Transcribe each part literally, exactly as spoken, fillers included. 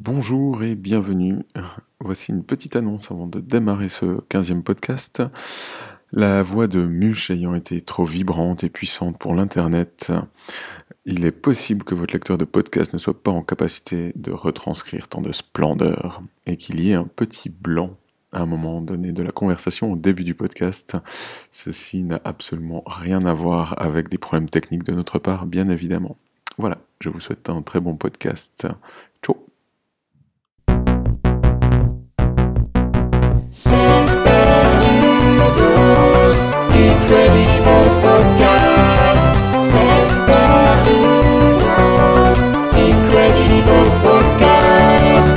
Bonjour et bienvenue. Voici une petite annonce avant de démarrer ce quinzième podcast. La voix de Muche ayant été trop vibrante et puissante pour l'internet, il est possible que votre lecteur de podcast ne soit pas en capacité de retranscrire tant de splendeur et qu'il y ait un petit blanc à un moment donné de la conversation au début du podcast. Ceci n'a absolument rien à voir avec des problèmes techniques de notre part, bien évidemment. Voilà, je vous souhaite un très bon podcast. Ciao. Saludos, incredible podcast. Saludos, incredible podcast.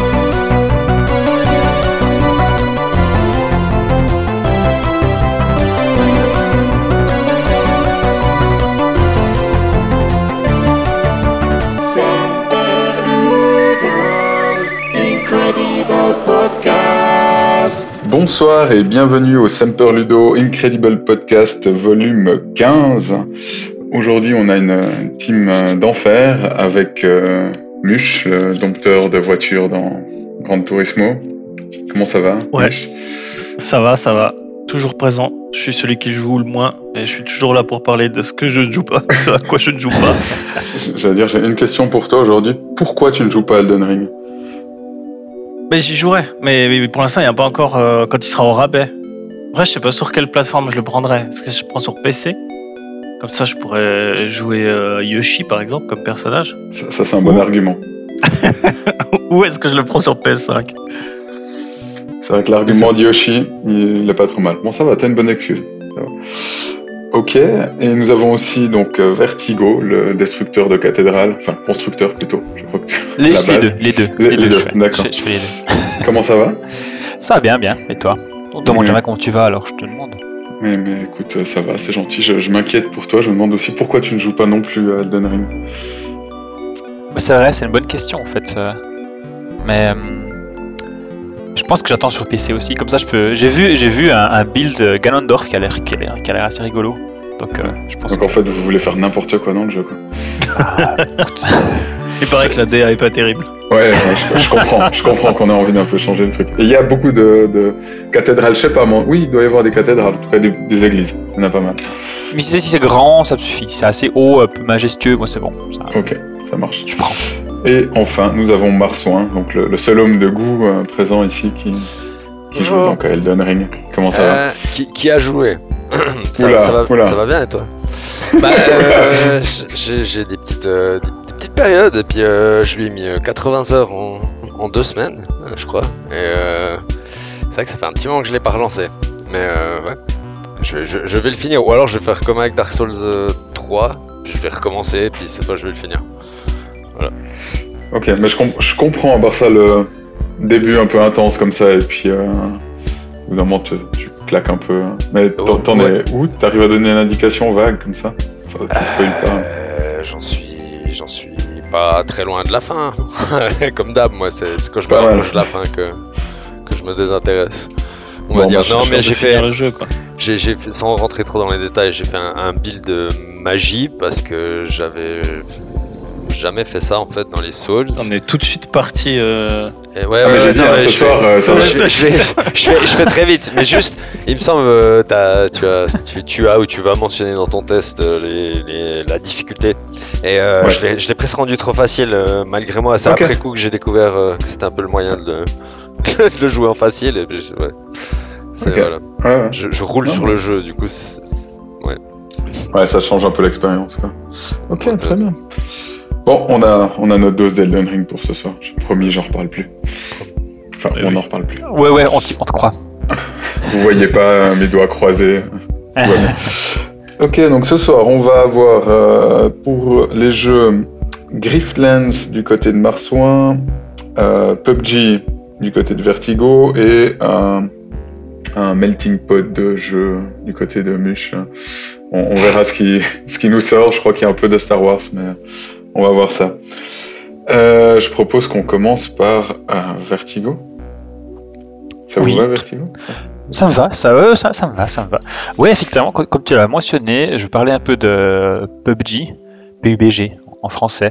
Saludos, incredible podcast. Bonsoir et bienvenue au Semper Ludo Incredible Podcast volume quinze. Aujourd'hui, on a une, une team d'enfer avec euh, Muche, le dompteur de voitures dans Gran Turismo. Comment ça va, Ouais. Muche? Ça va, ça va. Toujours présent. Je suis celui qui joue le moins et je suis toujours là pour parler de ce que je ne joue pas, ce à quoi je ne joue pas. J'allais dire, j'ai une question pour toi aujourd'hui. Pourquoi tu ne joues pas à Elden Ring? Mais j'y jouerai. Mais, mais pour l'instant, il n'y a pas encore euh, quand il sera au rabais. Après, je sais pas sur quelle plateforme je le prendrai. Est-ce que je prends sur P C? Comme ça, je pourrais jouer euh, Yoshi, par exemple, comme personnage. Ça, ça, c'est un bon Oh. argument. Ou est-ce que je le prends sur P S cinq? C'est vrai que l'argument de Yoshi, il est pas trop mal. Bon, ça va, t'as une bonne excuse. Ça va. Ok, et nous avons aussi donc euh, Vertigo, le destructeur de cathédrale, enfin constructeur plutôt, je crois que Les, la les base. deux, les deux. Les- les deux, je fais. d'accord. Je, je fais les deux. Comment ça va? Ça va bien, bien. Et toi? On te demande Oui. jamais comment tu vas, alors je te demande. Mais, mais écoute, euh, ça va, c'est gentil, je, je m'inquiète pour toi, je me demande aussi pourquoi tu ne joues pas non plus à Elden Ring. Bah, c'est vrai, c'est une bonne question en fait. euh. Mais euh, je pense que j'attends sur P C aussi. Comme ça, je peux. J'ai vu, j'ai vu un, un build euh, Ganondorf qui a l'air, qui a l'air, qui a l'air assez rigolo. Donc, euh, je pense. Donc que... en fait, vous voulez faire n'importe quoi dans le jeu, quoi. Ah, écoute. Il paraît que la D A est pas terrible. Ouais, ouais, je, je comprends, je comprends qu'on a envie d'un peu changer le truc. Et il y a beaucoup de, de cathédrales, je sais pas, moi, oui, il doit y avoir des cathédrales, en tout cas des, des églises, il y en a pas mal. Mais si c'est, si c'est grand, ça me suffit. Si c'est assez haut, un peu majestueux, moi c'est bon. Ça, Ok, ça marche. je prends. Et enfin, nous avons Marsouin, donc le, le seul homme de goût euh, présent ici qui, qui joue Bonjour. donc à Elden Ring. Comment ça va? Euh, qui, qui a joué ça, Oula, ça, va, oula. ça va bien et toi? Bah, euh, j'ai, j'ai des petites, euh, des, des petites périodes et puis euh, je lui ai mis euh, quatre-vingts heures en, en deux semaines, euh, je crois. Et euh, c'est vrai que ça fait un petit moment que je l'ai pas relancé. Mais euh, ouais, je, je, je vais le finir. Ou alors je vais faire comme avec Dark Souls euh, trois, je vais recommencer et puis cette fois je vais le finir. Ok, mais je, comp- je comprends à part ça le début un peu intense comme ça, et puis euh, au bout d'un moment tu, tu claques un peu. Mais t'en, t'en Ouais. es où? T'arrives à donner une indication vague comme ça? Ça te spoil pas. Euh, j'en suis, j'en suis pas très loin de la fin. Comme d'hab, moi, c'est, c'est quand je me Pas mal. rapproche de la fin que, que je me désintéresse. On Bon, va dire bah, je non, cherche mais De j'ai finir fait, le jeu, quoi. j'ai, j'ai fait, sans rentrer trop dans les détails, j'ai fait un, un build de magie parce que j'avais jamais fait ça en fait dans les Souls. On est tout de suite parti. Euh... Et ouais, Ah, mais ouais, j'ai ouais, dit, non, hein, ouais, ce je soir, fais- euh, ça je, va. fais- je, fais, je, fais, je fais très vite, mais juste, il me semble, euh, t'as, tu, as, tu, tu as ou tu vas mentionner dans ton test euh, les, les, la difficulté. Et euh, Ouais. je, l'ai, je l'ai presque rendu trop facile, euh, malgré moi. C'est Ok. après coup que j'ai découvert euh, que c'était un peu le moyen de le, de le jouer en facile. Et puis, je- ouais. C'est, Ok. voilà. Ouais, ouais. je, je roule Non, sur mais- le jeu, du coup, c'est, c'est- ouais. Ouais, ça change un peu l'expérience, quoi. Ok, Ouais, très c'est- bien. Bon, on a, on a notre dose d'Elden Ring pour ce soir. J'ai promis, j'en reparle plus. Enfin, Eh on oui. n'en reparle plus. Ouais, ouais, on, t'y- on te croit. Vous voyez pas euh, mes doigts croisés. Tout va bien. Ok, donc ce soir, on va avoir euh, pour les jeux Griftlands du côté de Marsouin, euh, P U B G du côté de Vertigo et un, un melting pot de jeux du côté de Muche. On, on verra ce qui, ce qui nous sort. Je crois qu'il y a un peu de Star Wars, mais on va voir ça. Euh, je propose qu'on commence par euh, Vertigo. Ça vous Oui. va, Vertigo? ça Ça me va, ça, euh, ça, ça me va, ça me va. Ouais, effectivement, co- comme tu l'as mentionné, je parlais un peu de P U B G, P U B G en français.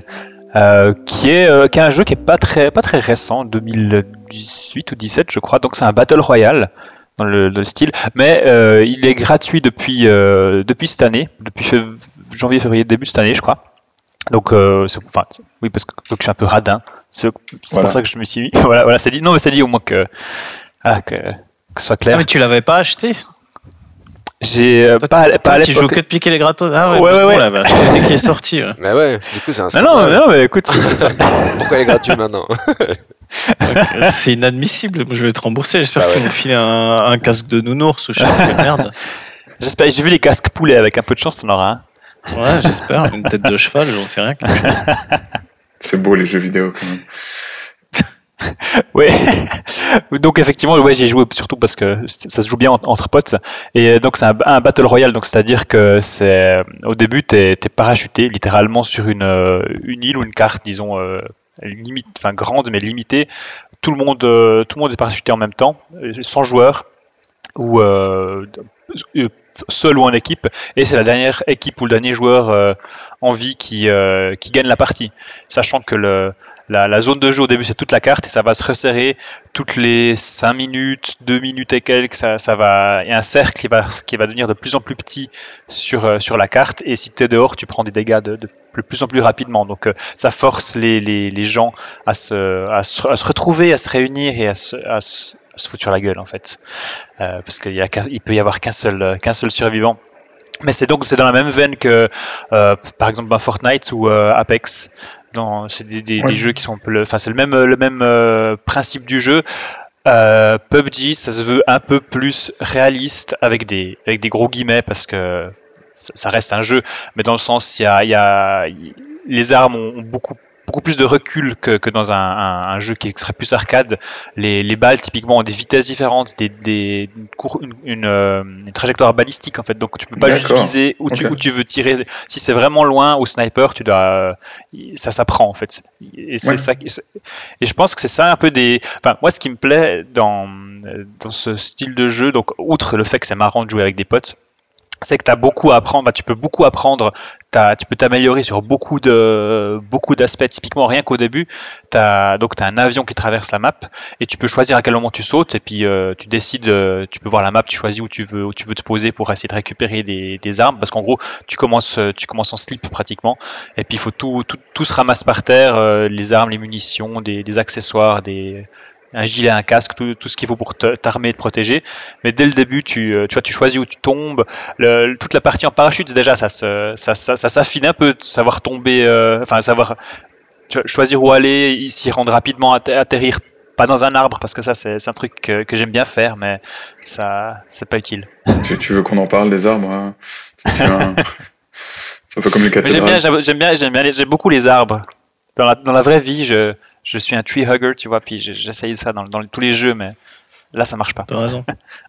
euh, qui est euh, qui est un jeu qui est pas très pas très récent, deux mille dix-huit ou dix-sept je crois. Donc c'est un battle royale dans le, le style, mais euh, il est gratuit depuis euh, depuis cette année, depuis fév- janvier février début de cette année je crois. Donc euh, c'est- enfin c'est- oui parce que donc, je suis un peu radin. C'est, c'est Voilà. pour ça que je me suis mis. voilà voilà c'est dit. Non mais c'est dit au moins que voilà, que, que ce soit Ah, clair. mais tu l'avais pas acheté? J'ai euh, Toi, pas, à- pas à toi, tu joues l'époque. que de piquer les gratos. Ah ouais, Ouais, bah, ouais, bon, ouais. on l'avait acheté dès qu'il est sorti. Ouais. Mais ouais, du coup, c'est un Non, non, scandale. non, mais écoute, c'est ça. Pourquoi il est gratuit maintenant? Ok, c'est inadmissible. Je vais te rembourser. J'espère Bah qu'ils ouais. vont filer un, un casque de nounours ou je sais pas quelle merde. J'espère, j'ai vu les casques poulets avec un peu de chance, on en aura un. Ouais, j'espère. Une tête de cheval, j'en sais rien. quelque chose. C'est beau les jeux vidéo quand même. Ouais. Donc effectivement, ouais, j'y ai joué surtout parce que ça se joue bien en- entre potes. Et donc c'est un, un battle royale, donc c'est-à-dire que c'est au début t'es, t'es parachuté littéralement sur une, euh, une île ou une carte, disons euh, limite, enfin grande mais limitée. Tout le monde, euh, tout le monde est parachuté en même temps, euh, cent joueurs ou euh, euh, seul ou en équipe. Et c'est la dernière équipe ou le dernier joueur euh, en vie qui, euh, qui gagne la partie, sachant que le la, la zone de jeu au début c'est toute la carte et ça va se resserrer toutes les cinq minutes, deux minutes et quelques, ça, ça va, il y a un cercle qui va, qui va devenir de plus en plus petit sur, euh, sur la carte et si tu es dehors tu prends des dégâts de, de plus en plus rapidement, donc euh, ça force les, les, les gens à se, à, se, à se retrouver, à se réunir et à se, à se, à se foutre sur la gueule en fait, euh, parce qu'il y a, qu'un- il peut y avoir qu'un seul, qu'un seul survivant. Mais c'est donc c'est dans la même veine que euh, par exemple ben, Fortnite ou euh, Apex. Dans, c'est des, des, Ouais. des jeux qui sont un peu le, enfin c'est le même le même euh, principe du jeu. Euh, P U B G ça se veut un peu plus réaliste avec des avec des gros guillemets parce que ça, ça reste un jeu, mais dans le sens il y a, il y a il- les armes ont, ont beaucoup beaucoup plus de recul que, que dans un, un, un jeu qui serait plus arcade. Les, les balles typiquement ont des vitesses différentes, des, des une, cour- une, une, euh, une trajectoire balistique en fait, donc tu peux pas juste D'accord. viser où tu, Ok. où tu veux tirer. Si c'est vraiment loin au sniper, tu dois euh, ça s'apprend en fait. Et c'est Ouais. ça qui- c'est- et je pense que c'est ça un peu des. Enfin, moi, ce qui me plaît dans, dans ce style de jeu, donc, outre le fait que c'est marrant de jouer avec des potes, c'est que tu as beaucoup à apprendre, bah, tu peux beaucoup apprendre, t'as- tu peux t'améliorer sur beaucoup de beaucoup d'aspects. Typiquement, rien qu'au début, t'as, donc tu as un avion qui traverse la map et tu peux choisir à quel moment tu sautes et puis euh, tu décides, euh, tu peux voir la map, tu choisis où tu veux, où tu veux te poser pour essayer de récupérer des, des armes parce qu'en gros, tu commences, euh, tu commences en slip pratiquement et puis il faut tout, tout, tout se ramasse par terre, euh, les armes, les munitions, des, des accessoires, des un gilet, un casque, tout, tout ce qu'il faut pour te- t'armer et te protéger. Mais dès le début, tu, euh, tu vois, tu choisis où tu tombes. Le- toute la partie en parachute, déjà, ça, se- ça, ça, ça s'affine un peu, de savoir tomber, euh, enfin, savoir tu vois, choisir où aller, s'y rendre rapidement, atter- atterrir pas dans un arbre, parce que ça, c'est c'est un truc que, que j'aime bien faire, mais ça, c'est pas utile. Tu, tu veux qu'on en parle des arbres hein Tu as- C'est un peu comme les Mais j'aime bien, cathédrales. j'avoue- j'aime bien, j'aime bien, les- j'aime beaucoup les arbres. Dans la, dans la vraie vie, je, je suis un tree hugger, tu vois, puis j'ai- j'essaye ça dans, dans tous les jeux, mais là, ça marche pas. T'as raison.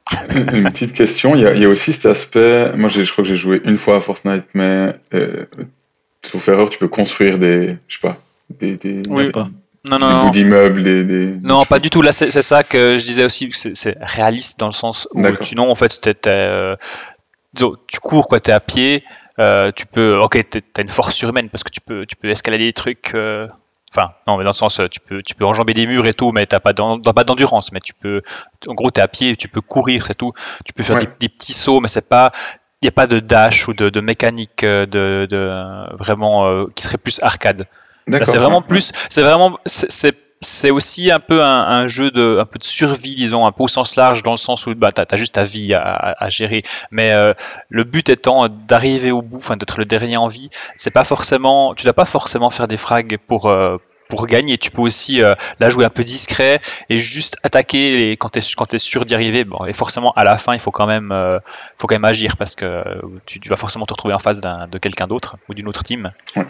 Une petite question, il y a, il y a aussi cet aspect. Moi, j'ai- je crois que j'ai joué une fois à Fortnite, mais euh, sauf erreur, tu peux construire des, je sais pas, des, des, Oui. des, Pas. Non, non, des non. bouts d'immeubles, des, des- Non, des pas trucs. du tout. Là, c'est c'est ça que je disais aussi. que C'est c'est réaliste dans le sens où, D'accord. sinon, en fait, t'es- t'es, euh, disons, tu cours, quoi. T'es à pied. euh, tu peux. Ok, t'es- t'as une force surhumaine parce que tu peux, tu peux escalader des trucs. euh, Enfin, non, mais dans le sens, euh, tu peux, tu peux enjamber des murs et tout, mais t'as pas d'en- t'as pas d'endurance. Mais tu peux. En gros, t'es à pied, tu peux courir, c'est tout. Tu peux faire Ouais. des, des petits sauts, mais c'est pas. Il n'y a pas de dash ou de, de mécanique euh, de, de euh, vraiment euh, qui serait plus arcade. Là, D'accord. c'est vraiment ouais, ouais. plus, c'est vraiment, c'est- c'est c'est aussi un peu un, un jeu de, un peu de survie, disons, un peu au sens large, dans le sens où bah, t'as, t'as juste ta vie à, à- à gérer. Mais euh, le but étant d'arriver au bout, enfin d'être le dernier en vie. C'est pas forcément, tu dois pas forcément faire des frags pour euh, pour gagner. Tu peux aussi euh, la jouer un peu discret et juste attaquer les, quand t'es quand t'es sûr d'y arriver. Bon, et forcément à la fin, il faut quand même, euh, faut quand même agir parce que euh, tu, tu vas forcément te retrouver en face d'un, de quelqu'un d'autre ou d'une autre team. Ouais.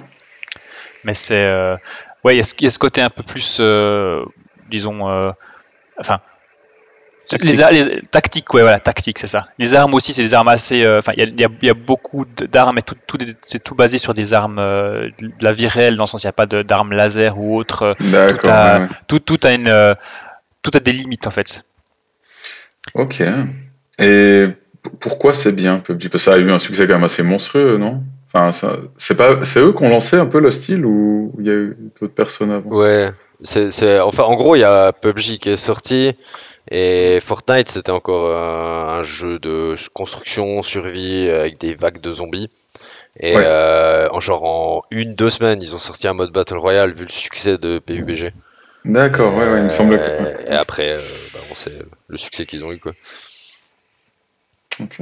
Mais c'est euh, ouais, il y, a ce- il y a ce côté un peu plus, euh, disons, euh, enfin, Tactique. les, ar- les tactiques, ouais, voilà, tactique, c'est ça. Les armes aussi, c'est des armes assez, euh, enfin, il y a, il y a- il y a beaucoup d- d'armes, et tout, tout, est- c'est tout basé sur des armes euh, de la vie réelle, dans le sens, il n'y a pas de- d'armes laser ou autre. euh, Tout D'accord. a, ouais, ouais. tout, tout a une, euh, tout a des limites en fait. Ok. Et p- pourquoi c'est bien P U B G? Parce que ça a eu un succès quand même assez monstrueux, non? Enfin, ça, c'est pas, c'est eux qui ont lancé un peu le style ou il y a eu d'autres personnes avant? Ouais, c'est, c'est, enfin, en gros, il y a P U B G qui est sorti et Fortnite, c'était encore euh, un jeu de construction, survie avec des vagues de zombies. Et Ouais. euh, en genre en une, deux semaines, ils ont sorti un mode Battle Royale vu le succès de P U B G. D'accord, ouais, ouais, il me semblait que. Euh, Ouais, et après, euh, bah, on sait le succès qu'ils ont eu, quoi. ok.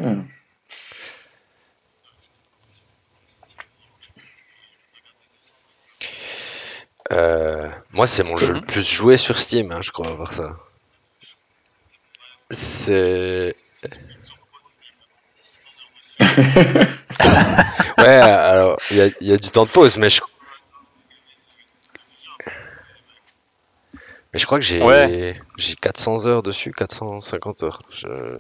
Euh, moi, c'est mon jeu le Mhm. plus joué sur Steam, hein, je crois, voir ça. C'est. Ouais, alors, il y a, il y a du temps de pause, mais je, mais je crois que Ouais. j'ai j'ai quatre cents heures dessus, quatre cent cinquante heures. Je-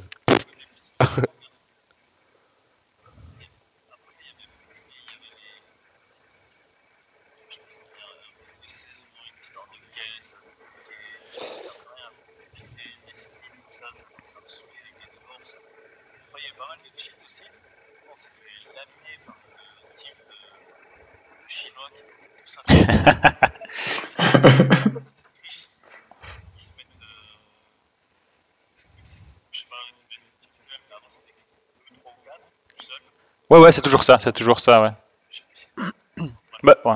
Ouais, ouais, c'est toujours ça, c'est toujours ça, ouais. Bah, ouais.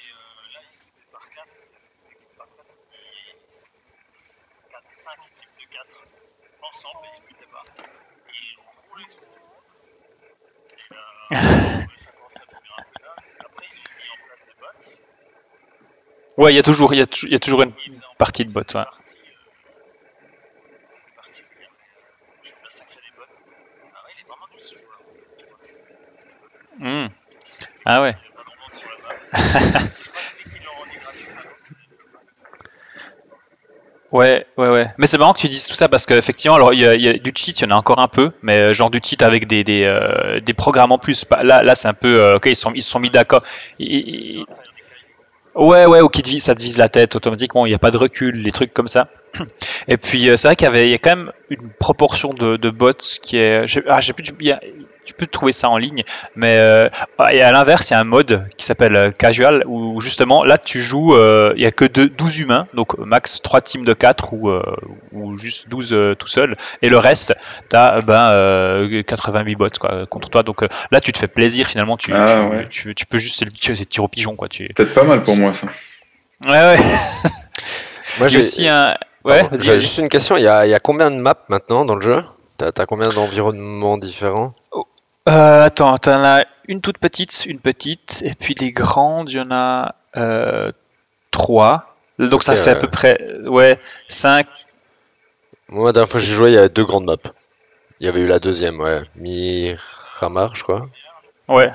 Ouais, il y a toujours, il y a, tou- il y a toujours une partie de bot, ouais. Hmm. Ah ouais. Ouais, ouais, ouais. Mais c'est marrant que tu dises tout ça parce qu'effectivement, alors il y, a, il y a du cheat, il y en a encore un peu, mais euh, genre du cheat avec des des, euh, des programmes en plus. Pas- Là, là, c'est un peu, euh, ok, ils sont ils se sont mis d'accord. Ils- ils- Ouais, ouais, ou qui te vise- ça te vise la tête automatiquement. Il n'y a pas de recul, les trucs comme ça. Et puis euh, c'est vrai qu'il y avait, il y a quand même une proportion de, de bots qui est, je, ah, je sais plus, tu, il y a- tu peux trouver ça en ligne, mais euh, ah, et à l'inverse, il y a un mode qui s'appelle euh, Casual où justement là tu joues, euh, il y a que deux- douze humains, donc max trois teams de quatre ou, euh, ou juste douze euh, tout seul, et le reste, tu as ben, euh, quatre-vingt-huit bots quoi, contre toi. Donc euh, là tu te fais plaisir finalement, tu, Ah tu, ouais, tu, tu peux juste, c'est le tir c'est le tir au pigeon quoi. Tu, peut-être pas mal pour moi ça. ouais, ouais. Moi, Il y a j'ai. aussi un. Ouais, Pardon, vas-y, j'avais vas-y. juste une question. Il y a, il y a combien de maps maintenant dans le jeu? T'as, t'as combien d'environnements différents? Oh, euh, attends, t'en as une toute petite, une petite, et puis les grandes, il y en a euh, trois. Donc Ok, ça fait à ouais. peu près, euh, ouais, cinq. Moi, la dernière fois que j'ai c'est- joué, il y avait deux grandes maps. Il y avait eu la deuxième, ouais. Miramar, je crois. Ouais,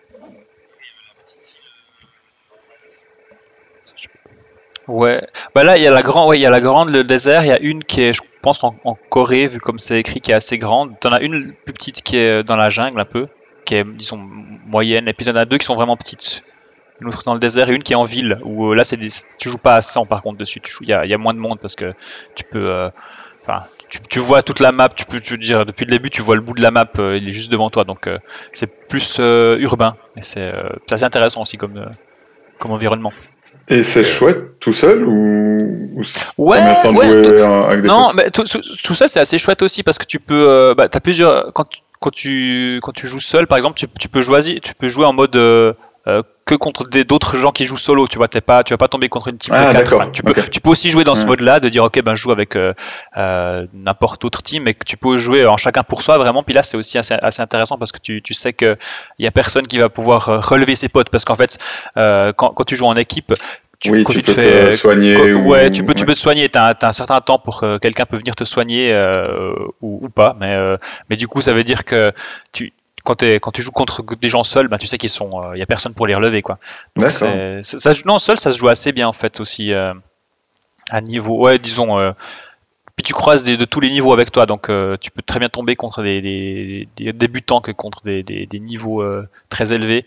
ouais. Bah là, il y a la grande, ouais, il y a la grande, le désert. Il y a une qui est, je pense, en, en Corée, vu comme c'est écrit, qui est assez grande. T'en as une plus petite qui est dans la jungle un peu, qui est, disons, moyenne. Et puis t'en as deux qui sont vraiment petites. Une autre dans le désert et une qui est en ville, où euh, là, c'est des- tu joues pas à cent par contre dessus. Tu joues- Il y a, il y a moins de monde parce que tu peux. euh, Enfin, tu, tu vois toute la map, tu peux te dire, depuis le début, tu vois le bout de la map, euh, il est juste devant toi. Donc, euh, c'est plus euh, urbain. Et c'est euh, c'est assez intéressant aussi comme, euh, comme environnement. Et c'est Ok. chouette tout seul ou, ou c- t'as meilleur Ouais, temps de ouais. tout- jouer euh, avec des non, potes? mais tout, tout- tout ça, c'est assez chouette aussi parce que tu peux. Euh, bah, t'as plusieurs. Quand, tu- quand, tu, quand tu joues seul, par exemple, tu, tu peux choisir, tu peux jouer en mode. Euh, euh, que contre des- d'autres gens qui jouent solo, tu vois, t'es pas, tu vas pas tomber contre une team de Ah quatre. Enfin, d'accord, tu peux, ok. tu peux aussi jouer dans ce Ouais. mode-là, de dire ok, ben je joue avec euh, euh, n'importe autre team, mais que tu peux jouer en chacun pour soi vraiment. Puis là, c'est aussi assez, assez intéressant parce que tu, tu sais que il y a personne qui va pouvoir euh, relever ses potes parce qu'en fait, euh, quand, quand tu joues en équipe, tu, Oui, quand tu tu te peux te fais, soigner ouais, tu ou... peux, tu Ouais. peux te soigner. T'as, un- t'as un certain temps pour que quelqu'un peut venir te soigner euh, ou, ou pas, mais euh, mais du coup, ça veut dire que tu quand, t'es- quand tu joues contre des gens seuls, ben, tu sais qu'ils sont, il euh, y a personne pour les relever quoi. Donc D'accord. c'est, ça, ça se- non seul, ça se joue assez bien en fait aussi euh, à niveau, ouais, disons. Euh, puis tu croises des, de tous les niveaux avec toi, donc euh, tu peux très bien tomber contre des, des, des débutants que contre des, des, des niveaux euh, très élevés.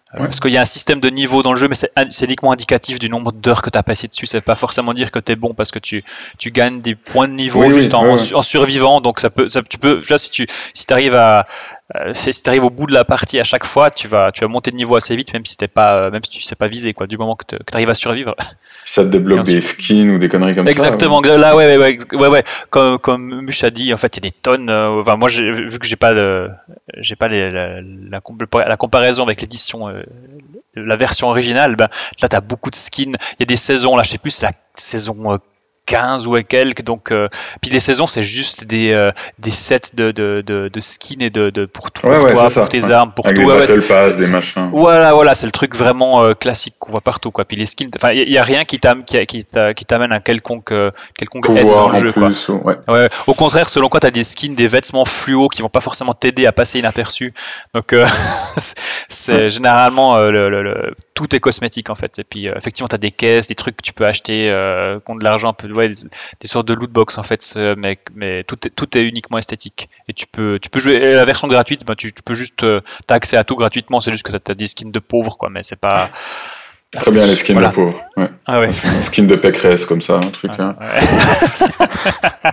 Ouais. Parce qu'il y a un système de niveau dans le jeu, mais c'est, c'est uniquement indicatif du nombre d'heures que tu as passé dessus. Ça ne veut pas forcément dire que tu es bon parce que tu, tu gagnes des points de niveau oui, juste oui, en, ouais, en, ouais. en survivant. Donc ça peut, ça, tu peux, là, si tu si arrives à euh, si tu arrives au bout de la partie à chaque fois, tu vas, tu vas monter de niveau assez vite, même si t'es pas, euh, même si tu sais pas viser quoi. Du moment que tu arrives à survivre. Ça te débloque des skins ou des conneries comme Exactement. ça. Exactement. Là, ouais, ouais, ouais, ouais, ouais. Comme, comme Mush a dit, en fait, il y a des tonnes. Euh, enfin, moi, j'ai, vu que j'ai pas le, j'ai pas les, la, la, la, la comparaison avec l'édition. Euh, la version originale, ben, là tu as beaucoup de skins, il y a des saisons, là je sais plus, c'est la saison euh, quinze ou quelques, donc euh, puis les saisons c'est juste des, euh, des sets de, de, de, de skins et de, de pour, tout, Ouais, pour ouais, toi, c'est pour ça, tes ouais. armes, pour Avec tout. des Ouais, battle ouais, pass, c'est, des c'est, machins. Voilà, voilà, c'est le truc vraiment euh, classique qu'on voit partout, quoi. Puis les skins, enfin, il y, y a rien qui, t'am, qui, qui, qui t'amène un quelconque, euh, quelconque aide dans Pouvoir le en jeu, plus, quoi. ou- ouais. Ouais, au contraire, selon quoi, tu as des skins, des vêtements fluo qui vont pas forcément t'aider à passer inaperçu. Donc, euh, c'est Ouais. généralement euh, le, le, le- tout est cosmétique en fait. Et puis, euh, effectivement, tu as des caisses, des trucs que tu peux acheter euh, contre de l'argent, un peu, ouais, des, des sortes de loot box en fait. c'est- Mais, mais tout, est, tout est uniquement esthétique. Et tu peux, tu peux jouer et la version gratuite. Ben, tu, tu peux juste, euh, t'as accès à tout gratuitement. C'est juste que tu as des skins de pauvres, quoi. Mais c'est pas. Très bien les skins Voilà. de pauvres. Ouais. Ah ouais. C'est un skin de Pécresse comme ça, un truc. Ouais, hein. ouais.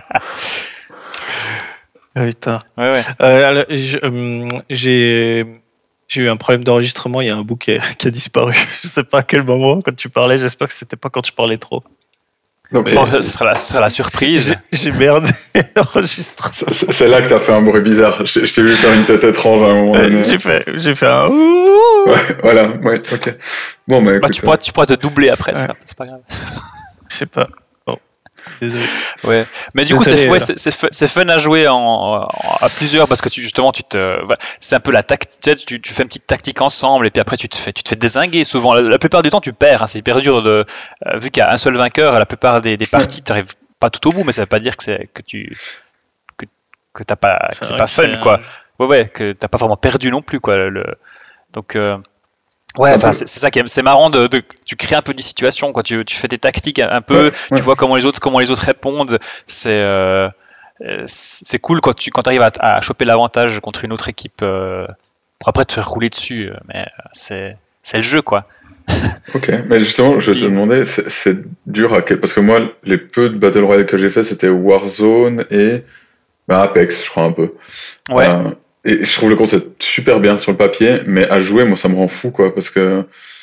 Ah, putain. Ouais, ouais. Euh, alors, je- hum, j'ai j'ai eu un problème d'enregistrement. Il y a un bout qui a, qui a disparu. Je sais pas à quel moment quand tu parlais. J'espère que c'était pas quand tu parlais trop. Donc, Mais- Bon, ce sera la, ce sera la surprise. J'ai j'ai merdé l'enregistrement. c'est, c'est- c'est là que t'as fait un bruit bizarre. Je, je t'ai vu faire une tête étrange à un moment Ouais, donné. J'ai fait j'ai fait un ouh. Ouais, voilà, ouais, ok. Bon, bah Bah, écoute. tu, pourras, tu pourras te doubler après Ouais. ça. C'est pas grave. Je sais pas. Bon, désolé. Ouais. Mais du coup, Désolé, c'est, ouais, alors. c'est, c'est, fun- c'est fun à jouer en, en- à plusieurs parce que tu, justement, tu te, voilà, c'est un peu la tactique. Tu, tu fais une petite tactique ensemble et puis après, tu te fais, tu te fais dézinguer. Souvent, la, la plupart du temps, tu perds. Hein, c'est hyper dur de, euh, vu qu'il y a un seul vainqueur, la plupart des, des parties, tu n'arrives pas tout au bout, mais ça veut pas dire que c'est que tu que, que t'as pas, que C'est c'est vrai pas que fun, c'est quoi. un- Ouais, ouais, que t'as pas vraiment perdu non plus, quoi. Le, donc. Euh, Ouais, C'est un enfin, peu- c'est, c'est ça qui est, c'est marrant de, de- tu crées un peu des situations, quoi. Tu, tu fais des tactiques un, un peu, Ouais, ouais. tu vois comment les autres, comment les autres répondent. C'est, euh, euh, c'est cool quand tu, quand arrives à, à choper l'avantage contre une autre équipe euh, pour après te faire rouler dessus. Mais euh, c'est, c'est le jeu, quoi. Ok, mais justement, je te Puis- demandais, c'est, c'est dur à quel... Parce que moi, les peu de Battle Royale que j'ai fait, c'était Warzone et bah, Apex, je crois un peu. Ouais. Euh, et je trouve le concept super bien sur le papier, mais à jouer, moi, ça me rend fou, quoi, parce que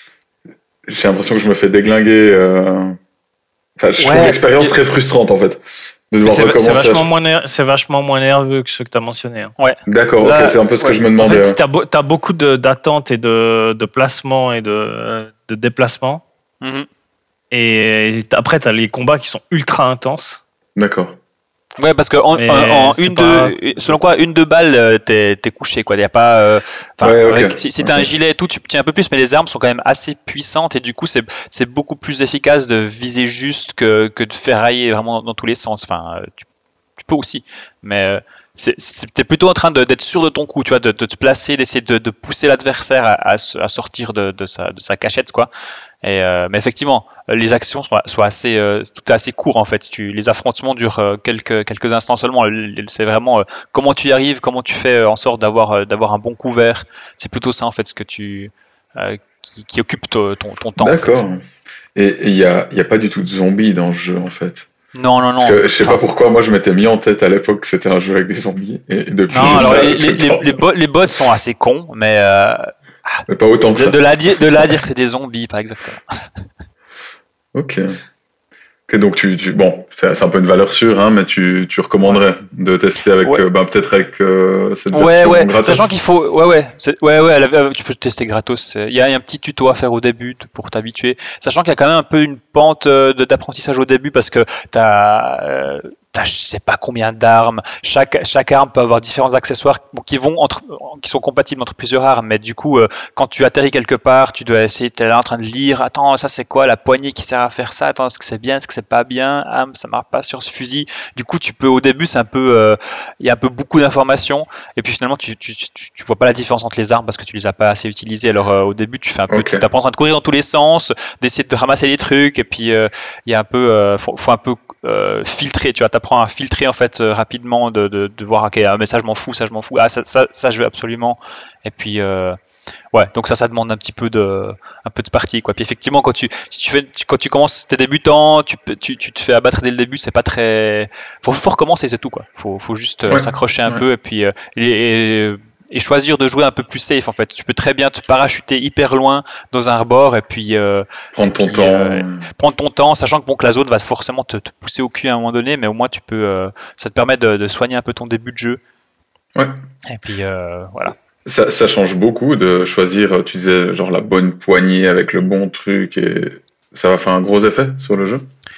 j'ai l'impression que je me fais déglinguer. euh, Enfin, je trouve Ouais, l'expérience et- très frustrante, en fait, de devoir C'est c'est recommencer. à vachement, chaque- moins ner- c'est vachement moins nerveux que ceux que tu as mentionnés. hein. D'accord, Là, ok, c'est un peu ce ouais. que je me En demandais. fait, ouais. tu as, beau, t'as beaucoup de- d'attentes et de, de placements et de, de déplacements. Mhm. Et après, tu as les combats qui sont ultra intenses. D'accord. Ouais, parce que en, Mais en- en c'est une, pas- deux, selon quoi, une, deux balles, euh, t'es, t'es couché, quoi. Y a pas, euh, enfin, Ouais, ok. avec- si, si t'as Ok. un gilet et tout, tu tiens un peu plus, mais les armes sont quand même assez puissantes et du coup, c'est, c'est beaucoup plus efficace de viser juste que, que de ferrailler vraiment dans, dans tous les sens. Enfin, euh, tu, tu peux aussi, mais euh, c'est, c'est- t'es plutôt en train de- d'être sûr de ton coup, tu vois, de, de te placer, d'essayer de, de pousser l'adversaire à, à se- à sortir de, de sa, de sa cachette, quoi. Et euh, mais effectivement, euh, les actions sont, sont assez, euh, tout est assez court en fait. Tu, les affrontements durent euh, quelques, quelques instants seulement. Le- le- C'est vraiment euh, comment tu y arrives, comment tu fais euh, en sorte d'avoir, euh, d'avoir un bon couvert. C'est plutôt ça en fait ce que tu, euh, qui, qui occupe to- ton, ton temps. en fait. D'accord. Et il n'y a, y a pas du tout de zombies dans le jeu, en fait. Non, non, Parce non. que je sais Enfin, pas pourquoi, moi je m'étais mis en tête à l'époque que c'était un jeu avec des zombies, et depuis non, j'ai alors ça les, tout les, le temps. les, les bots, les bots sont assez cons, mais euh, Mais pas autant que de, ça. de là à dire, de là à dire que c'est des zombies, pas exactement. Ok. Ok, donc tu, tu bon, c'est c'est un peu une valeur sûre, hein, mais tu, tu recommanderais de tester avec, Ouais. euh, ben, peut-être avec euh, cette Ouais, version ouais, gratos. sachant qu'il faut, ouais, ouais, c'est- ouais, ouais, elle avait- tu peux tester gratos. c'est- Il y a un petit tuto à faire au début t- pour t'habituer. Sachant qu'il y a quand même un peu une pente euh, de- d'apprentissage au début parce que t'as, euh, t'as je sais pas combien d'armes. Chaque, chaque arme peut avoir différents accessoires qui vont entre, qui sont compatibles entre plusieurs armes. Mais du coup, euh, quand tu atterris quelque part, tu dois essayer, t'es là en train de lire. Attends, ça c'est quoi la poignée qui sert à faire ça? Attends, est-ce que c'est bien? Est-ce que c'est pas bien? Ah, ça marche pas sur ce fusil. Du coup, tu peux, au début, c'est un peu, euh, il y a un peu beaucoup d'informations. Et puis finalement, tu, tu, tu, tu vois pas la différence entre les armes parce que tu les as pas assez utilisées. Alors euh, au début, tu fais un peu, Ok. tu t'apprends en train de courir dans tous les sens, d'essayer de ramasser des trucs. Et puis euh, il y a un peu, euh, faut, faut un peu euh, filtrer. Tu vois, t'as t'apprends à filtrer en fait euh, rapidement, de, de, de voir ok, ah, mais ça je m'en fous, ça je m'en fous, ah ça, ça, ça je veux absolument. Et puis euh, ouais, donc ça ça demande un petit peu de un peu de partie quoi. Puis effectivement quand tu si tu fais tu- quand tu commences t'es débutant, tu, peux- tu tu te fais abattre dès le début, c'est pas très faut faut recommencer, c'est tout quoi. Faut faut juste euh, Ouais. s'accrocher un Ouais. peu et puis euh, et, et- et choisir de jouer un peu plus safe en fait. Tu peux très bien te parachuter hyper loin dans un rebord et puis euh, Prendre ton puis, temps. euh, prendre ton temps, sachant que bon que la zone va forcément te, te pousser au cul à un moment donné, mais au moins tu peux euh, ça te permet de, de soigner un peu ton début de jeu. Ouais. Et puis euh, voilà. Ça, ça change beaucoup de choisir, tu disais, genre la bonne poignée avec le bon truc et ça va faire un gros effet sur le jeu.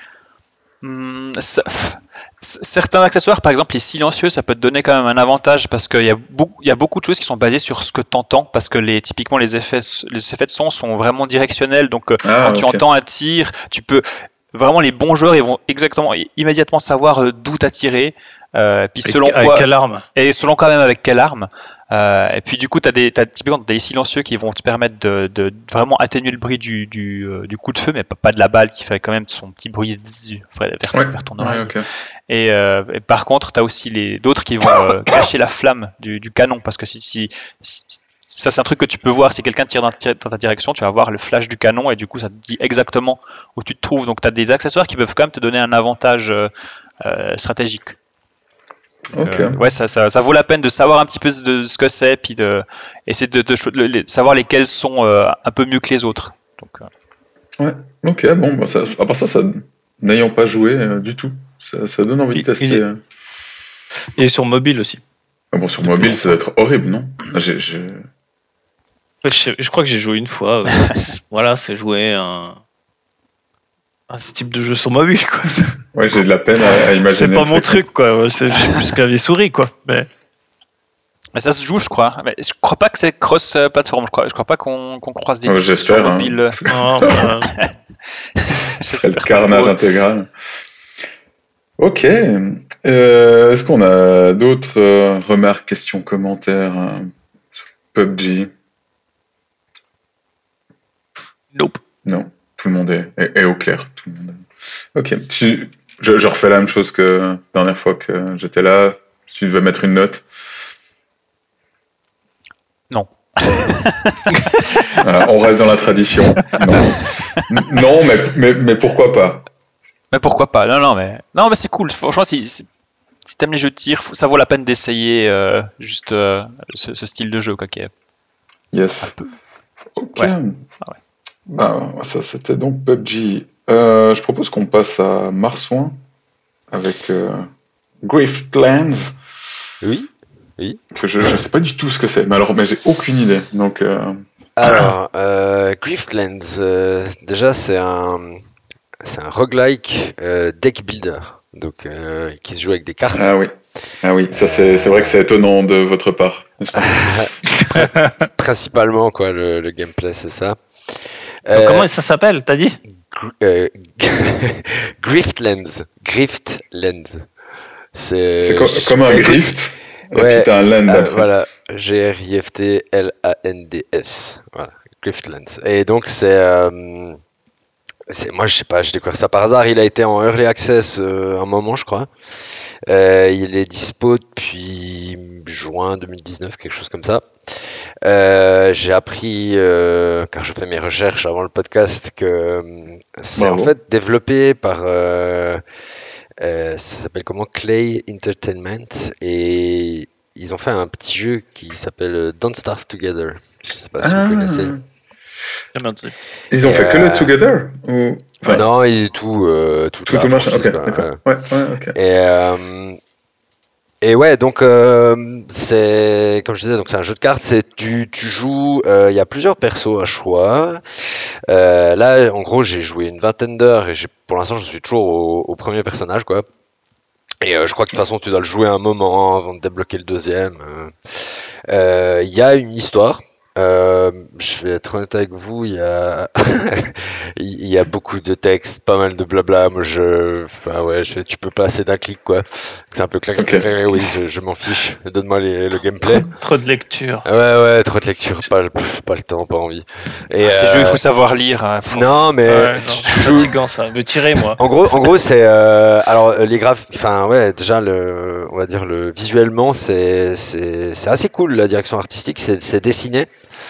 Hum, ça- pff, c- certains accessoires, par exemple les silencieux, ça peut te donner quand même un avantage parce qu'il y a beaucoup, il y a beaucoup de choses qui sont basées sur ce que tu entends, parce que les, typiquement les effets, les effets de son sont vraiment directionnels. Donc euh, Ah, quand tu ok. entends un tir, tu peux vraiment les bons joueurs, ils vont exactement immédiatement savoir euh, d'où t'as tiré. Euh, puis Avec, selon avec quoi quelle arme? et selon quand même avec quelle arme. Euh, et puis du coup, tu as des, t'as typiquement des silencieux qui vont te permettre de, de vraiment atténuer le bruit du, du, euh, du coup de feu, mais pas, pas de la balle qui fait quand même son petit bruit vers, vers, Ouais. vers ton Ouais, oreille. ok. Et, euh, et par contre, tu as aussi les d'autres qui vont euh, cacher la flamme du, du canon, parce que si, si, si- ça c'est un truc que tu peux voir, si quelqu'un tire dans, tire dans ta direction, tu vas voir le flash du canon et du coup ça te dit exactement où tu te trouves. Donc tu as des accessoires qui peuvent quand même te donner un avantage euh, euh, stratégique. Donc, Ok. euh, ouais, ça, ça, ça vaut la peine de savoir un petit peu de ce que c'est, puis de essayer de, de, cho- de- de savoir lesquels sont euh, un peu mieux que les autres. Donc, euh, Ok, bon, bah ça, à part ça, ça n'ayant pas joué euh, du tout, ça, ça donne envie de Il- il tester. est- euh. Il est sur mobile aussi. Ah bon, sur Depuis mobile, ça doit longtemps. être horrible, non? Ah, j'ai- j'ai- Je, sais- je crois que j'ai joué une fois. euh, voilà, c'est jouer un, un ce type de jeu sur mobile, quoi. Ouais, j'ai de la peine à, à C'est imaginer. pas le mon truc, quoi. C'est je suis plus clavier souris, quoi. Mais mais ça se joue, je crois. Mais je crois pas que c'est cross-platform. Je crois, je crois pas qu'on qu'on croise des Ouais, tirs sur j'espère, hein. mobile. non, bah, Ce serait le J'espère pas carnage pour eux. intégral. Ok. Euh, est-ce qu'on a d'autres euh, remarques, questions, commentaires euh, sur P U B G? nope. Non, tout le monde est, est- est au clair. Tout le monde est- Ok. Si- je, je refais la même chose que la dernière fois que j'étais là. Si tu devais mettre une note. Non. Voilà, on reste dans la tradition. Non, N- non mais, mais, mais pourquoi pas? Mais pourquoi pas? Non, non, mais non, mais c'est cool. Franchement, si, si, si t'aimes les jeux de tir, faut- ça vaut la peine d'essayer euh, juste euh, ce, ce style de jeu, quoi. Qui est un Yes. peu. Ok. Ouais. Ah ouais. Bah, ça, c'était donc P U B G. Euh, je propose qu'on passe à Marsouin avec euh, Griftlands, Oui. que je ne sais pas du tout ce que c'est, mais alors, mais j'ai aucune idée. Donc, euh, Alors, euh, Griftlands, euh, déjà c'est un, c'est un roguelike euh, deck builder, donc euh, qui se joue avec des cartes. ah oui, ah oui, ça c'est c'est vrai que c'est étonnant de votre part, n'est-ce pas? Principalement, quoi, le, le gameplay, c'est ça. Donc, Euh, comment ça s'appelle, t'as dit? Gr- euh, Griftlands. Griftlands. C'est C'est co- je- comme un écoute, grift, et ouais, puis t'as un land euh, après. voilà, G R I F T L A N D S. Voilà, Griftlands. Et donc, c'est. euh, c'est- moi, je sais pas, j'ai découvert ça par hasard. Il a été en early access euh, un moment, je crois. Euh, il est dispo depuis juin deux mille dix-neuf, quelque chose comme ça. Euh, j'ai appris, euh, car je fais mes recherches avant le podcast, que euh, c'est en Bravo. fait développé par. euh, euh, ça s'appelle comment? Clay Entertainment. Et ils ont fait un petit jeu qui s'appelle euh, Don't Starve Together. Je sais pas si Ah. vous connaissez. Jamais entendu. Ils ont Et, fait que le euh, Together ou... enfin, non, il est tout, euh, toute tout, la tout machin. franchise, Ok, quoi. d'accord. Ouais. Ouais, ouais, ok. Et, euh, et ouais, donc euh, c'est comme je disais, donc c'est un jeu de cartes. C'est tu, tu joues. euh, Il y a plusieurs persos à choix. Euh, là, en gros, j'ai joué une vingtaine d'heures et j'ai, pour l'instant, je suis toujours au, au premier personnage, quoi. Et euh, je crois que de toute façon, tu dois le jouer un moment avant de débloquer le deuxième. euh. Euh, Il y a une histoire. Euh, je vais être honnête avec vous, il y a, il y a beaucoup de textes, pas mal de blabla. Moi, je, enfin ouais, je- tu peux passer d'un clic quoi. C'est un peu clac, clac, Ok. clac, clac, oui, je, je m'en fiche. Donne-moi les- le Trop, gameplay. trop de lecture. Ah ouais, ouais, trop de lecture, pas, le- pff, pas le temps, pas envie. Et Ah, ces jeux, il euh, faut savoir lire. Hein. Faut- non, mais Ouais, tu, non, tu c'est joues. fatigant ça. Me tirer, moi. En gros, en gros, c'est euh, alors euh, les graphes. Enfin, ouais, déjà le, on va dire le visuellement, c'est c'est c'est assez cool. La direction artistique, c'est c'est dessiné.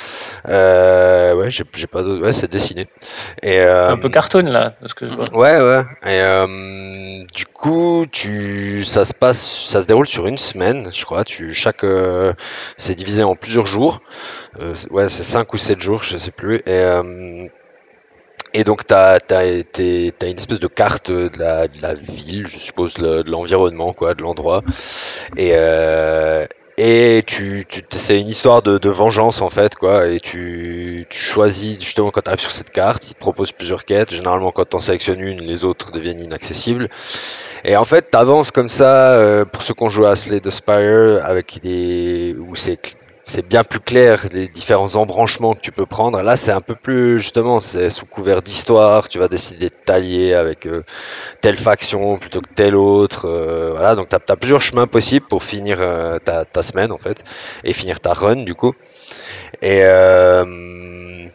Euh, ouais, j'ai j'ai pas d'autre. Ouais, c'est dessiné. Et euh, Un peu cartoon, là, de ce que je vois. ouais, ouais. Et euh, du coup, tu, ça se passe, ça se déroule sur une semaine, je crois. Tu, chaque, euh, c'est divisé en plusieurs jours. Euh, c'est- ouais, c'est cinq ou sept jours, je sais plus. Et, euh, et donc, t'as, t'as, t'es- t'as une espèce de carte de la, de la ville, je suppose, le- de l'environnement, quoi, de l'endroit. Et, euh, et tu, tu, c'est une histoire de, de vengeance en fait, quoi. Et tu, tu choisis justement quand tu arrives sur cette carte, il te propose plusieurs quêtes. Généralement, quand tu en sélectionnes une, les autres deviennent inaccessibles. Et en fait, tu avances comme ça. Euh, pour ceux qui ont joué à Slay the Spire, avec des où c'est c'est bien plus clair les différents embranchements que tu peux prendre. Là, c'est un peu plus justement, c'est sous couvert d'histoire. Tu vas décider de t'allier avec euh, telle faction plutôt que telle autre. Euh, voilà, donc tu as plusieurs chemins possibles pour finir euh, ta, ta semaine en fait et finir ta run du coup. Et euh,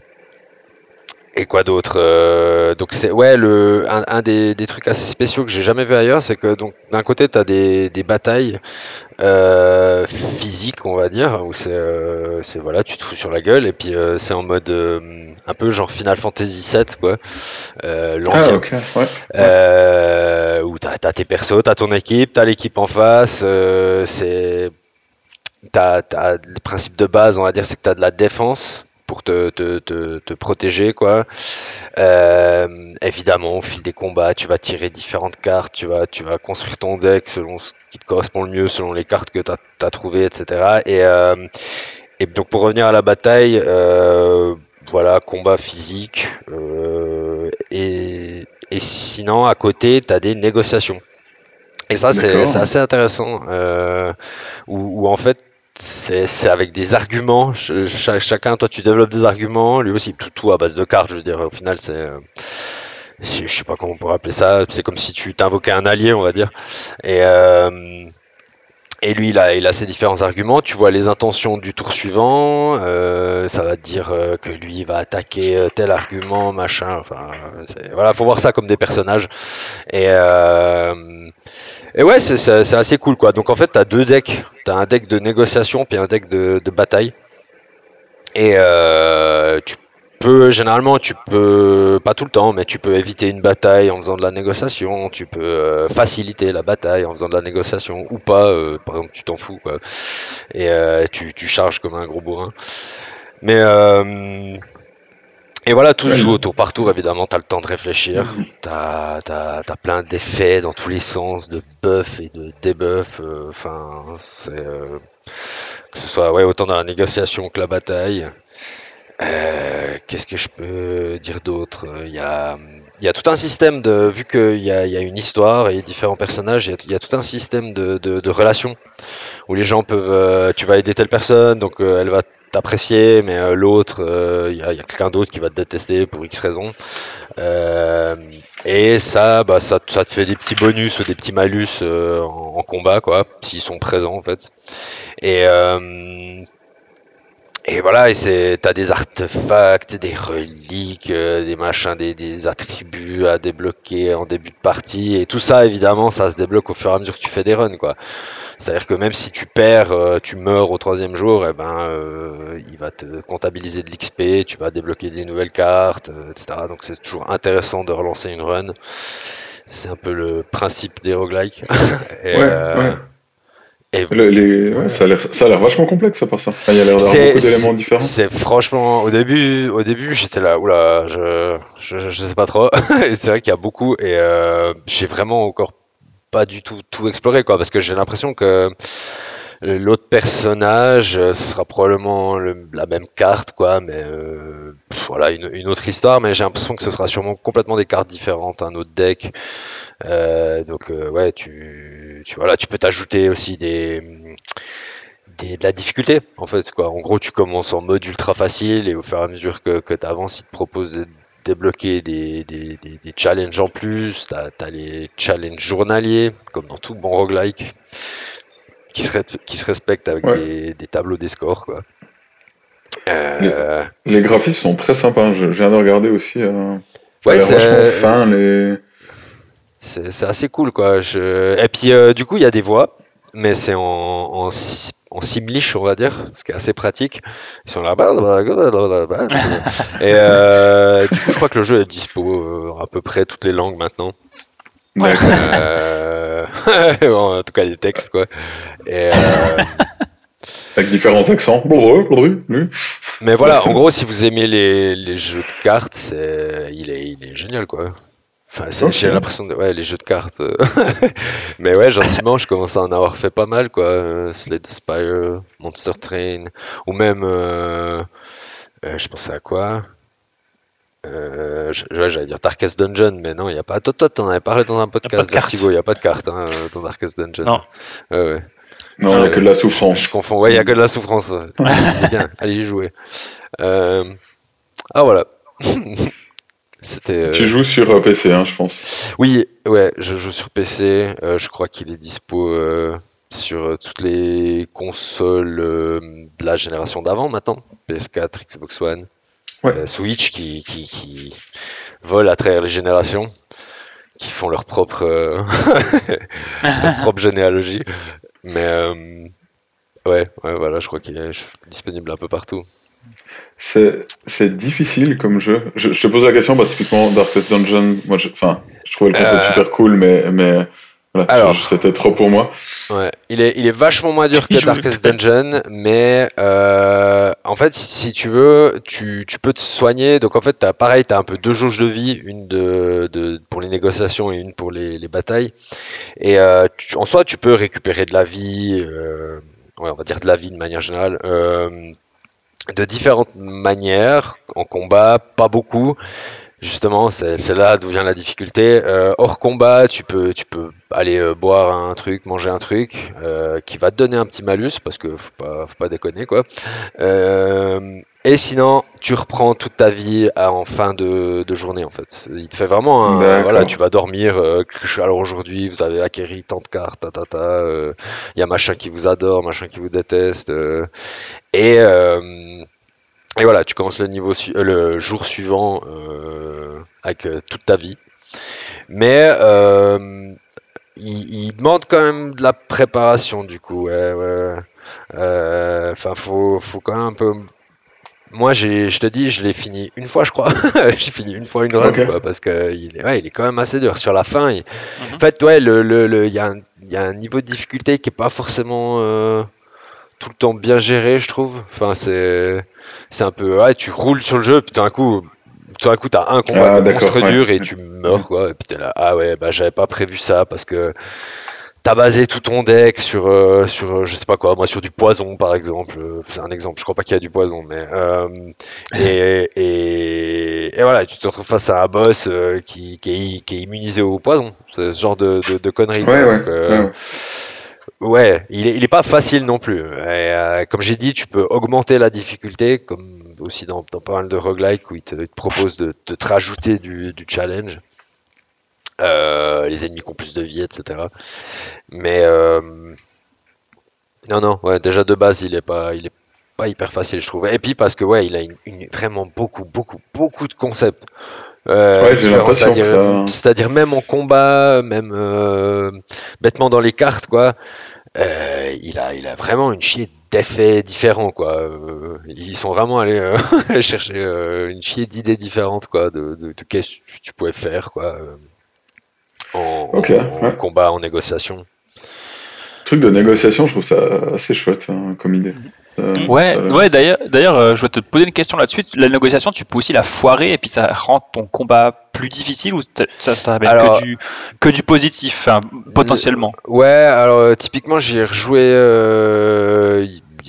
et quoi d'autre euh, Donc c'est ouais le un, un des, des trucs assez spéciaux que j'ai jamais vu ailleurs, c'est que donc d'un côté tu as des, des batailles euh, physiques on va dire où c'est euh, c'est voilà tu te fous sur la gueule et puis euh, c'est en mode euh, un peu genre Final Fantasy sept quoi, euh, Ah, l'ancien ok, ouais, ouais. euh, où t'as as tes persos, t'as ton équipe, t'as l'équipe en face. Euh, c'est t'as, t'as le principe de base, on va dire, c'est que t'as de la défense pour te, te, te, te protéger, quoi. Euh, évidemment, au fil des combats, tu vas tirer différentes cartes, tu vas, tu vas construire ton deck selon ce qui te correspond le mieux, selon les cartes que tu as trouvées, et cetera. Et, euh, et donc, pour revenir à la bataille, euh, voilà, combat physique. Euh, et, et sinon, à côté, tu as des négociations. Et ça, c'est c'est D'accord. assez intéressant, euh, où, où en fait, c'est c'est avec des arguments. Ch- cha- chacun, toi, tu développes des arguments. Lui aussi, tout, tout à base de cartes. Je veux dire, au final, c'est, euh, je je sais pas comment on pourrait appeler ça. C'est comme si tu t'invoquais un allié, on va dire. Et euh, et lui, il a, il a ses différents arguments. Tu vois les intentions du tour suivant. Euh, ça va te dire euh, que lui il va attaquer euh, tel argument, machin. Enfin, euh, c'est- voilà, faut voir ça comme des personnages. Et euh, et ouais, c'est c'est- c'est assez cool quoi. Donc en fait, t'as deux decks. T'as un deck de négociation puis un deck de, de bataille. Et euh, tu peux, généralement, tu peux, pas tout le temps, mais tu peux éviter une bataille en faisant de la négociation. Tu peux euh, faciliter la bataille en faisant de la négociation ou pas. Euh, par exemple, tu t'en fous quoi. Et euh, tu, tu charges comme un gros bourrin. Mais euh, et voilà, tout se Ouais, joue le- au tour par tour, évidemment, tu as le temps de réfléchir, Mhm. tu as, plein d'effets dans tous les sens, de buffs et de debuffs, euh, enfin, c'est, euh, que ce soit ouais, autant dans la négociation que la bataille. Euh, Qu'est-ce que je peux dire d'autre? Il y a, il y a tout un système de, vu qu'il y a, il y a une histoire et différents personnages, il y a, il y a tout un système de, de, de relations où les gens peuvent, euh, tu vas aider telle personne, donc euh, elle va t'apprécier, mais euh, l'autre, euh, il y a, il y a quelqu'un d'autre qui va te détester pour X raison. Euh, et ça, bah, ça, ça te fait des petits bonus ou des petits malus euh, en, en combat, quoi, s'ils sont présents en fait. Et, euh, et voilà, et c'est, t'as des artefacts, des reliques, euh, des machins, des, des attributs à débloquer en début de partie, et tout ça, évidemment, ça se débloque au fur et à mesure que tu fais des runs, quoi. C'est-à-dire que même si tu perds, euh, tu meurs au troisième jour, et ben, euh, il va te comptabiliser de l'X P, tu vas débloquer des nouvelles cartes, euh, et cetera. Donc c'est toujours intéressant de relancer une run. C'est un peu le principe des roguelikes. et, Ouais, euh, ouais. et Le- les... ouais, ouais. ça a l'air, ça a l'air vachement complexe, à part ça. Enfin, il y a l'air d'avoir C'est, beaucoup c'est, d'éléments différents. c'est franchement, au début, au début, j'étais là, oula, je, je, je sais pas trop. Et c'est vrai qu'il y a beaucoup, et euh, j'ai vraiment encore pas du tout tout exploré, quoi, parce que j'ai l'impression que Euh, l'autre personnage, euh, ce sera probablement le- la même carte, quoi, mais euh, pff, voilà, une, une autre histoire. Mais j'ai l'impression que ce sera sûrement complètement des cartes différentes, un autre deck. Euh, donc euh, ouais, tu, tu voilà, tu peux t'ajouter aussi des des- de la difficulté en fait quoi. En gros, tu commences en mode ultra facile et au fur et à mesure que, que tu avances, il te propose de débloquer des, des, des, des challenges en plus. T'as, t'as les challenges journaliers, comme dans tout bon roguelike, qui se, ré- qui se respectent avec Ouais. des, des tableaux des scores quoi. Les, Euh, les graphismes sont très sympas, hein. Je, je viens de regarder aussi. euh, Ça a ouais, l'air vachement c'est, fin. Les... c'est, c'est assez cool quoi. Je... Et puis euh, du coup, il y a des voix, mais c'est en, en, si- en simlish, on va dire, ce qui est assez pratique. Ils sont là. Et euh, du coup, je crois que le jeu est dispo euh, à peu près toutes les langues maintenant. D'accord. Euh, bon, en tout cas, les textes quoi. Et euh, Avec différents accents. Bon, bon, bon, mais voilà, en gros, si vous aimez les, les jeux de cartes, c'est, il est, il est génial quoi. Enfin, c'est- Ok. j'ai l'impression de. Ouais, les jeux de cartes. euh, Mais ouais, gentiment, je commence à en avoir fait pas mal, quoi. Euh, Slay the Spire, Monster Train, ou même. euh, euh, je pensais à quoi? Euh, je- ouais, j'allais dire Darkest Dungeon, mais non, il n'y a pas. Toi, toi, t'en avais parlé dans un pas de podcast carte. Vertigo, il n'y a pas de carte hein, euh, dans Darkest Dungeon. Non. Ouais, ouais. Non, il n'y a Je- que de la Je, souffrance. je confonds. Ouais, il n'y a que de la souffrance. C'est bien, allez y jouer. Euh, Ah, voilà. C'était. Tu euh, joues sur euh, P C, hein, je pense. Oui, ouais, je joue sur P C. euh, je crois qu'il est dispo euh, sur euh, toutes les consoles euh, de la génération d'avant maintenant. P S quatre, Xbox One, Ouais. euh, Switch qui, qui, qui volent à travers les générations, qui font leur propre, euh, leur propre généalogie. Mais euh, ouais, ouais, voilà, je crois qu'il est disponible un peu partout. C'est, c'est difficile comme jeu. Je, je te pose la question, bah, typiquement Darkest Dungeon, moi, je, enfin, je trouvais le concept Euh, super cool, mais, mais voilà, je- alors, je- c'était trop pour moi. Ouais, il est, il est vachement moins dur que Il joue. Darkest Dungeon, mais euh, en fait, si, si tu veux, tu, tu peux te soigner. Donc en fait, t'as, pareil, tu as un peu deux jauges de vie, une de, de, pour les négociations et une pour les, les batailles. Et euh, tu- en soi, tu peux récupérer de la vie, euh, ouais, on va dire de la vie de manière générale, euh, de différentes manières. En combat, pas beaucoup. Justement, c'est c'est là d'où vient la difficulté. Euh, hors combat, tu peux, tu peux aller euh, boire un truc, manger un truc, euh, qui va te donner un petit malus, parce que faut pas, faut pas déconner, quoi. Euh, et sinon, tu reprends toute ta vie à- en fin de, de journée, en fait. Il te fait vraiment un. Voilà, tu D'accord. vas dormir. euh, alors aujourd'hui, vous avez acquéri tant de cartes, ta, ta, ta, euh, il y a machin qui vous adore, machin qui vous déteste. euh, et. euh, et voilà, tu commences le niveau su- euh, le jour suivant euh, avec euh, toute ta vie. Mais euh, il, il demande quand même de la préparation du coup. Ouais, ouais. Euh, Enfin, faut, faut quand même un peu. Moi, j'ai, je te dis, je l'ai fini une fois, je crois. J'ai fini une fois une run, Ok. quoi, parce que il est, ouais, il est quand même assez dur sur la fin. il- Mhm. En fait, ouais, le, le, le- il y a un, il y a un niveau de difficulté qui est pas forcément euh, tout le temps bien géré, je trouve. Enfin, c'est, c'est un peu, ouais, tu roules sur le jeu, puis d'un coup, tout d'un coup, t'as un combat qui Ah, est d'accord, monstre ouais. dur et tu meurs, quoi. Et puis t'es là, ah ouais, bah j'avais pas prévu ça parce que t'as basé tout ton deck sur, euh, sur, euh, je sais pas quoi, moi sur du poison par exemple. Euh, C'est un exemple, je crois pas qu'il y a du poison, mais euh, et, et, et voilà, tu te retrouves face à un boss euh, qui, qui, est, qui est immunisé au poison. C'est ce genre de, de, de conneries, Ouais, quoi. ouais, Donc, euh, ouais, ouais. Ouais, il est, il est pas facile non plus. Et, euh, comme j'ai dit, tu peux augmenter la difficulté, comme aussi dans, dans pas mal de roguelike où il te, il te propose de, de te rajouter du, du challenge, euh, les ennemis qui ont plus de vie, et cetera. Mais euh, non, non, ouais, déjà de base, il est pas, il est pas hyper facile, je trouve. Et puis parce que ouais, il a une, une- vraiment beaucoup, beaucoup, beaucoup de concepts. Euh, Ouais, j'ai différents, l'impression que c'est-à-dire, ça. c'est-à-dire même en combat, même euh, bêtement dans les cartes, quoi. Euh, il a, il a vraiment une chier d'effets différents, quoi. Euh, ils sont vraiment allés euh, chercher euh, une chier d'idées différentes, quoi, de, de, de qu'est-ce que tu pouvais faire, quoi, euh, en, Ok, en- en ouais. combat, en négociation. Truc de négociation, je trouve ça assez chouette hein, comme idée. Euh, ça a Ouais, l'air- ouais. D'ailleurs, d'ailleurs, euh, je vais te poser une question là-dessus. La négociation, tu peux aussi la foirer et puis ça rend ton combat plus difficile ou ça, ça ça ramène Alors, que du que du positif, hein, potentiellement. Ouais, alors euh, typiquement, j'y ai rejoué euh, il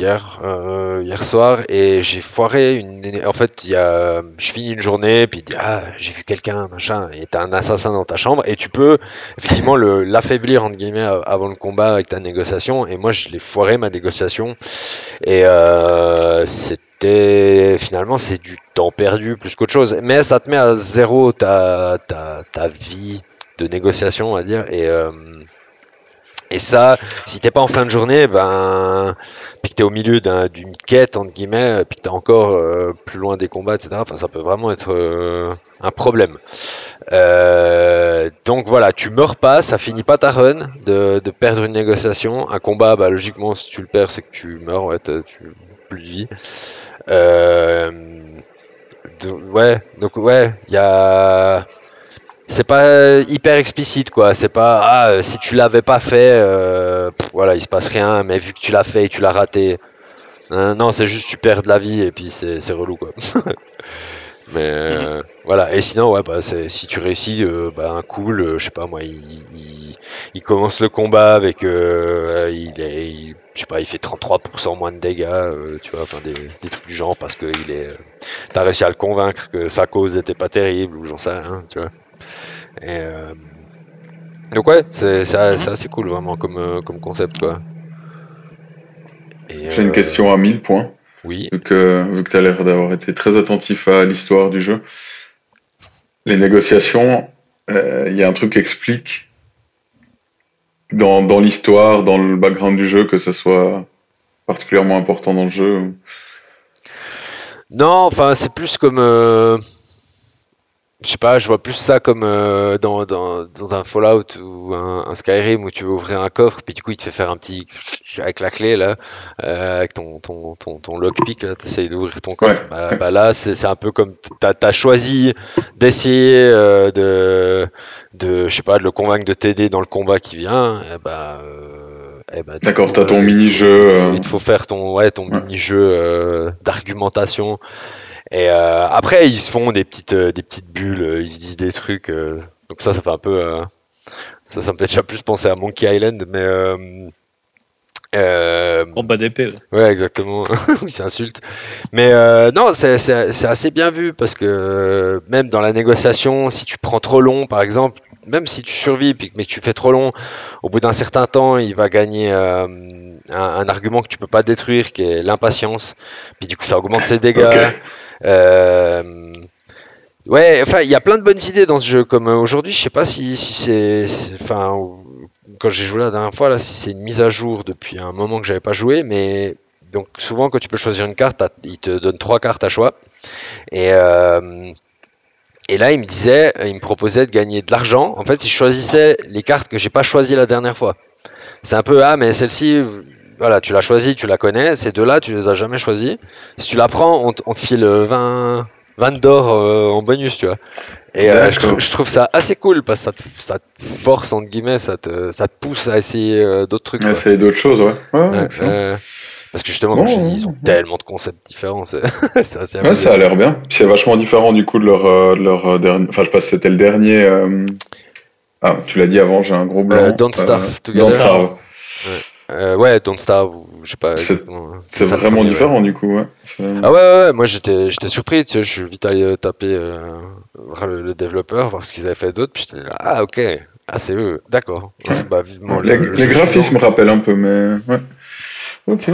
hier, euh, hier soir, et j'ai foiré une. En fait, il y a, je finis une journée, puis il dit ah j'ai vu quelqu'un machin, et t'as un assassin dans ta chambre, et tu peux effectivement le l'affaiblir entre guillemets av- avant le combat avec ta négociation. Et moi je l'ai foiré ma négociation, et euh, c'était finalement c'est du temps perdu plus qu'autre chose, mais ça te met à zéro ta ta ta vie de négociation on va dire, et euh, et ça, si t'es pas en fin de journée, ben, puis que t'es au milieu d'un- d'une quête, entre guillemets, puis que t'es encore euh, plus loin des combats, et cetera, enfin, ça peut vraiment être euh, un problème. Euh, donc voilà, tu meurs pas, ça finit pas ta run de, de perdre une négociation. Un combat, bah, logiquement, si tu le perds, c'est que tu meurs, ouais, t'as- tu plus de vie. Euh, de- ouais, donc ouais, il y a. C'est pas euh, hyper explicite quoi, c'est pas ah euh, si tu l'avais pas fait euh, pff, voilà il se passe rien, mais vu que tu l'as fait et tu l'as raté, hein, non c'est juste tu perds de la vie et puis c'est c'est relou quoi. Mais euh, voilà, et sinon ouais bah c'est si tu réussis euh, bah un cool euh, je sais pas moi il, il, il commence le combat avec euh, il est il- je sais pas il fait trente-trois pour cent moins de dégâts euh, tu vois enfin des, des trucs du genre parce que il est euh, t'as réussi à le convaincre que sa cause était pas terrible ou j'en sais rien tu vois. Et euh, donc ouais, c'est c'est c'est assez cool vraiment comme, euh, comme concept quoi. Et J'ai une euh, question à mille points, oui. vu que, vu que tu as l'air d'avoir été très attentif à l'histoire du jeu. Les négociations, euh, il y a un truc qui explique dans, dans l'histoire, dans le background du jeu, que ça soit particulièrement important dans le jeu. Non, enfin c'est plus comme euh, je sais pas, je vois plus ça comme euh, dans, dans, dans un Fallout ou un, un Skyrim où tu veux ouvrir un coffre, puis du coup il te fait faire un petit avec la clé là, euh, avec ton, ton, ton, ton lockpick là, tu essayes d'ouvrir ton Ouais, coffre. Bah, ouais. bah là c'est c'est un peu comme t'as as choisi d'essayer euh, de, de, je sais pas, de le convaincre de t'aider dans le combat qui vient, et bah, euh, et bah du D'accord, coup t'as ton euh, il, te faut, il, mini-jeu. te faut, euh, il te faut faire ton, ouais, ton ouais. mini-jeu euh, d'argumentation. Et euh, après, ils se font des petites, euh, des petites bulles, euh, ils se disent des trucs. euh, donc ça, ça fait un peu, euh, ça, ça me fait déjà plus penser à Monkey Island, mais euh, euh, Combat d'épée. ouais. ouais, exactement. Oui, c'est insulte. Mais euh, non, c'est c'est- c'est assez bien vu parce que euh, même dans la négociation, si tu prends trop long, par exemple, même si tu survis puis, que- mais que tu fais trop long, au bout d'un certain temps, il va gagner euh, un, un argument que tu peux pas détruire, qui est l'impatience. Puis du coup, ça augmente ses Ok. dégâts. Euh, Ouais, enfin, il y a plein de bonnes idées dans ce jeu. Comme euh, aujourd'hui, je sais pas si, si c'est, c'est- enfin, ou- quand j'ai joué la dernière fois, là, si c'est une mise à jour depuis un moment que j'avais pas joué, mais donc souvent quand tu peux choisir une carte, t'as- il te donne trois cartes à choix. Et euh, et là, il me disait, il me proposait de gagner de l'argent. En fait, si je choisissais les cartes que j'ai pas choisies la dernière fois, c'est un peu ah, mais celle-ci, voilà, tu l'as choisie, tu la connais. Ces deux-là, tu les as jamais choisis. Si tu la prends, on, te on te file vingt, vingt d'or euh, en bonus, tu vois. Et euh, je, trou- D'accord. je trouve ça assez cool parce que ça te, ça te force, entre guillemets, ça te, ça te pousse à essayer euh, d'autres trucs, Ouais, quoi. c'est d'autres choses, ouais. Ouais, ouais, Ouais, excellent. euh, parce que justement, comme je te dis, ils Bon, ont ouais, ouais. tellement de concepts différents, c'est c'est assez Ouais, ça amusant. a l'air bien. Puis c'est vachement différent du coup de leur, euh, de leur euh, dernier. Enfin, je sais pas si c'était le dernier. euh, Ah, tu l'as dit avant, j'ai un gros Euh, blanc. Don't Euh... Starve Don't Don't Together? Starve. Starve. Ouais, Euh, ouais, Don't Starve, ou je sais pas C'est exactement. C'est c'est ça le vraiment premier, ouais. différent du coup, ouais. C'est- Ah ouais, ouais, ouais, moi j'étais j'étais surpris, tu sais, je suis vite allé euh, taper euh, voir le, le développeur, voir ce qu'ils avaient fait d'autre, puis j'étais là, ah ok, ah c'est eux, d'accord. Ouais. Bah vivement Les, le, le les jeu suivant. graphismes rappellent un peu, mais ouais. Ok.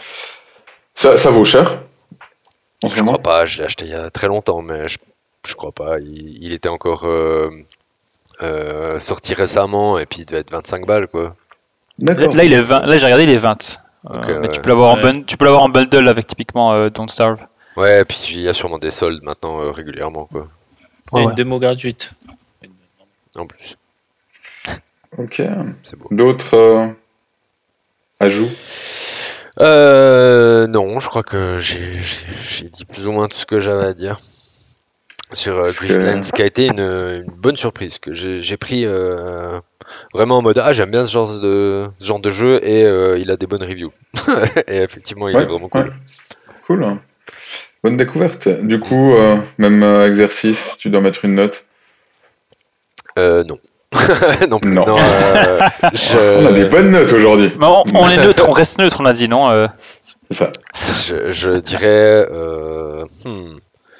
Ça, ça vaut cher en ce Je crois moment? pas, je l'ai acheté il y a très longtemps, mais je, je crois pas. Il, il était encore euh, euh, sorti récemment et puis il devait être vingt-cinq balles quoi. Là, D'accord. là, il est vingt, là j'ai regardé, il est vingt. Euh, Donc mais tu euh, peux l'avoir en, Ouais. bun- tu peux l'avoir en bundle avec typiquement euh, Don't Starve. ouais, puis il y a sûrement des soldes maintenant euh, régulièrement quoi. Il y a Ouais, une ouais. démo gratuite. En plus, Ok. c'est beau. D'autres euh, ajouts? Euh, non, je crois que j'ai j'ai- j'ai dit plus ou moins tout ce que j'avais à dire sur euh, Parce que Griftlands, qui a été une, une bonne surprise que j'ai j'ai pris euh, vraiment en mode ah j'aime bien ce genre de ce genre de jeu et euh, il a des bonnes reviews. Et effectivement, il est ouais, vraiment ouais, cool. cool. Bonne découverte. Du Mm. coup, euh, même euh, exercice, tu dois mettre une note. Euh, non. non plus. Non. Non, euh, je, On a des bonnes notes aujourd'hui. Mais on, on est neutre, on reste neutre, on a dit non. euh. C'est ça. je, je dirais. euh, hmm.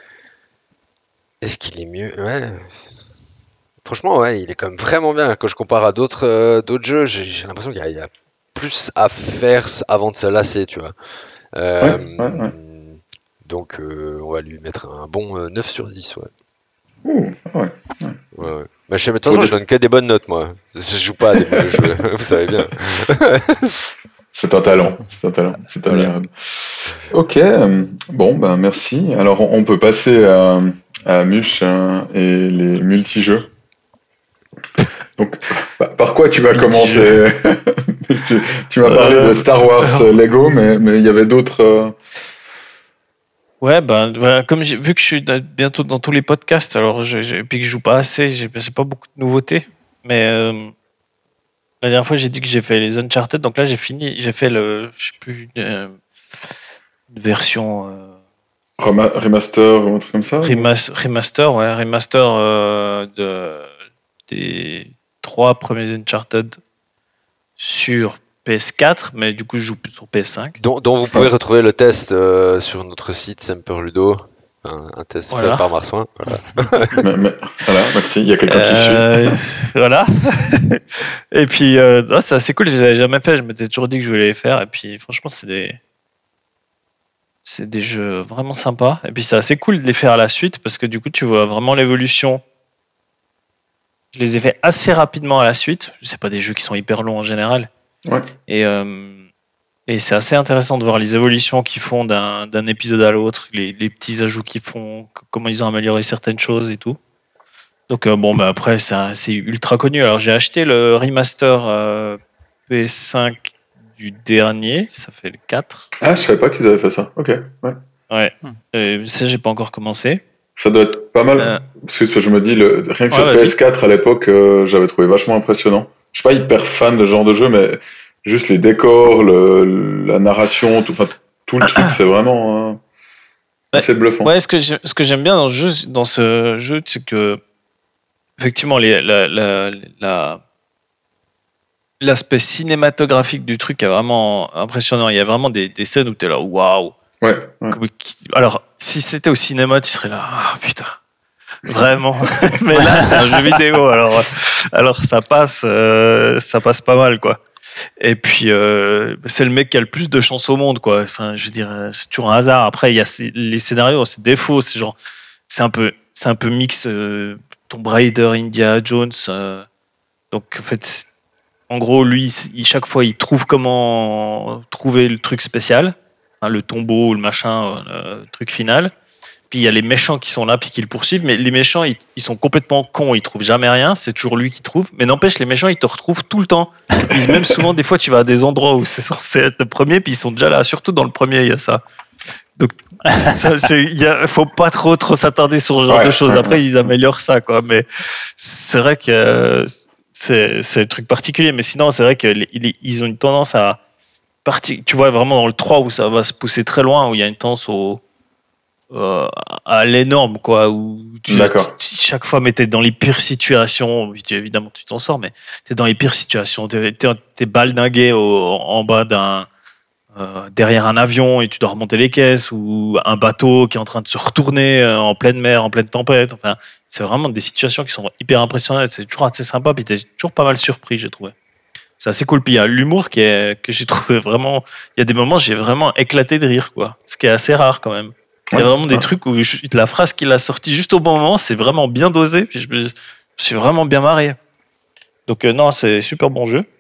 Est-ce qu'il est mieux? Ouais. Franchement, ouais, il est quand même vraiment bien. Quand je compare à d'autres euh, d'autres jeux, j'ai j'ai l'impression qu'il y, a- il y a plus à faire avant de se lasser, tu vois. Euh, Ouais, ouais, ouais. Donc, euh, on va lui mettre un bon euh, neuf sur dix, ouais. Ouh, ouais. Ouais, ouais. Mais je sais, mais de toute Faut façon, dire- je donne que des bonnes notes, moi. Je joue pas à des mauvais jeux, vous savez bien. C'est un talent, c'est un talent, c'est Voilà. admirable. Ok, euh, bon, ben merci. Alors, on on peut passer à, à Muche hein, et les multijeux. Donc, par par quoi tu vas commencer? Tu, tu m'as parlé de Euh, Star Wars alors- euh, Lego, mais mais il y avait d'autres. euh, Ouais, ben voilà, comme j'ai vu que je suis da- bientôt dans tous les podcasts, alors je, je- et puis que je joue pas assez, j'ai j'ai pas beaucoup de nouveautés. Mais euh, la dernière fois, j'ai dit que j'ai fait les Uncharted, donc là j'ai fini, j'ai fait le, je sais plus, une, euh, une version euh, rema- remaster ou un truc comme ça? ou- remas- remaster, ouais, remaster euh, de des trois premiers Uncharted sur P S quatre, mais du coup je joue plus sur P S cinq. Dont, dont vous pouvez retrouver le test euh, sur notre site Semperludo. Un, un test Voilà. fait par Marsouin. Voilà. Mais- mais- voilà, merci, il y a quelqu'un qui suit. Euh, voilà. Et puis, euh, non, c'est assez cool. Je les avais jamais fait. Je m'étais toujours dit que je voulais les faire. Et puis, franchement, c'est des, c'est des jeux vraiment sympas. Et puis, c'est assez cool de les faire à la suite parce que du coup, tu vois vraiment l'évolution. Je les ai fait assez rapidement à la suite. C'est pas des jeux qui sont hyper longs en général. Ouais. Et, euh, et c'est assez intéressant de voir les évolutions qu'ils font d'un, d'un épisode à l'autre, les, les petits ajouts qu'ils font, c- comment ils ont amélioré certaines choses et tout. Donc euh, bon, bah après c'est un- c'est ultra connu. Alors j'ai acheté le remaster euh, P S cinq du dernier, ça fait le quatre. Ah, je savais pas qu'ils avaient fait ça. Ok, ouais. Ouais. Hmm. Euh, ça j'ai pas encore commencé. Ça doit être pas mal. Euh, Parce que je me dis, le, rien que Ouais, sur vas-y. P S quatre à l'époque, euh, j'avais trouvé vachement impressionnant. Je suis pas hyper fan de ce genre de jeu, mais juste les décors, le, la narration, tout, enfin, tout le truc, c'est vraiment euh, assez bluffant. Ouais, ce que j'ai- ce que j'aime bien dans ce jeu, dans ce jeu, c'est que effectivement les, la, la, la- l'aspect cinématographique du truc est vraiment impressionnant. Il y a vraiment des, des scènes où tu es là, waouh. Ouais, ouais. Comme- qui- Alors, si c'était au cinéma, tu serais là, ah putain, vraiment. Mais là, c'est un jeu vidéo, alors, alors ça passe, euh, ça passe pas mal, quoi. Et puis, euh, c'est le mec qui a le plus de chance au monde, quoi. Enfin, je veux dire, euh, c'est toujours un hasard. Après, il y a ces- les scénarios, c'est défauts, c'est genre, c'est un peu, c'est un peu mix euh, Tomb Raider, Indiana Jones. euh, donc, en fait, en gros, lui, il- chaque fois, il trouve comment trouver le truc spécial, hein, le tombeau, le machin, euh, le truc final. Puis il y a les méchants qui sont là, puis qui le poursuivent. Mais les méchants, ils, ils sont complètement cons, ils trouvent jamais rien. C'est toujours lui qui trouve. Mais n'empêche, les méchants, ils te retrouvent tout le temps. Puis même souvent, des fois, tu vas à des endroits où c'est censé être le premier, puis ils sont déjà là. Surtout dans le premier, il y a ça. Donc, ça, c'est- il y a, faut pas trop, trop s'attarder sur ce genre Ouais, de choses. ouais, Après, ouais. ils améliorent ça, quoi. Mais c'est vrai que euh, c'est, c'est un truc particulier. Mais sinon, c'est vrai qu'ils ont une tendance à parti, tu vois, vraiment dans le trois où ça va se pousser très loin, où il y a une tendance au, euh, à l'énorme, quoi, où tu, D'accord. tu- chaque fois, mais t'es dans les pires situations, tu- évidemment, tu t'en sors, mais t'es dans les pires situations, t'es, t'es, t'es baldingué au- en bas d'un, euh, derrière un avion et tu dois remonter les caisses, ou un bateau qui est en train de se retourner euh, en pleine mer, en pleine tempête, enfin, c'est vraiment des situations qui sont hyper impressionnantes, c'est toujours assez sympa, puis t'es toujours pas mal surpris, j'ai trouvé. C'est assez cool. Puis il y a l'humour qui est, que j'ai trouvé vraiment. Il y a des moments, j'ai vraiment éclaté de rire, quoi. Ce qui est assez rare quand même. Il y a Ouais, vraiment des ouais. trucs où je- la phrase qu'il a sortie juste au bon moment, c'est vraiment bien dosé. Puis je me je suis vraiment bien marré. Donc euh, non, c'est super bon jeu.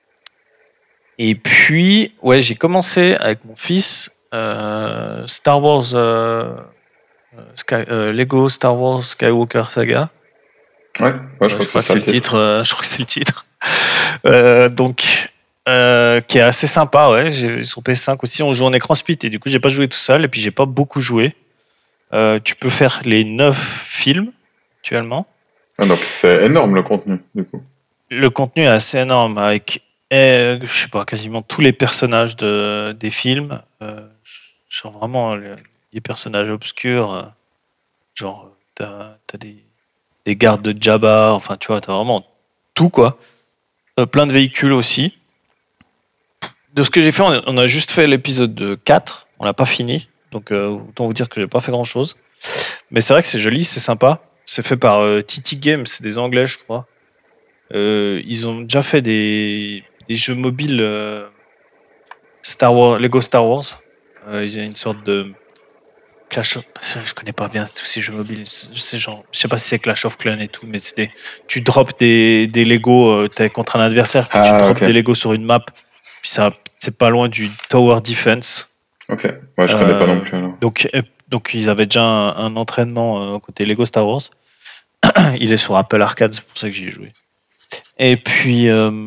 Et puis, ouais, j'ai commencé avec mon fils euh, Star Wars, euh, euh, Sky- euh, Lego Star Wars Skywalker Saga. Ouais, ouais, je Euh, crois je que c'est crois que ça c'est le le titre. titre. euh, je crois que c'est le titre. Euh, donc, euh, qui est assez sympa, ouais. J'ai, sur P S cinq aussi, on joue en écran split et du coup, j'ai pas joué tout seul et puis j'ai pas beaucoup joué. Euh, tu peux faire les neuf films actuellement. Ah, donc c'est énorme le contenu, du coup. Le contenu est assez énorme avec, euh, je sais pas, quasiment tous les personnages de, des films. Euh, genre vraiment les, les personnages obscurs. euh, genre, t'as, t'as des, des gardes de Jabba. Enfin, tu vois, t'as vraiment tout quoi. Euh, plein de véhicules aussi. De ce que j'ai fait, on a, on a juste fait l'épisode quatre, on l'a pas fini, donc euh, autant vous dire que j'ai pas fait grand chose. Mais c'est vrai que c'est joli, c'est sympa. C'est fait par euh, T T Games, c'est des Anglais, je crois. Euh, ils ont déjà fait des, des jeux mobiles euh, Star Wars, Lego Star Wars. Euh, il y a une sorte de Clash of... Je connais pas bien tous ces jeux mobiles. C'est genre, je sais pas si c'est Clash of Clans et tout, mais c'est des... tu drops des, des Lego, euh, t'es contre un adversaire, puis Ah, tu drops ok. des Lego sur une map, puis ça, c'est pas loin du Tower Defense. Ok, ouais, je connais pas Euh, non plus alors. Donc, euh, donc ils avaient déjà un, un entraînement euh, côté Lego Star Wars. Il est sur Apple Arcade, c'est pour ça que j'y ai joué. Et puis, euh,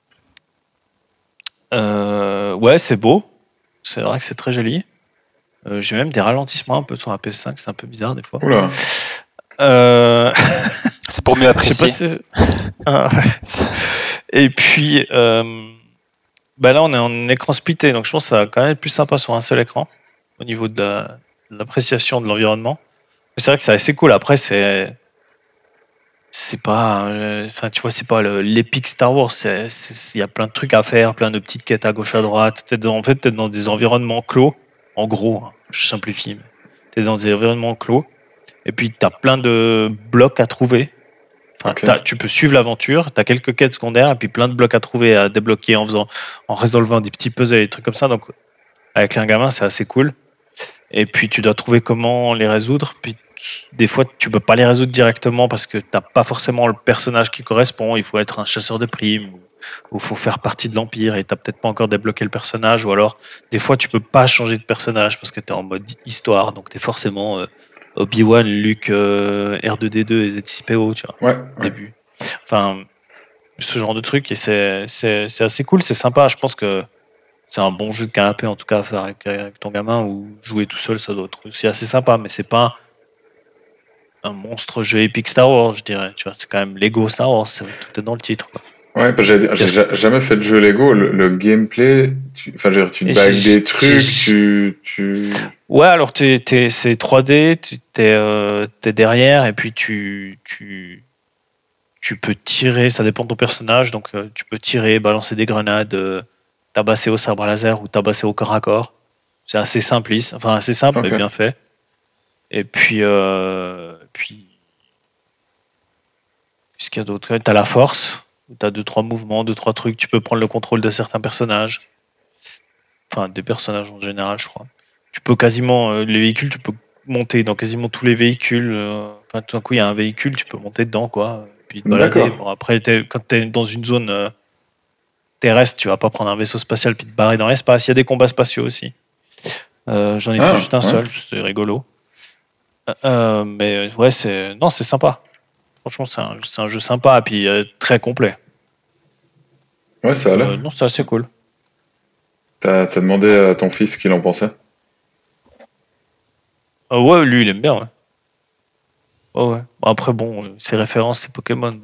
euh, ouais, c'est beau. C'est vrai que c'est très joli. Euh, j'ai même des ralentissements un peu sur la P S cinq, c'est un peu bizarre des fois. Oula, Euh, C'est pour mieux je sais pas apprécier. si... Ah, ouais. Et puis, euh, bah là, on est en écran splitté, donc je pense que ça va quand même être plus sympa sur un seul écran au niveau de la- de l'appréciation de l'environnement. Mais c'est vrai que c'est assez cool. Après, c'est c'est pas, euh, enfin, tu vois, c'est pas le- l'épique Star Wars. c'est- c'est- Il y a plein de trucs à faire, plein de petites quêtes à gauche à droite. T'es dans- en fait, t'es dans des environnements clos. En gros, hein, je simplifie. Mais t'es dans des environnements clos. Et puis, t'as plein de blocs à trouver. Enfin, ok. t'as- tu peux suivre l'aventure. T'as quelques quêtes secondaires et puis plein de blocs à trouver, à débloquer en faisant, en résolvant des petits puzzles et des trucs comme ça. Donc, avec un gamin, c'est assez cool. Et puis tu dois trouver comment les résoudre. Puis des fois tu peux pas les résoudre directement parce que t'as pas forcément le personnage qui correspond. Il faut être un chasseur de primes ou il faut faire partie de l'Empire et t'as peut-être pas encore débloqué le personnage. Ou alors des fois tu peux pas changer de personnage parce que t'es en mode histoire. Donc t'es forcément euh, Obi-Wan, Luke, euh, R deux D deux et Z six P O, tu vois, Ouais, au ouais. début. Enfin, ce genre de truc et c'est c'est c'est assez cool, c'est sympa. Je pense que c'est un bon jeu de canapé en tout cas à faire avec, avec ton gamin ou jouer tout seul, ça doit être aussi assez sympa, mais c'est pas un monstre jeu épique Star Wars, je dirais. Tu vois, c'est quand même Lego Star Wars, c'est- tout est dans le titre. Quoi. Ouais, parce que j'ai j'ai ja- jamais fait de jeu Lego. Le, le gameplay, tu, enfin, je veux dire, tu te Et bagues j'ai- des trucs, j'ai- tu, tu. Ouais, alors t'es, t'es, c'est trois D, tu t'es, euh, t'es derrière et puis tu, tu, tu peux tirer, ça dépend de ton personnage, donc euh, tu peux tirer, balancer des grenades, euh, tabasser au sabre laser ou tabasser au corps à corps. C'est assez simpliste, enfin assez simple mais Ok. bien fait. Et puis, euh, puis qu'est-ce qu'il y a d'autre? Ouais, t'as la force, où t'as deux trois mouvements, deux trois trucs, tu peux prendre le contrôle de certains personnages. Enfin, des personnages en général, je crois. Tu peux quasiment, euh, les véhicules, tu peux monter dans quasiment tous les véhicules. euh, Enfin, tout d'un coup, il y a un véhicule, tu peux monter dedans, quoi. Puis te balader. D'accord. Bon, après, t'es- quand t'es dans une zone euh, terrestre, tu vas pas prendre un vaisseau spatial puis te barrer dans l'espace. Il y a des combats spatiaux aussi. Euh, J'en ai fait Ah, juste un ouais. seul, c'était rigolo. Euh, euh, mais ouais, c'est non, c'est sympa. Franchement, c'est un, c'est un jeu sympa et puis euh, très complet. Ouais, ça a l'air. Euh, non, c'est assez cool. T'as t'as demandé à ton fils ce qu'il en pensait? Euh, ouais, lui, il aime bien. Ouais. Ouais, ouais. Bon, après, bon, euh, ses références, c'est Pokémon.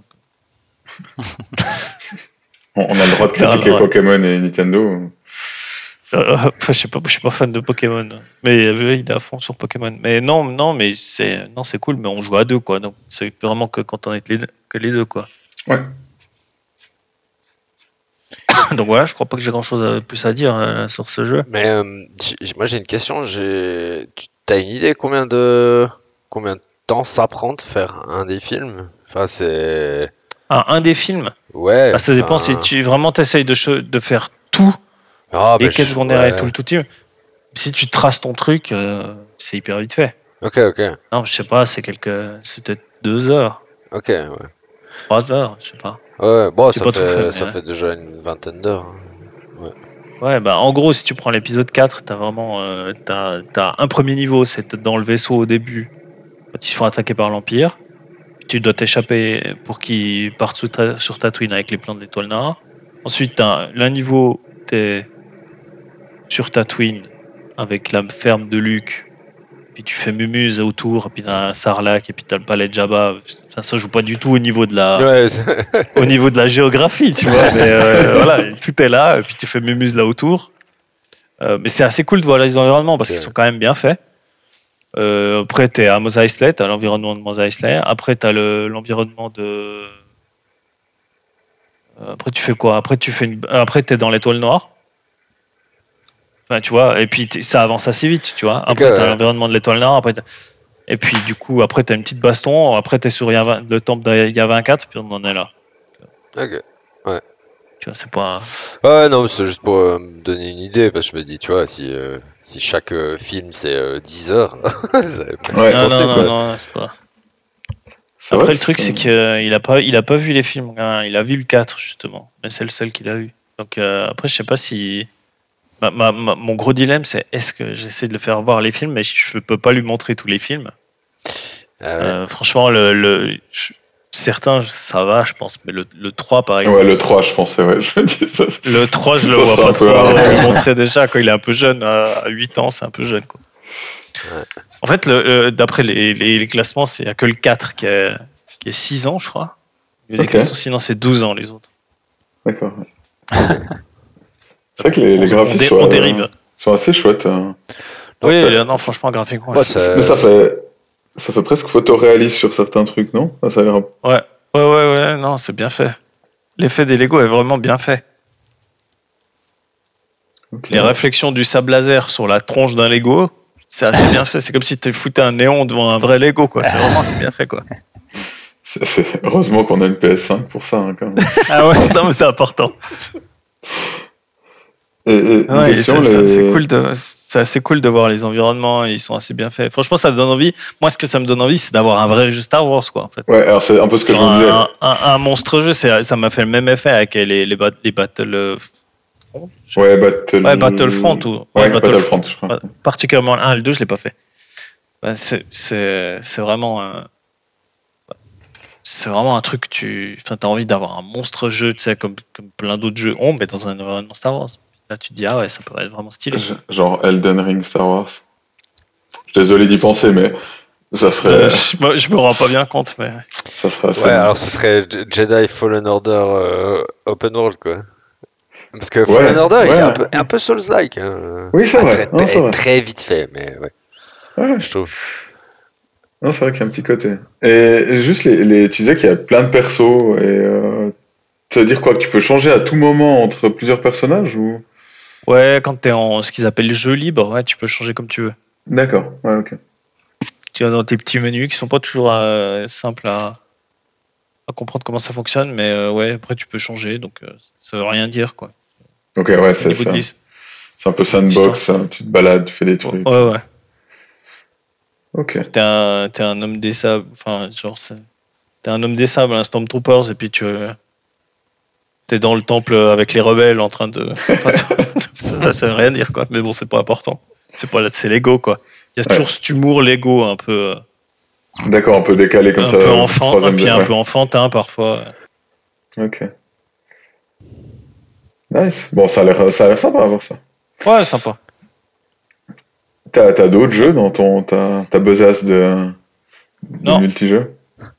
On, on a le droit de Ah, critiquer ouais. Pokémon et Nintendo. Euh, je sais pas, je suis pas fan de Pokémon, mais euh, il est à fond sur Pokémon. Mais non, non, mais c'est non, c'est cool, mais on joue à deux, quoi. Donc c'est vraiment que quand on est les deux, que les deux, quoi. Ouais. Donc voilà, je crois pas que j'ai grand chose à, plus à dire euh, sur ce jeu. Mais euh, j'ai- moi j'ai une question. J'ai, tu as une idée combien de combien de temps ça prend de faire un des films? Enfin c'est Ah, un des films, ouais. bah, ça dépend si enfin- tu vraiment t'essayes de, che- de faire tout, Ah les ben quêtes je- secondaires et ouais. tout le tout type. Si tu traces ton truc, euh, c'est hyper vite fait. Ok ok Non, je sais pas, c'est quelques, c'est peut-être deux heures, ok ouais. trois heures, je sais pas. Ouais bon J'ai ça pas tout fait fait, mais ça ouais. fait déjà une vingtaine d'heures. hein. Ouais, bah en gros, si tu prends l'épisode quatre, t'as vraiment euh, t'as, t'as un premier niveau, c'est dans le vaisseau au début, quand ils se font attaquer par l'Empire. Tu dois t'échapper pour qu'ils partent sous ta- sur Tatooine avec les plans de l'étoile nord. Ensuite, t'as un niveau, t'es sur Tatooine avec la ferme de Luke. Puis tu fais Mumuse autour, puis t'as un Sarlacc, et puis t'as le palais de Jabba. Ça, ça joue pas du tout au niveau de la, Ouais. c'est- au niveau de la géographie, tu vois. Mais euh, voilà, tout est là, et puis tu fais Mumuse là autour. Euh, mais c'est assez cool de voir les environnements parce Ok. qu'ils sont quand même bien faits. Euh, après, t'es à Mos Eisley, t'as l'environnement de Mos Eisley. Après, t'as le, l'environnement de Euh, Après, tu fais quoi? Après, tu fais une... Après, t'es dans l'étoile noire. Enfin, tu vois, et puis t- ça avance assez vite, tu vois. Après, Ok, t'as ouais. l'environnement de l'étoile noire. Après, t'as- et puis, du coup, après, t'as une petite baston. Après, t'es sur Yava- le temple de Yavin quatre, puis on en est là. Ok. Tu vois, c'est pas. Ouais, non, mais c'est juste pour euh, me donner une idée, parce que je me dis, tu vois, si, euh, si chaque euh, film c'est euh, dix heures, c'est presque Ouais. du Non, non, contenu, non, quoi. non, c'est pas. C'est vrai Après, que le truc, c'est c'est- qu'il a pas, il a pas vu les films. Hein. Il a vu le quatre, justement. Mais c'est le seul qu'il a vu. Donc, euh, après, je sais pas si. Ma- ma- ma- mon gros dilemme, c'est est-ce que j'essaie de le faire voir les films, mais je peux pas lui montrer tous les films. Ah ouais. Euh, franchement, le, le- je- certains, ça va, je pense. Mais le, le trois, par Ouais, exemple. le trois, je pensais, ouais. Je me dis ça. Le trois, je le ça vois serait pas un peu trop hard. lui montrer déjà quand il est un peu jeune. À huit ans, c'est un peu jeune, quoi. Ouais. En fait, le, le- d'après les, les, les classements, c'est il y a que le quatre qui est, qui est six ans, je crois. Il y a des Ok. classements, sinon c'est douze ans, les autres. D'accord. C'est vrai que les, les On- on, graphismes dé- sont, on euh, dérive. sont assez chouettes. hein. Oui, ça- euh, non, franchement, graphiquement, Ouais, c'est- ça- Mais ça fait, ça fait presque photoréaliste sur certains trucs, non? Ça, ça a l'air. ouais, ouais, ouais, ouais, non, c'est bien fait. L'effet des Lego est vraiment bien fait. Ok. Les réflexions du sable laser sur la tronche d'un Lego, c'est assez bien fait. C'est comme si tu foutais un néon devant un vrai Lego, quoi. C'est vraiment assez bien fait, quoi. C'est- c'est- Heureusement qu'on a une P S cinq pour ça, hein, quand même. Ah ouais, non, mais c'est important. Et, et une Ouais, question, c'est, c'est- les... c'est cool de, c'est assez cool de voir les environnements, ils sont assez bien faits. Franchement, ça me donne envie. Moi, ce que ça me donne envie, c'est d'avoir un vrai jeu Star Wars, quoi, en fait. Ouais, alors c'est un peu ce que je Genre me disais. un, un, un monstre jeu, c'est, ça m'a fait le même effet avec les, les, bat- les Battle. euh, Front, je- Ouais, Battle... Ouais, Battlefront ou. Ouais, Ouais, Battlefront, Battlefront. je crois. Ouais, particulièrement le un et le deux, je l'ai pas fait. Ouais, c'est, c'est, c'est vraiment. un- C'est vraiment un truc que tu. Enfin, t'as envie d'avoir un monstre jeu, tu sais, comme, comme plein d'autres jeux ont, mais dans un environnement Star Wars. Là, tu te dis, ah ouais, ça pourrait être vraiment stylé. G- Genre Elden Ring Star Wars. Je suis désolé d'y penser, mais ça Euh, serait, je, me, je me rends pas bien compte, mais. ça serait assez Ouais, bien. alors ce serait J- Jedi Fallen Order euh, Open World, quoi. Parce que Ouais, Fallen Order, il est ouais. un peu, un peu Souls-like. Hein. Oui, c'est Ah, vrai. Très, Non, très, c'est vrai. très vite fait, mais ouais, Ouais. je trouve. Non, c'est vrai qu'il y a un petit côté. Et juste, les, les... tu disais qu'il y a plein de persos, et euh... ça veut dire quoi? Que tu peux changer à tout moment entre plusieurs personnages ou... Ouais, quand t'es en ce qu'ils appellent jeu libre, ouais, tu peux changer comme tu veux. D'accord, ouais, ok. Tu vas dans tes petits menus qui sont pas toujours euh, simples à, à comprendre comment ça fonctionne, mais euh, ouais, après tu peux changer, donc euh, ça veut rien dire, quoi. Ok, ouais, Au c'est niveau de ça. l'is- C'est un peu sandbox, hein, tu te balades, tu fais des trucs. Ouais, ouais. Ok. T'es un, t'es un homme des sables, enfin, genre, c'est- t'es un homme des sables, un Stormtroopers, et puis tu euh, t'es dans le temple avec les rebelles en train de. Enfin, ça, ça veut rien dire, quoi. Mais bon, c'est pas important. C'est pas là, c'est Lego, quoi. Il y a Ouais. toujours cet humour Lego un peu, euh, D'accord, un peu décalé comme un ça. peu enfant, et troisième puis un ouais. peu enfantin parfois. Ok. Nice. Bon, ça a l'air, ça a l'air sympa à voir ça. Ouais, sympa. T'as, t'as d'autres jeux dans ton, ta, ta besace de, de Non. multijeux?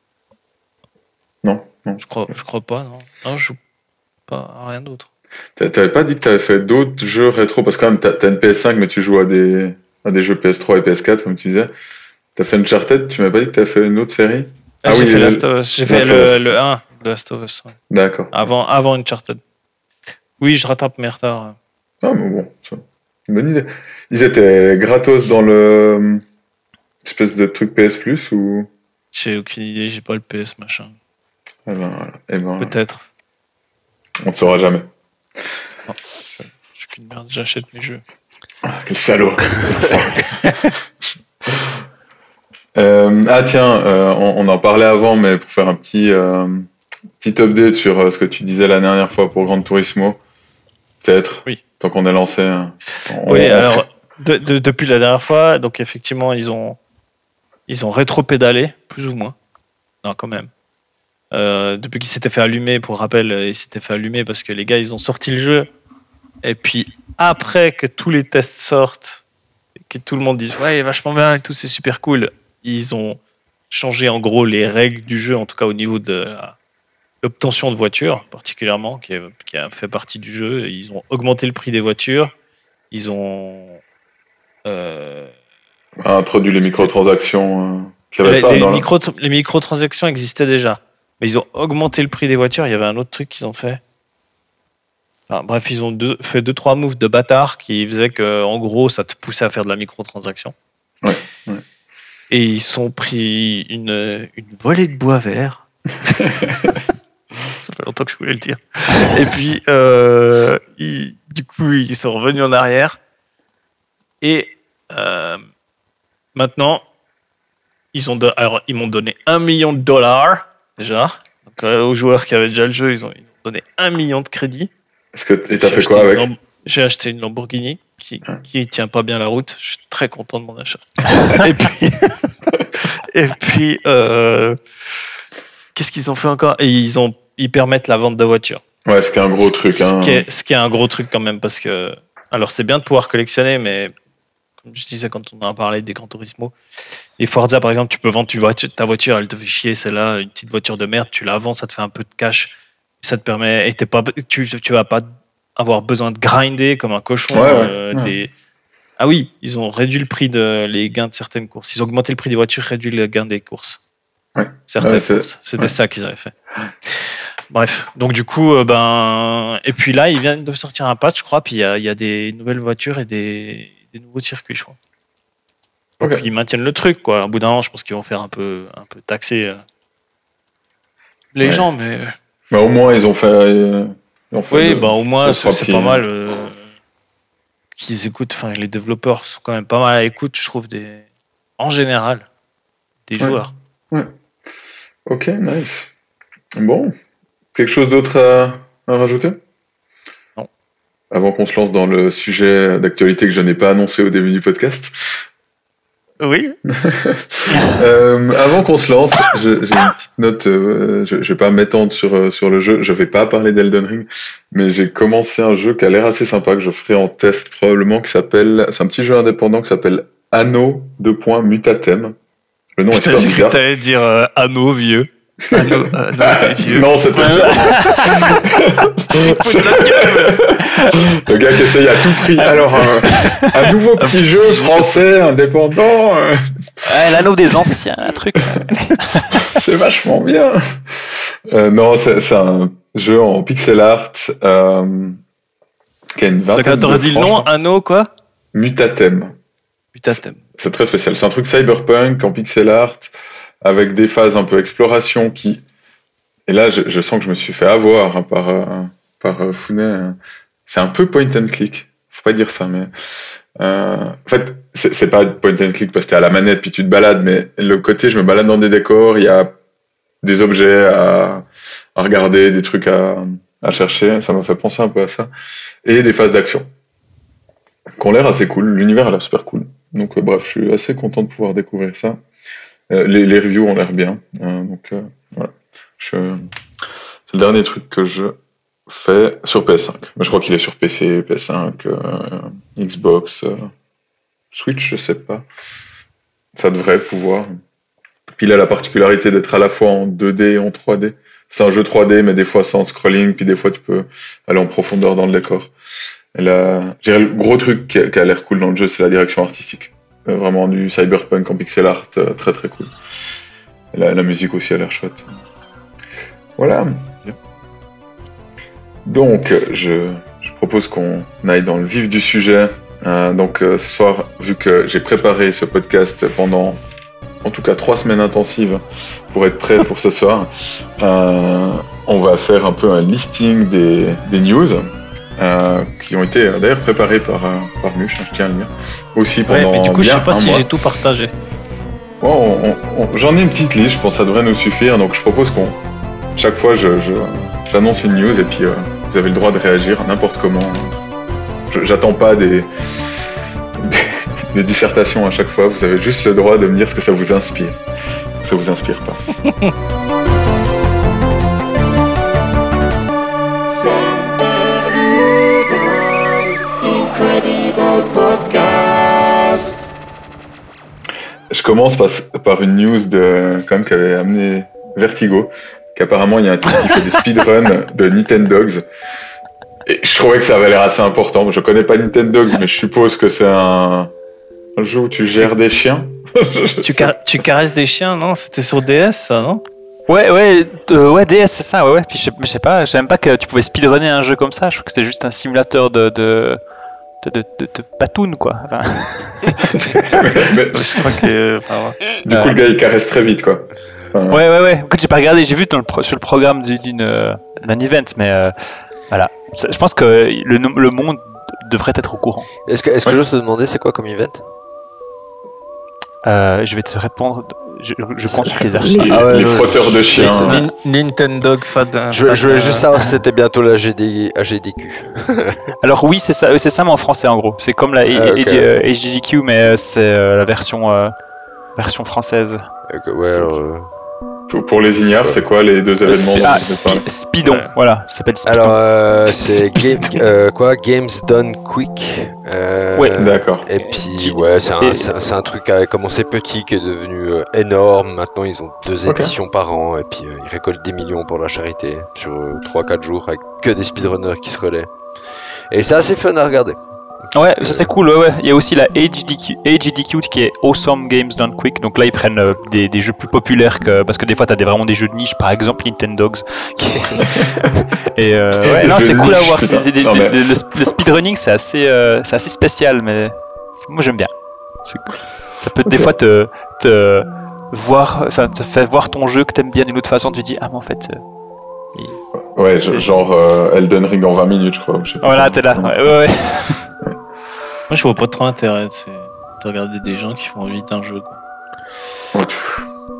Non, non. Je crois, je crois pas, non. Non, je joue pas à rien d'autre. T'a- T'avais pas dit que t'avais fait d'autres jeux rétro, parce que quand même t'as, t'as une P S cinq, mais tu joues à des, à des jeux P S trois et P S quatre, comme tu disais. T'as fait Uncharted, tu m'avais pas dit que t'avais fait une autre série? Ah j'ai oui, fait, le- Last of Us, j'ai fait Last of le, Us. le un de Last of Us, ouais. D'accord. avant, avant Uncharted. Oui, je rattrape mes retards. Ah, mais bon, c'est une bonne idée. Ils étaient gratos dans le euh, espèce de truc P S Plus ou... J'ai aucune idée, j'ai pas le P S machin. Eh ben, voilà. Eh ben, Peut-être. on ne saura jamais. Je suis qu'une merde, j'achète mes jeux. Quel salaud. Euh, ah tiens, euh, on, on en parlait avant, mais pour faire un petit, euh, petit update sur euh, ce que tu disais la dernière fois pour Gran Turismo, peut-être, Oui. tant qu'on est lancé. hein. On- Oui, on- alors, de- de- depuis la dernière fois, donc effectivement, ils ont, ils ont rétro-pédalé, plus ou moins. Non, quand même. Euh, depuis qu'ils s'étaient fait allumer, pour rappel, euh, ils s'étaient fait allumer parce que les gars, ils ont sorti le jeu. Et puis, après que tous les tests sortent, que tout le monde dise ouais, il est vachement bien et tout, c'est super cool, ils ont changé en gros les règles du jeu, en tout cas au niveau de la- l'obtention de voitures, particulièrement, qui, est- qui a fait partie du jeu. Ils ont augmenté le prix des voitures. Ils ont. euh, a introduit les microtransactions euh, qu'il n'y avait les, pas les dans micro, les microtransactions existaient déjà, mais ils ont augmenté le prix des voitures. Il y avait un autre truc qu'ils ont fait. Enfin, bref, ils ont deux, fait deux trois moves de bâtard qui faisaient que, en gros, ça te poussait à faire de la microtransaction. Ouais, ouais. Et ils sont pris une, une volée de bois vert. Ça fait longtemps que je voulais le dire. Et puis, euh, ils- du coup, ils sont revenus en arrière. Et euh, maintenant, ils ont don- alors, ils m'ont donné un million de dollars déjà. Donc, euh, aux joueurs qui avaient déjà le jeu, ils ont, ils ont donné un million de crédits. Est-ce que et t'as J'ai fait acheté quoi une avec? Lamb- J'ai acheté une Lamborghini qui, Ah. qui tient pas bien la route. Je suis très content de mon achat. et puis, et puis euh, qu'est-ce qu'ils ont fait encore? Et ils ont, ils permettent la vente de voitures. Ouais, c'était un gros truc. Ce Hein. qui est, ce qui est un gros truc quand même parce que, alors c'est bien de pouvoir collectionner, mais comme je disais quand on en a parlé des Gran Turismo, les Forza par exemple, tu peux vendre tu voiture- ta voiture, elle te fait chier, celle-là, une petite voiture de merde, tu la vends, ça te fait un peu de cash, ça te permet, et t'es pas, tu, tu vas pas avoir besoin de grinder comme un cochon. Ouais, ouais, euh, ouais. des- Ah oui, ils ont réduit le prix de les gains de certaines courses. Ils ont augmenté le prix des voitures, réduit le gain des courses. Ouais. Certaines Ouais, c'est- courses. C'était ouais. ça qu'ils avaient fait. Bref, donc du coup, euh, ben, et puis là, ils viennent de sortir un patch, je crois, puis il y a, il y a des nouvelles voitures et des, des nouveaux circuits, je crois. Donc Ok. ils maintiennent le truc, quoi. Au bout d'un moment, je pense qu'ils vont faire un peu, un peu taxer euh, les Ouais. gens, mais Bah, au moins, ils ont fait. euh, ils ont fait oui, deux- bah au moins deux, c'est trois c'est petits- pas mal euh, qu'ils écoutent. Enfin, les développeurs sont quand même pas mal à l'écoute, je trouve, des, en général, des Ouais. joueurs. Ok, nice. Bon, quelque chose d'autre à, à rajouter? Non. Avant qu'on se lance dans le sujet d'actualité que je n'ai pas annoncé au début du podcast. Oui. Euh, avant qu'on se lance, je- j'ai une petite note. euh, je, je vais pas m'étendre sur, euh, sur le jeu. Je vais pas parler d'Elden Ring, mais j'ai commencé un jeu qui a l'air assez sympa que je ferai en test probablement. Qui s'appelle, c'est un petit jeu indépendant qui s'appelle Anno deux points Mutatem. Le nom est super J'ai cru que bizarre. t'allais dire euh, anneau vieux. Anneau, anneau Ah, vieux. non, c'était Faut de la gueule. le gars qui essaye à tout prix. Alors, euh, un nouveau petit petit jeu jeu. français indépendant, euh, Ouais, l'anneau des anciens, un truc. c'est vachement bien. Euh, non, c'est c'est un jeu en pixel art euh, qui a une Donc vingtaine de t'aurais dit le francs, je nom, crois. anneau quoi? Mutatem. Putain, t'aimes. C'est très spécial. C'est un truc cyberpunk en pixel art avec des phases un peu exploration qui. Et là, je, je sens que je me suis fait avoir hein, par, euh, par euh, Founet. hein. C'est un peu point and click. Faut pas dire ça, mais. euh, en fait, c'est c'est pas point and click parce que t'es à la manette puis tu te balades, mais le côté, je me balade dans des décors, il y a des objets à, à regarder, des trucs à, à chercher. Ça m'a fait penser un peu à ça. Et des phases d'action qui ont l'air assez cool. L'univers a l'air super cool. Donc, euh, bref, je suis assez content de pouvoir découvrir ça. Euh, les, les reviews ont l'air bien. hein, donc, euh, voilà. Je... C'est le dernier truc que je fais sur P S cinq. Mais je crois qu'il est sur P C, P S cinq, euh, Xbox, euh, Switch, je sais pas. Ça devrait pouvoir. Puis il a la particularité d'être à la fois en deux D et en trois D. C'est un jeu trois D, mais des fois sans scrolling, puis des fois tu peux aller en profondeur dans le décor. Et là, je dirais, le gros truc qui a, qui a l'air cool dans le jeu, c'est la direction artistique. Euh, vraiment du cyberpunk en pixel art, euh, très très cool. Et la, la musique aussi a l'air chouette. Voilà. Donc, je, je propose qu'on aille dans le vif du sujet. Euh, donc, euh, ce soir, vu que j'ai préparé ce podcast pendant, en tout cas, trois semaines intensives pour être prêt pour ce soir, euh, on va faire un peu un listing des, des news euh, qui ont été euh, d'ailleurs préparées par, euh, par Muche, hein, je tiens à le dire, aussi Ouais, pendant mais du coup, je bien sais pas un si mois. j'ai tout partagé. Ouais, on- on- on- j'en ai une petite liste, je pense que ça devrait nous suffire. Donc je propose qu'on, chaque fois, je, je- j'annonce une news et puis euh, vous avez le droit de réagir n'importe comment. Je- j'attends pas des, des, des dissertations à chaque fois. Vous avez juste le droit de me dire ce que ça vous inspire. Ou ça vous inspire pas. Semperludos Incredible Podcast. Je commence par, par une news de, quand même, qui avait amené Vertigo, qu'apparemment il y a un type qui fait des speedruns de Nintendogs. Et je trouvais que ça avait l'air assez important. Je connais pas Nintendogs, mais je suppose que c'est un, un jeu où tu gères des chiens. Tu, car- tu caresses des chiens, non? C'était sur D S, ça, non? Ouais, ouais, euh, ouais, D S, c'est ça, ouais, ouais. Puis je sais, je sais pas, je savais même pas que tu pouvais speedrunner un jeu comme ça. Je crois que c'était juste un simulateur de. de... de, de, de, de patoun, quoi. Enfin, Mais, Je crois que. euh, enfin, ouais. du coup, le gars, il caresse très vite, quoi. Enfin, ouais, ouais, ouais. Écoute, j'ai pas regardé, j'ai vu dans le pro- sur le programme du- d'une, euh, d'un event, mais euh, voilà. Je je pense que le, nom- le monde devrait être au courant. Est-ce que, est-ce que Ouais. j'ose te demander c'est quoi comme event? Euh, je vais te répondre, je, je consulte les les archives. Ah ouais, les non, frotteurs je- de chiens. c'est- hein. Nin- Nintendo Fad. Je, je voulais juste savoir si c'était bientôt la G D, A G D Q. Alors oui, c'est ça, c'est ça, mais en français en gros. C'est comme la Ah, ok. H G D Q, mais euh, c'est euh, la version, euh, version française. Ok, ouais, alors. euh, Pour, pour les ignares, c'est quoi les deux événements dont Ah, vous avez parlé Spi- Speedon, Ouais. voilà, ça s'appelle Speedon. Alors, euh, c'est game, euh, quoi, Games Done Quick. Euh, Ouais. D'accord. Et puis, ouais, c'est un, Et- c'est un, c'est un truc qui a commencé petit, qui est devenu euh, énorme. Maintenant, ils ont deux Ok. éditions par an, et puis euh, ils récoltent des millions pour la charité sur trois quatre jours, avec que des speedrunners qui se relaient. Et c'est assez fun à regarder. Ouais, Parce ça que- c'est cool, ouais, ouais. Il y a aussi la H G D Q, H G D Q qui est Awesome Games Done Quick. Donc là, ils prennent euh, des, des jeux plus populaires que. Parce que des fois, t'as des, vraiment des jeux de niche, par exemple Nintendogs. Qui... Et euh, ouais, Des non, jeux c'est de cool à niche, voir. putain. C'est- des- Non, des- mais- des- le, sp- le speedrunning, c'est assez, euh, c'est assez spécial, mais c'est- moi j'aime bien. C'est cool. Ça peut des Ok. fois te, te voir, enfin, te faire voir ton jeu que t'aimes bien d'une autre façon. Tu te dis, ah, mais en fait. euh, Ouais, je- genre euh, Elden Ring en vingt minutes, je crois. ou je sais pas Voilà, quoi. t'es là. Ouais, ouais, ouais. Moi, je vois pas trop l'intérêt c'est de regarder des gens qui font vite un jeu. Quoi. Ouais, pff.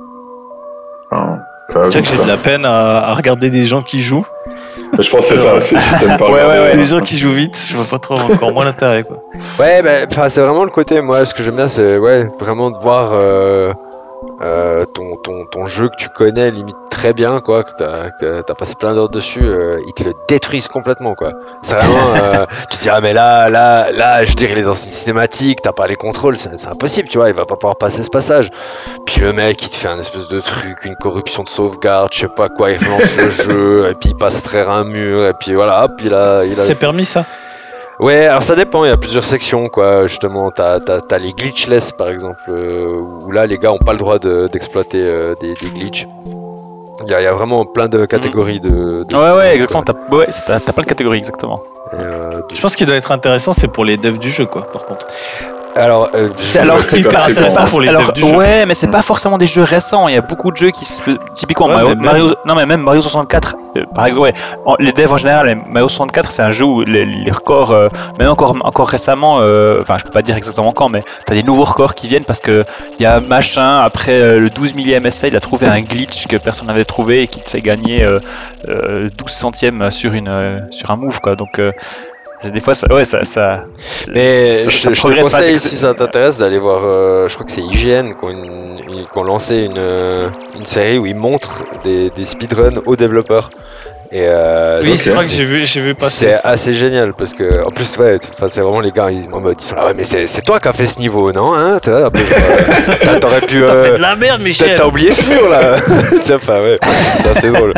Enfin, ça va Tu sais vite, que j'ai quoi. de la peine à, à regarder des gens qui jouent. Mais je pense que c'est ça, si, si t'aimes pas Ouais, regarder, ouais, ouais. euh, Des gens qui jouent vite, je vois pas trop encore moins l'intérêt. Quoi. Ouais, bah, enfin, c'est vraiment le côté, moi, ce que j'aime bien, c'est ouais, vraiment de voir euh, euh, ton, ton, ton jeu que tu connais limite très bien, quoi, que t'as, que t'as passé plein d'heures dessus, euh, ils te le détruisent complètement, quoi. C'est vraiment, euh, tu te dis, ah, mais là, là, là, je veux dire, il est dans une cinématique, t'as pas les contrôles, c'est, c'est impossible, tu vois, il va pas pouvoir passer ce passage. Puis le mec, il te fait un espèce de truc, une corruption de sauvegarde, je sais pas quoi, il relance le jeu, et puis il passe à travers un mur, et puis voilà, hop, il a, il a C'est permis ça. Ouais, alors ça dépend, il y a plusieurs sections, quoi. Justement, t'as, t'as, t'as les glitchless, par exemple, euh, où là, les gars ont pas le droit de, d'exploiter euh, des, des glitches. Il y, a- il y a vraiment plein de catégories de... de Ouais, speedruns, ouais, exactement. quoi. T'as, ouais, c'est- t'as, t'as pas le catégorie, exactement. Et, euh, Je pense qu'il doit être intéressant, c'est pour les devs du jeu, quoi. Par contre. alors, euh, C'est Ouais, alors c'est hyper- hyper c'est fréquent, pas hein. pour les alors devs du jeu. ouais, mais c'est pas forcément des jeux récents. Il y a beaucoup de jeux qui se typiquement Ouais, Mario, mais même- Mario- non mais même Mario soixante-quatre euh, par exemple. Ouais, en- les devs en général, les Mario soixante-quatre, c'est un jeu où les, les records, euh, même encore encore récemment, euh, enfin je peux pas dire exactement quand, mais t'as des nouveaux records qui viennent parce que il y a machin après euh, le douze millième essai, il a trouvé un glitch que personne n'avait trouvé et qui te fait gagner euh, euh, douze centièmes sur une euh, sur un move, quoi. Donc euh, c'est- des fois, ça, ouais, ça, ça, mais ça- je, ça je te progresse conseille, assez- si ça t'intéresse, d'aller voir, euh, je crois que c'est I G N qui ont, une- une- qui ont lancé une, euh, une série où ils montrent des, des speedruns aux développeurs. Et, euh, Oui, donc, c'est vrai c'est- que j'ai vu, j'ai vu passer. C'est ça. assez génial parce que en plus ouais, tu- enfin, c'est vraiment les gars ils, en mode, ils sont là ouais mais c'est, c'est toi qui as fait ce niveau non hein tu vois, un peu, euh, t'as- t'aurais pu T'as euh, fait de la merde, peut-être Michel. t'as oublié ce mur là. Enfin ouais, c'est assez drôle.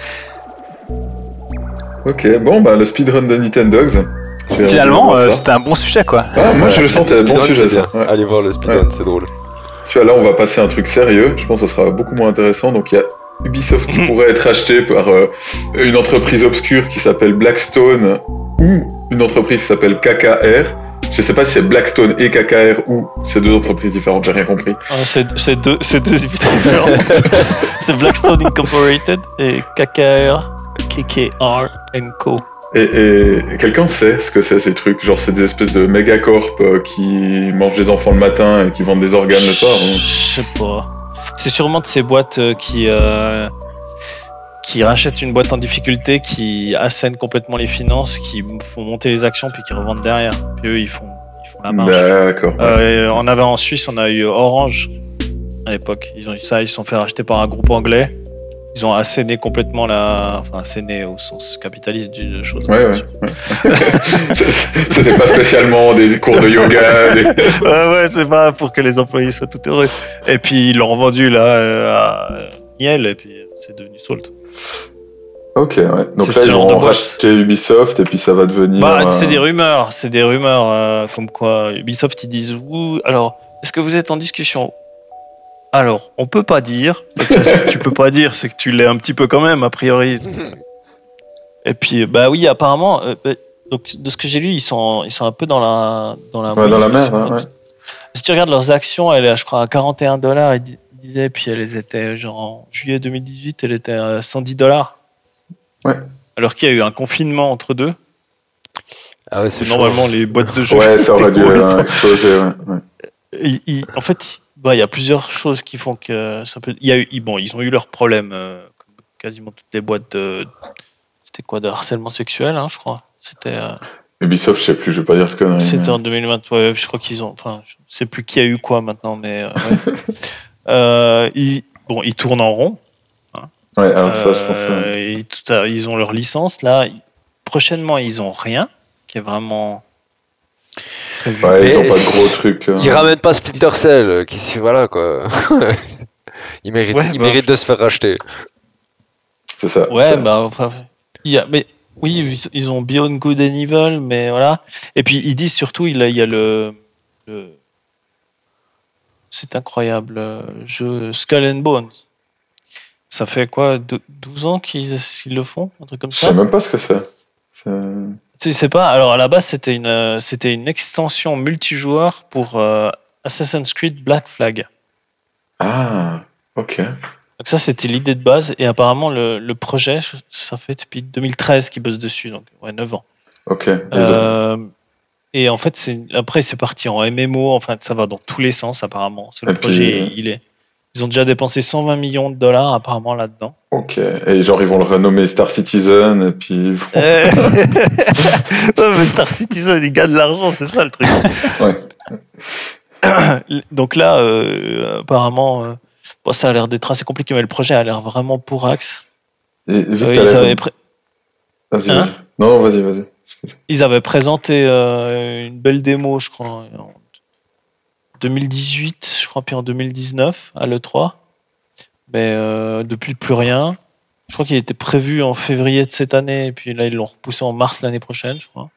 Ok, bon, bah le speedrun de Nintendogs. Je vais Finalement, voir euh, ça. c'était un bon sujet, quoi. Ah, moi je le sentais, Le bon speedrun, sujet c'est ça. bien. Ouais. Allez voir le speedrun, Ouais. c'est drôle. Tu vois, là on va passer à un truc sérieux, je pense que ça sera beaucoup moins intéressant. Donc il y a Ubisoft qui pourrait être acheté par euh, une entreprise obscure qui s'appelle Blackstone ou une entreprise qui s'appelle K K R. Je sais pas si c'est Blackstone et K K R ou c'est deux entreprises différentes, j'ai rien compris. Ah, c'est, c'est deux, c'est deux épisodes différents. C'est Blackstone Incorporated et K K R, K K R and Co. Et, et quelqu'un sait ce que c'est ces trucs? Genre c'est des espèces de mégacorp euh, qui mangent des enfants le matin et qui vendent des organes le soir ou... Je sais pas. C'est sûrement de ces boîtes euh, qui euh, qui rachètent une boîte en difficulté, qui assènent complètement les finances, qui font monter les actions puis qui revendent derrière. Puis eux ils font ils font la marge. D'accord. ouais. Euh, on avait en Suisse, on a eu Orange à l'époque. Ils ont eu ça, ils se sont fait racheter par un groupe anglais. Ils ont asséné complètement la, enfin asséné au sens capitaliste du chose. Ouais, ouais. ouais. C'était pas spécialement des cours de yoga. Des... Ouais, ouais, c'est pas pour que les employés soient tout heureux. Et puis ils l'ont revendu là euh, à Niel et puis c'est devenu Salt. Ok, ouais. Donc C'est là ce ils genre de vont boîte. racheter Ubisoft et puis ça va devenir. Bah, euh, c'est des rumeurs, c'est des rumeurs euh, comme quoi Ubisoft ils disent ouh, alors est-ce que vous êtes en discussion? Alors, on peut pas dire. Ce que tu peux pas dire, c'est que tu l'es un petit peu quand même, a priori. Et puis, bah oui, apparemment, euh, bah, donc de ce que j'ai lu, ils sont, ils sont un peu dans la, dans la. Ouais, dans la mouise, merde, parce que hein, quand- ouais. Si tu regardes leurs actions, elle est, je crois, à quarante et un dollars. Ils disaient, puis elles étaient genre en juillet deux mille dix-huit, elle était à cent dix dollars. Ouais. Alors qu'il y a eu un confinement entre deux. Ah ouais, c'est Où chaud. normalement, les boîtes de jeux. Ouais, ça aurait dû étaient euh, complètement- exploser, ouais. ouais. Il- il- en fait, bah, il y a plusieurs choses qui font que ça peut. Il y a eu, ils- bon, ils ont eu leurs problèmes, euh, comme quasiment toutes les boîtes de. C'était quoi, de harcèlement sexuel, hein, je crois. C'était. euh, Ubisoft, je sais plus, je vais pas dire de conneries. C'était mais- en deux mille vingt. Ouais, je crois qu'ils ont. Enfin, je sais plus qui a eu quoi maintenant, mais. euh, ouais. Euh, ils, bon, ils tournent en rond. Ouais, alors ça, je pense. Euh, euh, et tout à- ils ont leur licence là. Prochainement, ils ont rien, qui est vraiment prévu. Ouais, ils Mais ont pas de c'est- gros trucs. euh, Ils ramènent pas Splinter Cell, euh, qui si voilà quoi. il mérite, Ouais, il bah. mérite de se faire racheter. C'est ça. Ouais, ça. bah, enfin, il y a, mais oui, ils- ils ont Beyond Good and Evil, mais voilà. Et puis ils disent surtout, il y a, il y a le, le- c'est incroyable, le jeu Skull and Bones. Ça fait quoi, dou- douze ans qu'ils qu'ils le font, un truc comme Je ça. sais même pas ce que c'est. C'est- Tu sais pas. Alors à la base, c'était une, euh, c'était une extension multijoueur pour euh, Assassin's Creed Black Flag. Ah, ok. Donc ça, c'était l'idée de base. Et apparemment, le, le projet, ça fait depuis deux mille treize qu'ils bossent dessus, donc ouais, neuf ans. Ok. Et ils ont- Euh, et en fait, c'est, après, c'est parti en M M O. Enfin, ça va dans tous les sens, apparemment. C'est le Et puis, projet, euh, il est. Ils ont déjà dépensé cent vingt millions de dollars, apparemment, là-dedans. Ok. Et genre, ils vont le renommer Star Citizen, et puis ils vont- Euh... ouais, mais Star Citizen, il gagne de l'argent, c'est ça le truc. Ouais. Donc là, euh, apparemment, euh, bon, ça a l'air d'être assez compliqué, mais le projet a l'air vraiment pour axe. Et vu Euh, que ils, t'as l'air- avaient pré- Vas-y, Hein vas-y. Non, non, vas-y, vas-y. Excuse. ils avaient présenté euh, une belle démo, je crois, en deux mille dix-huit, je crois, puis en deux mille dix-neuf, à l'E trois. Mais euh, depuis, plus rien. Je crois qu'il était prévu en février de cette année, et puis là, ils l'ont repoussé en mars l'année prochaine, je crois.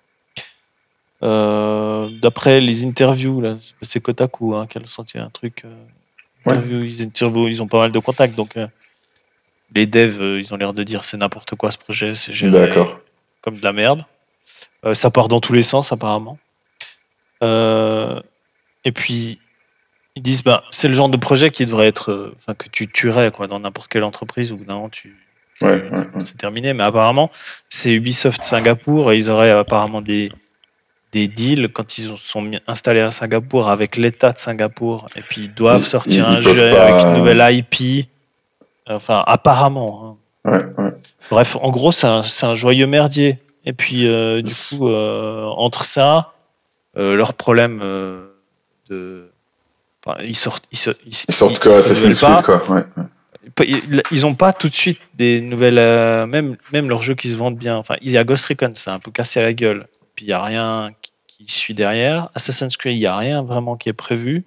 Euh, d'après les interviews, là, c'est Kotaku hein, qui a sorti un truc. Euh, Ouais. interview, ils, interviewent, ils ont pas mal de contacts, donc euh, les devs, euh, ils ont l'air de dire c'est n'importe quoi ce projet, c'est géré D'accord. comme de la merde. Euh, ça part dans tous les sens apparemment. Euh, et puis ils disent bah c'est le genre de projet qui devrait être, euh, enfin que tu tuerais quoi dans n'importe quelle entreprise où non tu Ouais, ouais, ouais. c'est terminé. Mais apparemment, c'est Ubisoft Singapour et ils auraient apparemment des, des deals quand ils sont mis- installés à Singapour avec l'État de Singapour et puis ils doivent Ils- sortir ils- un ils peuvent jeu pas- avec une nouvelle I P. Enfin, apparemment. hein. Ouais, ouais. Bref, en gros, c'est un, c'est un joyeux merdier. Et puis, euh, du C'est- coup, euh, entre ça, euh, leur problème euh, de. Enfin, ils sortent. Ils, se- ils, Ils sortent ils- que ils se Assassin's renouvellent Creed, quoi. Ouais, ouais. pas- ils ils ont pas tout de suite des nouvelles, euh, même, même leurs jeux qui se vendent bien. Enfin, il y a Ghost Recon, c'est un peu cassé à la gueule. Puis il y a rien qui, qui suit derrière. Assassin's Creed, il y a rien vraiment qui est prévu.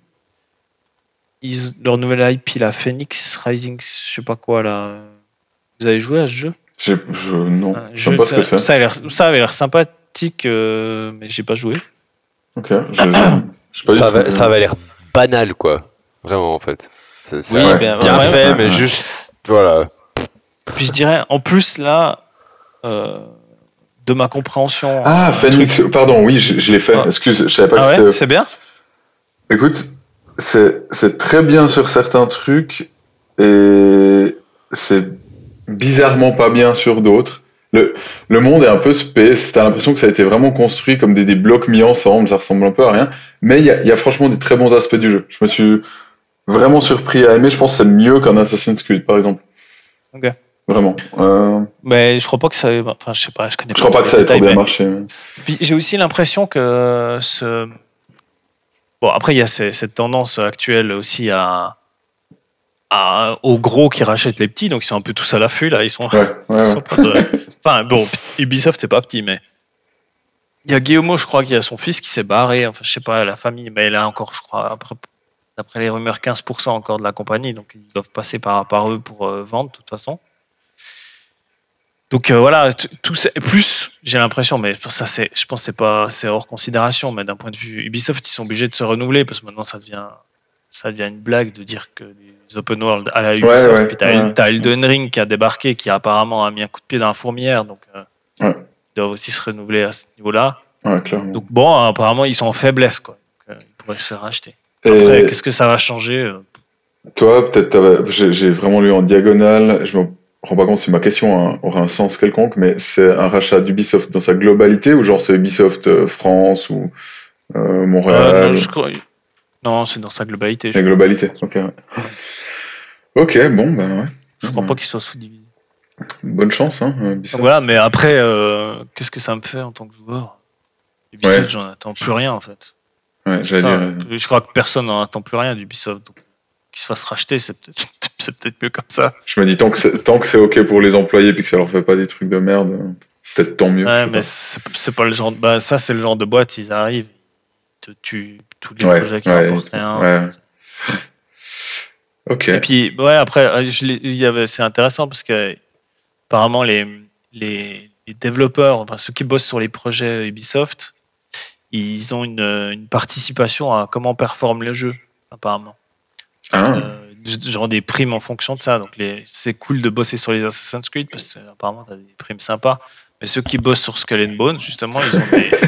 Ils, leur nouvelle I P, la Phoenix Rising, je sais pas quoi là. Vous avez joué à ce jeu? J'ai- Je... Non, Un je sais jeu pas ce que de- c'est. ça, a l'air, ça avait l'air sympathique, euh, mais j'ai pas joué. Ok. Je... je- je sais pas du Ça tout. va, ça avait l'air banal quoi. Vraiment en fait. C'est c'est Oui, un- ben, bien ouais, fait, ouais, mais ouais. juste. Voilà. Puis je dirais, en plus là, euh, de ma compréhension. Ah, un Phoenix, truc- pardon, oui, je, je l'ai fait. Ah. Excuse, je savais pas Ah que ouais, c'était. c'est bien. Écoute, c'est c'est très bien sur certains trucs et c'est bizarrement pas bien sur d'autres. Le, le monde est un peu space, t'as l'impression que ça a été vraiment construit comme des, des blocs mis ensemble, ça ressemble un peu à rien. Mais il y a, il y a franchement des très bons aspects du jeu. Je me suis vraiment surpris à aimer, je pense que c'est mieux qu'un Assassin's Creed par exemple. Ok. Vraiment. Euh, Mais je crois pas que ça. Enfin, je sais pas, je connais je crois pas que ça ait les trop détails, bien mais- marché. mais- Puis j'ai aussi l'impression que ce. Bon, après, il y a ces- cette tendance actuelle aussi à, à- aux gros qui rachètent les petits, donc ils sont un peu tous à l'affût là. Ils sont. Ouais, ouais, ils ouais. sont en train de- Enfin, bon, Ubisoft c'est pas petit, mais il y a Guillemot, je crois, qui a son fils qui s'est barré. Enfin, je sais pas, la famille, mais elle a encore, je crois, après, d'après les rumeurs, quinze pour cent encore de la compagnie, donc ils doivent passer par, par eux pour euh, vendre de toute façon. Donc euh, voilà, t- tout ça, et plus j'ai l'impression, mais ça c'est, je pense que c'est pas, c'est hors considération, mais d'un point de vue Ubisoft, ils sont obligés de se renouveler parce que maintenant ça devient, ça devient une blague de dire que les open world à la Ouais, Ubisoft, ouais, puis t'as, ouais. t'as Elden Ring qui a débarqué, qui apparemment a mis un coup de pied dans la fourmilière, donc euh, Ouais. ils doivent aussi se renouveler à ce niveau-là. Ouais, clairement. Donc bon, hein, apparemment ils sont en faiblesse, quoi. Donc, euh, ils pourraient se faire racheter. Et Après, qu'est-ce que ça va changer euh, toi, peut-être, t'avais- j'ai j'ai vraiment lu en diagonale, je me rends pas compte si ma question a- aura un sens quelconque, mais c'est un rachat d'Ubisoft dans sa globalité ou genre c'est Ubisoft euh, France ou euh, euh, Montréal non, ou- je crois... non, c'est dans sa globalité. Je, La globalité, ok. Ouais. Ok, bon, ben ouais. je crois pas qu'ils soient sous-divisés. Bonne chance, hein, Donc Ubisoft. voilà, mais après, euh, qu'est-ce que ça me fait en tant que joueur? Ubisoft, Ouais. j'en attends plus rien en fait. Ouais, C'est j'allais ça, dire. euh, je crois que personne n'en attend plus rien d'Ubisoft. Donc, qu'ils se fassent racheter, c'est peut-être, c'est peut-être mieux comme ça. Je me dis, tant que c'est tant que c'est ok pour les employés puis que ça leur fait pas des trucs de merde, euh, peut-être tant mieux. je Ouais, sais mais pas. c'est, c'est pas le genre. De... Bah, ça, c'est le genre de boîte, ils arrivent, ils te tuent tous les Ouais, projets qui ouais, rapportent rien. ouais. Ok. Et puis, ouais, après, euh, je l'ai- il y avait, c'est intéressant parce que apparemment, les, les, les développeurs, enfin ceux qui bossent sur les projets Ubisoft, ils ont une, une participation à comment performe le jeu, apparemment. Ah, Euh, genre des primes en fonction de ça. Donc les, c'est cool de bosser sur les Assassin's Creed parce que apparemment t'as des primes sympas. Mais ceux qui bossent sur Skull and Bones, justement, ils ont des,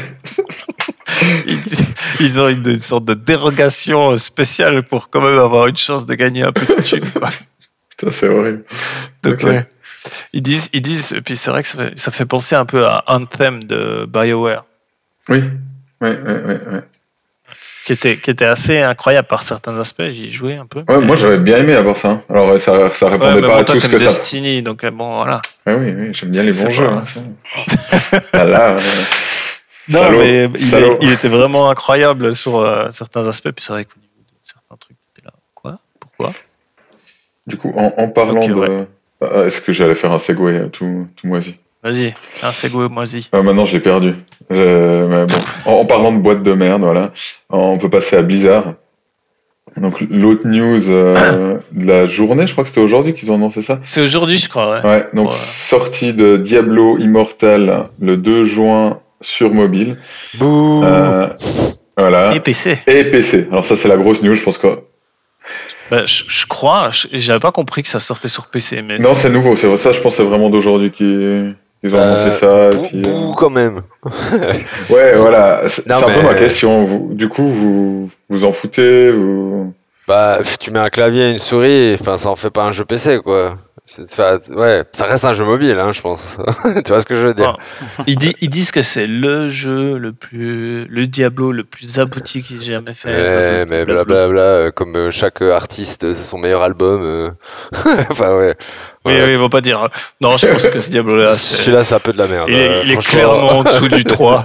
ils, ils ont une, une sorte de dérogation spéciale pour quand même avoir une chance de gagner un peu de thunes, quoi. putain, c'est horrible. Donc, Ok. ouais. Ils disent, ils disent, et puis c'est vrai que ça fait, ça fait penser un peu à Anthem de BioWare, Oui. Ouais, ouais, ouais, ouais. qui était, qui était assez incroyable par certains aspects. J'y ai joué un peu. Ouais, mais- moi j'avais bien aimé avoir ça. Alors euh, ça, ça Ouais, répondait mais pas bon, à toi, tout ce t'aimes que ça. Destiny, donc euh, bon, voilà. Ah oui, oui, j'aime bien les C'est bons pas- jeux. Hein, ça. Ah là, euh, Non, salaud, mais il, salaud. est- il était vraiment incroyable sur euh, certains aspects. Puis c'est vrai qu'au niveau de certains trucs, t'étais là. Quoi? Pourquoi? Du coup, en, en parlant Ok, de. ouais. Ah, est-ce que j'allais faire un segway euh, tout, tout moisi? Vas-y, fais un segway moisi. Ah, maintenant, je l'ai perdu. Je- mais bon. en, en parlant de boîte de merde, voilà, on peut passer à Blizzard. Donc, l'autre news euh, de la journée, je crois que c'était aujourd'hui qu'ils ont annoncé ça. C'est aujourd'hui, je crois, ouais. Ouais, donc Ouais. sortie de Diablo Immortal le deux juin sur mobile. Bouh. Euh, voilà. Et P C. Et P C. Alors, ça, c'est la grosse news, je pense que. Bah, je, je crois, je- j'avais pas compris que ça sortait sur P C, mais Non, c'est nouveau, c'est ça, je pense que c'est vraiment d'aujourd'hui qu'ils qu'ils ont Euh, annoncé ça. et bouh, puis, bouh euh, quand même. Ouais, C'est- voilà, c'est Non, c'est un peu mais- ma question. Vous, du coup, vous vous en foutez vous... Bah, tu mets un clavier et une souris, enfin, ça en fait pas un jeu P C, quoi. C'est- enfin, ouais, ça reste un jeu mobile, hein, je pense. Tu vois ce que je veux dire? Ah, ils, di- ils disent que c'est le jeu le plus, le Diablo le plus abouti qu'ils aient jamais fait. Ouais, mais Blablabla. blablabla, euh, comme euh, chaque euh, artiste, euh, c'est son meilleur album. euh. Enfin, ouais. Oui, Ouais. oui, ils vont pas dire. Non, je pense que ce Diablo-là, c'est. Celui-là, c'est un peu de la merde. Il est, euh, il est franchement. clairement en dessous du trois.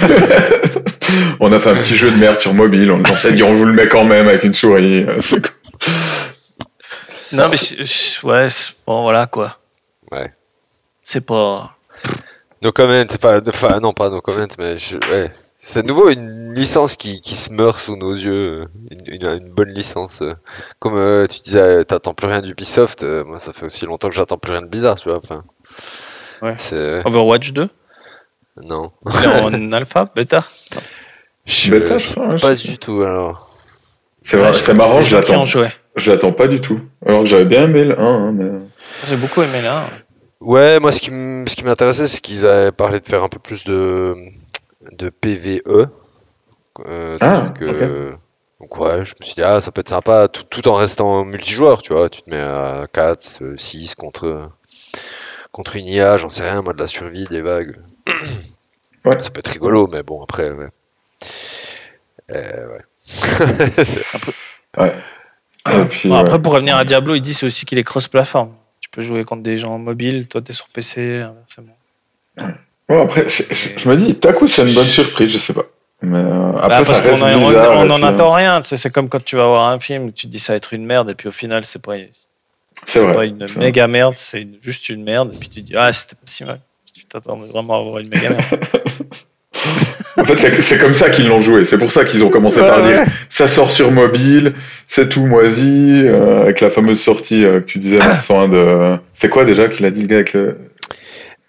On a fait un petit jeu de merde sur mobile, on, on s'est dit on vous le met quand même avec une souris. euh, c'est cool. Non, mais je- je- ouais, c'est- bon, voilà quoi. Ouais. C'est pas. No comment, enfin, enfin, non, pas no comment, mais je- ouais. C'est de nouveau une licence qui, qui se meurt sous nos yeux, euh, une, une, une bonne licence. euh. Comme euh, tu disais, euh, t'attends plus rien d'Ubisoft, euh, moi ça fait aussi longtemps que j'attends plus rien de Blizzard, tu vois. Enfin, Ouais. c'est... Overwatch deux Non. Il est en alpha, bêta. Je, Bêta, je sais je crois, pas je- du tout alors. C'est Ouais, vrai, je c'est crois marrant, qu'il y je a des gens qui l'attends. en jouaient. Je l'attends pas du tout. Alors que j'avais bien aimé le un, hein, mais. J'ai beaucoup aimé là. Ouais, moi ce qui m- ce qui m'intéressait, c'est qu'ils avaient parlé de faire un peu plus de, de P V E. Euh, des Ah, trucs, euh, Donc ouais, je me suis dit, ah, ça peut être sympa, tout, tout en restant multijoueur, tu vois. Tu te mets à quatre, six contre, contre une I A, j'en sais rien, moi, de la survie, des vagues. Ouais. Ça peut être rigolo, mais bon, après, ouais. Euh, ouais. Ouais. Et puis, Bon, après, ouais. pour revenir à Diablo, il dit c'est aussi qu'il est cross-platform. Tu peux jouer contre des gens mobiles, toi t'es sur P C, inversement. Ouais, après, je, je- je me dis, Taku, c'est une bonne surprise, je sais pas. Mais euh, après, Bah, ça parce reste qu'on en- bizarre. on et n'en puis, euh, attend rien. tu sais, C'est comme quand tu vas voir un film, tu te dis ça va être une merde, et puis au final, c'est pas, C'est pas vrai. une c'est méga merde, c'est une- juste une merde, et puis tu te dis ah, c'était pas si mal. Tu t'attendais vraiment à avoir une méga merde. En fait, c'est c'est comme ça qu'ils l'ont joué. C'est pour ça qu'ils ont commencé par dire ça sort sur mobile, c'est tout moisi, euh, avec la fameuse sortie euh, que tu disais, Marsan, de. C'est quoi déjà qu'il a dit le gars avec le.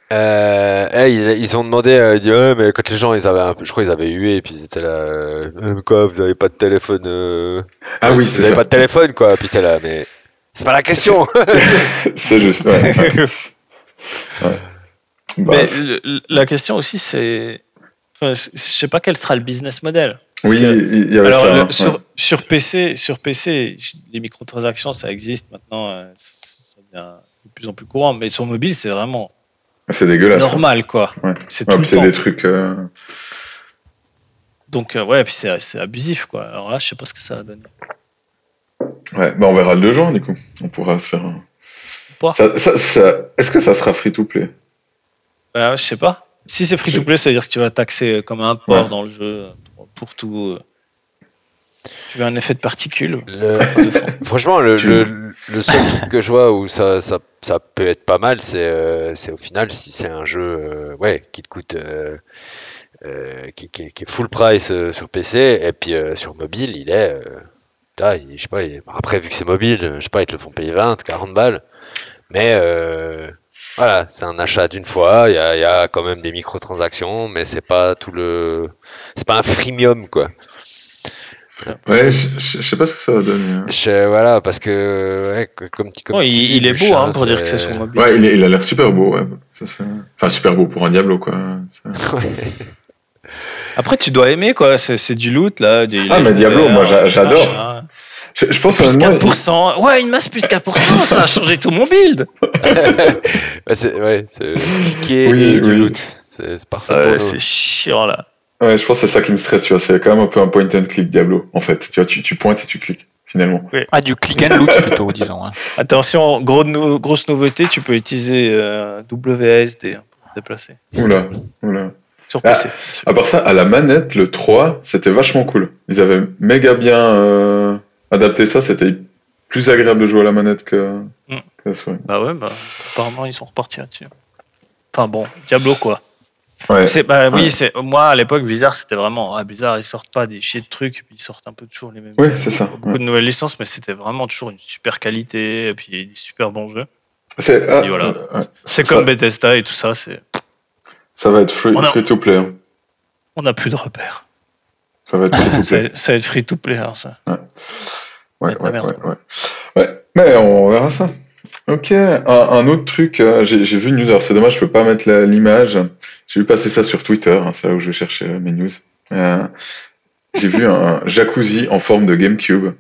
Euh, eh, ils, ils ont demandé, euh, ils disent, ouais, mais quand les gens, ils avaient un peu, je crois, ils avaient hué, et puis ils étaient là, euh, Euh, quoi, vous avez pas de téléphone, euh, Ah oui, vous c'est avez ça. pas de téléphone, quoi, puis t'es là, mais c'est pas la question. C'est juste, ouais. ouais. Ouais. Mais Bref. le- le- la question aussi, c'est. Enfin, je je sais pas quel sera le business model. Parce Oui, que- il y avait alors, ça. le- hein, sur, ouais. sur P C, sur P C, les microtransactions, ça existe maintenant. euh, Ça devient de plus en plus courant. Mais sur mobile, c'est vraiment C'est dégueulasse. quoi. normal, quoi. Ouais. C'est Ouais, tout puis le c'est temps. des trucs. euh, Donc, euh, ouais, puis c'est c'est abusif, quoi. Alors là, je sais pas ce que ça va donner. Ouais, bah on verra le deux juin du coup. On pourra se faire un. Ou pas. Ça, ça, ça... Est-ce que ça sera free to play? Bah, je sais pas. Si c'est free to play, ça veut dire que tu vas taxer comme un porc Ouais. dans le jeu euh, pour tout. euh. Tu veux un effet de particules. Le- de fond. Franchement, le, Tu- le, le seul truc que je vois où ça, ça, ça peut être pas mal, c'est euh, c'est au final si c'est un jeu euh, ouais, qui te coûte, euh, euh, qui, qui, est- qui est full price euh, sur P C, et puis euh, sur mobile, il est, euh, putain, il- je sais pas, il- après vu que c'est mobile, je sais pas, ils te le font payer vingt, quarante balles, mais euh, voilà, c'est un achat d'une fois, il y a, il y a quand même des microtransactions, mais c'est pas tout le, c'est pas un freemium quoi. Ouais, je, je- je sais pas ce que ça va donner. hein. Je- voilà, parce que ouais, que- comme, tu- comme Oh, tu il, dis, il est Luche, beau hein, hein, pour dire que c'est c'est- sur mobile. Ouais, il, est- il a l'air super beau. Ouais. Ça, c'est- enfin, super beau pour un Diablo, quoi. Ça- Ouais. Après, tu dois aimer quoi. C'est c'est du loot là. Des Ah, mais Diablo, légendaires, moi, j'a- euh, j'adore. machin. Je, je pense Plus honnêtement, quatre pour cent. Ouais, une masse plus quatre pour cent, ça a changé tout mon build. Bah, c'est ouais, c'est cliquer Oui, et du oui. loot. C'est c'est parfait pour Ouais, nous. c'est chiant là. il- ouais, je pense que c'est ça qui me stresse, tu vois. C'est quand même un peu un point and click Diablo, en fait. Tu vois, tu, tu pointes et tu cliques, finalement. Ah, du click and loot plutôt, disons. hein. Attention, gros nou- grosse nouveauté, tu peux utiliser euh, W A S D hein, pour te déplacer. Oula, oula. Sur Ah, P C. À part ça, à la manette, le trois, c'était vachement cool. Ils avaient méga bien euh, adapté ça. C'était plus agréable de jouer à la manette que, Mm. que la souris. Bah ouais, bah, apparemment ils sont repartis là-dessus. Enfin bon, Diablo quoi. Ouais. C'est, bah oui, Ouais. c'est moi à l'époque Blizzard c'était vraiment ah, Blizzard ils sortent pas des chiés de trucs, puis ils sortent un peu toujours les mêmes. Oui, c'est ça. Beaucoup ouais. de nouvelles licences, mais c'était vraiment toujours une super qualité et puis des super bons jeux. C'est, ah, Et voilà. euh, ouais. C'est Ça- comme Bethesda et tout ça, c'est Ça va être free, On a- free to play. hein. on n'a plus de repères. Ça va être free to Ça, play. ça va être free to play hein, ça. Ouais, être la ouais, merde, ouais, ouais. Ouais, mais on verra ça. Ok, un, un autre truc, euh, j'ai j'ai vu une news, alors c'est dommage, je peux pas mettre la- l'image. J'ai vu passer ça sur Twitter, hein, c'est là où je vais chercher euh, mes news. Euh, j'ai vu un jacuzzi en forme de GameCube.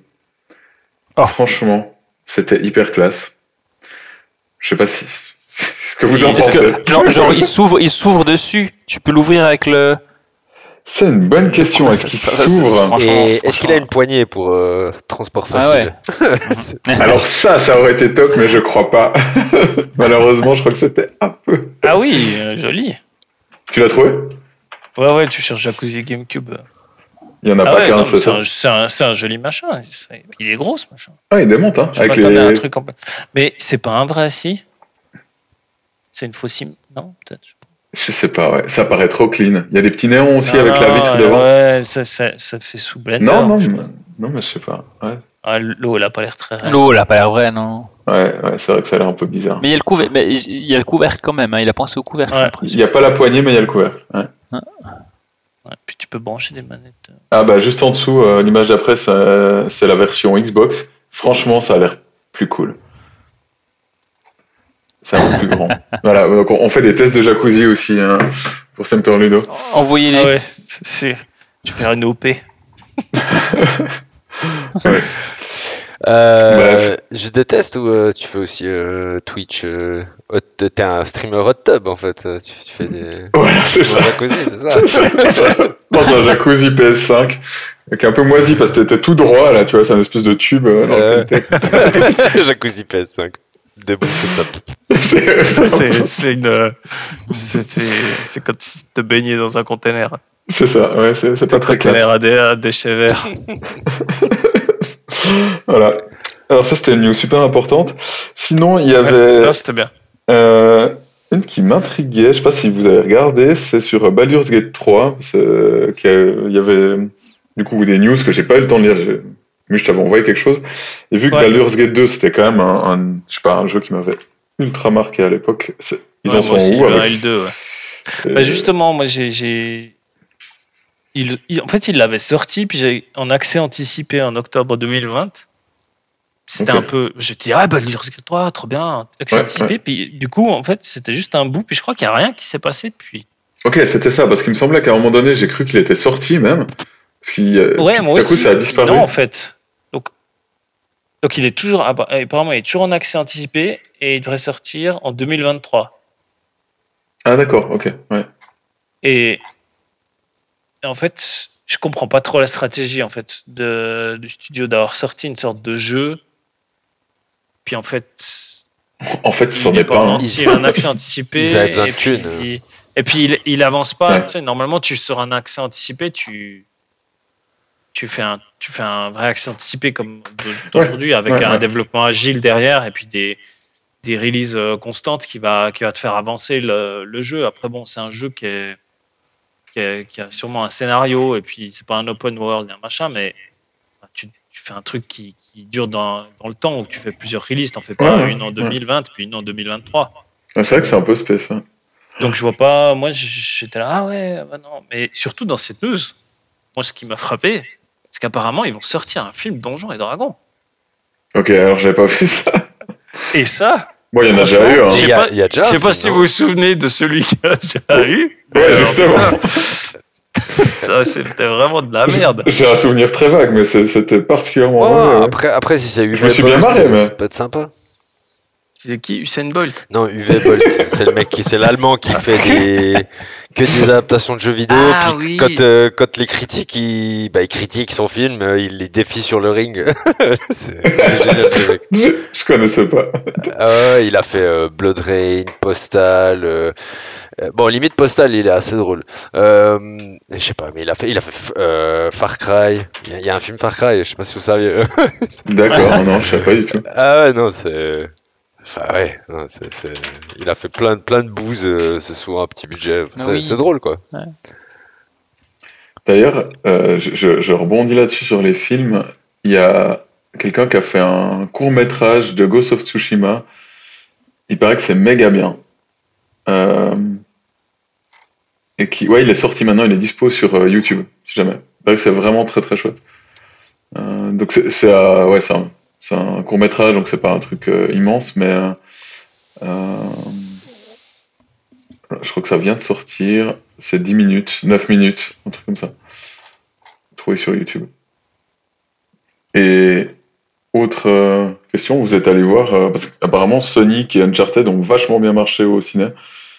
Oh. Franchement, c'était hyper classe. Je sais pas si ce que vous en Est-ce pensez. que, genre, genre, il s'ouvre, il s'ouvre dessus. Tu peux l'ouvrir avec le. C'est une bonne question. Est-ce qu'il Ça, ça, s'ouvre Franchement, Et est-ce franchement. qu'il a une poignée pour euh, transport Ah facile? Alors ça, ça aurait été top, mais je crois pas. Malheureusement, je crois que c'était un peu. Ah oui, euh, joli. Tu l'as trouvé? Ouais ouais, tu cherches Jacuzzi GameCube. Il y en a Ah pas ouais, qu'un, non, c'est mais c'est ça. un, c'est un- c'est un joli machin. C'est- Il est gros ce machin. Ah, il démonte, hein, Je avec m'attendais à un les. truc complet. Mais c'est pas un vrai si. C'est une fausse im... Non, peut-être. je sais pas. Je sais pas, ouais. Ça paraît trop clean. Il y a des petits néons aussi Non, avec la non, vitre ouais, devant. Ouais, ça, ça, ça fait sous Blender. non, non, je sais mais... pas. non, mais je sais pas. Ouais, Ah, l'eau, elle a pas l'air très réelle. L'eau, elle a pas l'air vraie, non. ouais, ouais, c'est vrai que ça a l'air un peu bizarre. Mais il y a le couvercle, mais il y a le couvercle quand même. hein, Il a pensé au couvercle. j'ai Ouais. l'impression. Il n'y a pas la poignée, mais il y a le couvercle. Ouais. Ouais, puis tu peux brancher des manettes. Ah, bah, juste en dessous, euh, l'image d'après, ça- c'est la version Xbox. Franchement, ça a l'air plus cool. C'est un peu plus grand. Voilà, donc on on fait des tests de jacuzzi aussi hein, pour Semper Ludo. Envoyez-les. Ah ouais, c'est... Tu fais une O P. Ouais. Euh, Bref. je déteste ou euh, tu fais aussi euh, Twitch euh, hot- T'es un streamer hot tub en fait. euh, Tu, tu fais des. Voilà, c'est ça. Des jacuzzi, c'est ça. C'est ça, dans un- dans un jacuzzi P S cinq, qui est un peu moisi parce que t'étais tout droit là, tu vois, c'est un espèce de tube euh, dans Euh. lequel t'es. Jacuzzi P S cinq. Debout, c'est top. C'est- c'est- C'est, c'est une... C'est, c'est, c'est comme si tu te baignais dans un conteneur. C'est ça, ouais, c'est c'est pas très classe. Conteneur à, dé- à déchets verts. Voilà. Alors ça, c'était une news super importante. Sinon, il y Ouais, avait non, c'était bien. euh, une qui m'intriguait, je sais pas si vous avez regardé, c'est sur Baldur's Gate trois, c'est- qu'il y a- il y avait du coup des news que j'ai pas eu le temps de lire, j'ai- mais je t'avais envoyé quelque chose, et vu que Ouais. Baldur's Gate deux, c'était quand même un, un- je sais pas, un jeu qui m'avait ultra marqué à l'époque. C'est- Ils Ouais, en moi sont aussi, où le un avec et le deux, ouais. Euh, Bah justement, moi j'ai, j'ai... Il, il- en fait, il l'avait sorti, puis j'ai en accès anticipé en octobre deux mille vingt. C'était Ok. un peu, j'ai dit ah bah Baldur's Gate trois, trop bien, accès Ouais, anticipé. ouais. Puis du coup, en fait, c'était juste un bout, puis je crois qu'il y a rien qui s'est passé depuis. Ok, c'était ça, parce qu'il me semblait qu'à un moment donné, j'ai cru qu'il était sorti même. Parce qu'il, euh, Ouais, tout moi à coup, aussi. ça a disparu. Non, en fait. Donc, donc il est toujours, appa- apparemment, il est toujours en accès anticipé et il devrait sortir en deux mille vingt-trois. Ah, d'accord, ok. Ouais. Et, et en fait, je comprends pas trop la stratégie en fait de, du studio d'avoir sorti une sorte de jeu. Puis en fait, En fait, c'en il est est pas pas en un. entier, il a un accès anticipé. Ils avaient besoin de et puis, thunes. et puis il, il avance pas. Ouais. Tu sais, normalement, tu sors un accès anticipé, tu, tu fais un, tu fais un vrai accès anticipé comme de- d'aujourd'hui avec ouais, un ouais. développement agile derrière et puis des, des releases euh, constantes qui va, qui va te faire avancer le, le jeu. Après, bon, c'est un jeu qui est, qui, est- qui a sûrement un scénario et puis c'est pas un open world, un machin, mais tu, tu fais un truc qui, qui dure dans, dans le temps où tu fais plusieurs releases. T'en fais pas Ouais, ouais, une en ouais. deux mille vingt puis une en deux mille vingt-trois. Ah, c'est vrai que c'est un peu space. Hein. Donc je vois pas, moi j'étais là, ah ouais, bah non. Mais surtout dans cette news, moi ce qui m'a frappé, c'est qu'apparemment ils vont sortir un film Donjons et Dragons. Ok, alors j'ai pas vu ça. Et ça, Bon, il y en a déjà franchement, eu, hein. je Il sais y a- pas, il y a déjà je un sais pas film, si non vous vous souvenez de celui qu'il y a déjà Ouais. eu. mais Ouais, alors, justement. putain, ça c'était vraiment de la merde. J'ai un souvenir très vague, mais c'est- c'était particulièrement Oh, mauvais. Ouais. après, après, si c'est Je me suis bien Bolt, marré, euh, mais- ça peut être sympa. C'est qui Usain Bolt? Non, U V Bolt, c'est le mec qui, c'est l'allemand qui fait des que des adaptations de jeux vidéo. Ah puis oui. quand euh, quand les critiques, ils, bah, ils critiquent son film, euh, ils les défient sur le ring. c'est c'est génial ce mec. Je, je connaissais pas. Ah ouais, il a fait euh, Blood Rain, Postal. euh, euh, bon, limite Postal, il est assez drôle. Euh, je sais pas, mais il a fait, il a fait euh, Far Cry. Il y, a- il y a un film Far Cry. Je sais pas si vous saviez. D'accord, non, je savais pas du tout. Ah ouais, non, c'est. Enfin, ouais, non, c'est, c'est- il a fait plein, de- plein de bouses, euh, c'est souvent un petit budget. Ah C'est, oui. c'est drôle, quoi. D'ailleurs, euh, je, je- je rebondis là-dessus sur les films. Il y a quelqu'un qui a fait un court métrage de Ghost of Tsushima. Il paraît que c'est méga bien. Euh, et qui, ouais, il est sorti maintenant, il est dispo sur euh, YouTube, si jamais. Il paraît que c'est vraiment très très chouette. Euh, donc c'est, c'est, euh, ouais, c'est un, c'est un court métrage, donc c'est pas un truc euh, immense, mais euh, euh, je crois que ça vient de sortir. C'est dix minutes, neuf minutes, un truc comme ça. Trouvé sur YouTube. Et autre euh, question, vous êtes allé voir, euh, parce qu'apparemment Sonic et Uncharted ont vachement bien marché au ciné.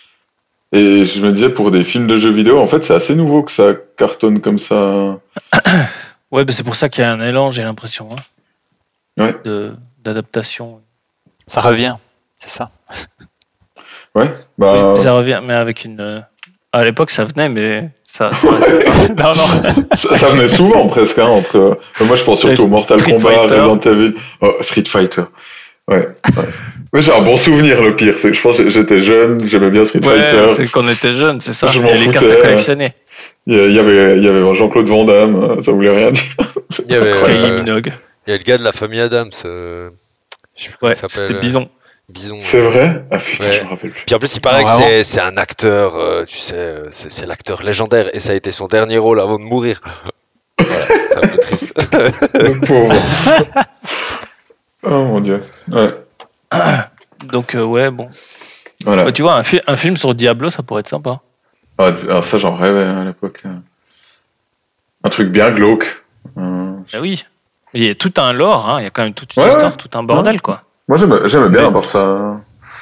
Et je me disais, pour des films de jeux vidéo, en fait, c'est assez nouveau que ça cartonne comme ça. Ouais, bah c'est pour ça qu'il y a un élan, j'ai l'impression, hein, Ouais, de, d'adaptation. Ça revient, c'est ça. ouais. Bah, Oui, ça revient, mais avec une. euh, À l'époque, ça venait, mais ça. ça restait pas. Non, non. ça, ça venait souvent presque, hein, entre. euh, moi, je pense surtout Ouais, au Mortal Street Kombat, Fighter. Resident Evil, oh, Street Fighter. Ouais. ouais. Mais j'ai un bon souvenir, le pire. C'est que je pense que j'étais jeune, j'aimais bien Street Ouais, Fighter. c'est qu'on était jeunes, c'est ça. Je Il m'en y a les cartes foutais, à ouais. collectionner. Il y, a- il y avait, il y avait Jean-Claude Van Damme, euh, ça voulait rien dire. C'est Il y avait, incroyable. euh, Kylie Minogue. Il y a le gars de la famille Adams, euh, je sais plus comment Ouais, il s'appelle. c'était euh, Bison. Bison. C'est euh. vrai? Ah putain, Ouais. je me rappelle plus. Puis en plus, il paraît Ah, que vraiment c'est, c'est un acteur, euh, tu sais, euh, c'est, c'est l'acteur légendaire et ça a été son dernier rôle avant de mourir. Voilà, c'est un peu triste. Le pauvre. Oh mon dieu. Ouais, Donc, euh, ouais, bon. voilà. Bah, tu vois, un, fi- un film sur Diablo, ça pourrait être sympa. Ah, du- alors ça, j'en rêvais hein, à l'époque. Un truc bien glauque. Euh, Bah oui. Il y a tout un lore, hein. Il y a quand même toute une Ouais, histoire, ouais. tout un bordel, Ouais. quoi. Moi, j'aimais, j'aimais bien, Mais- à part ça,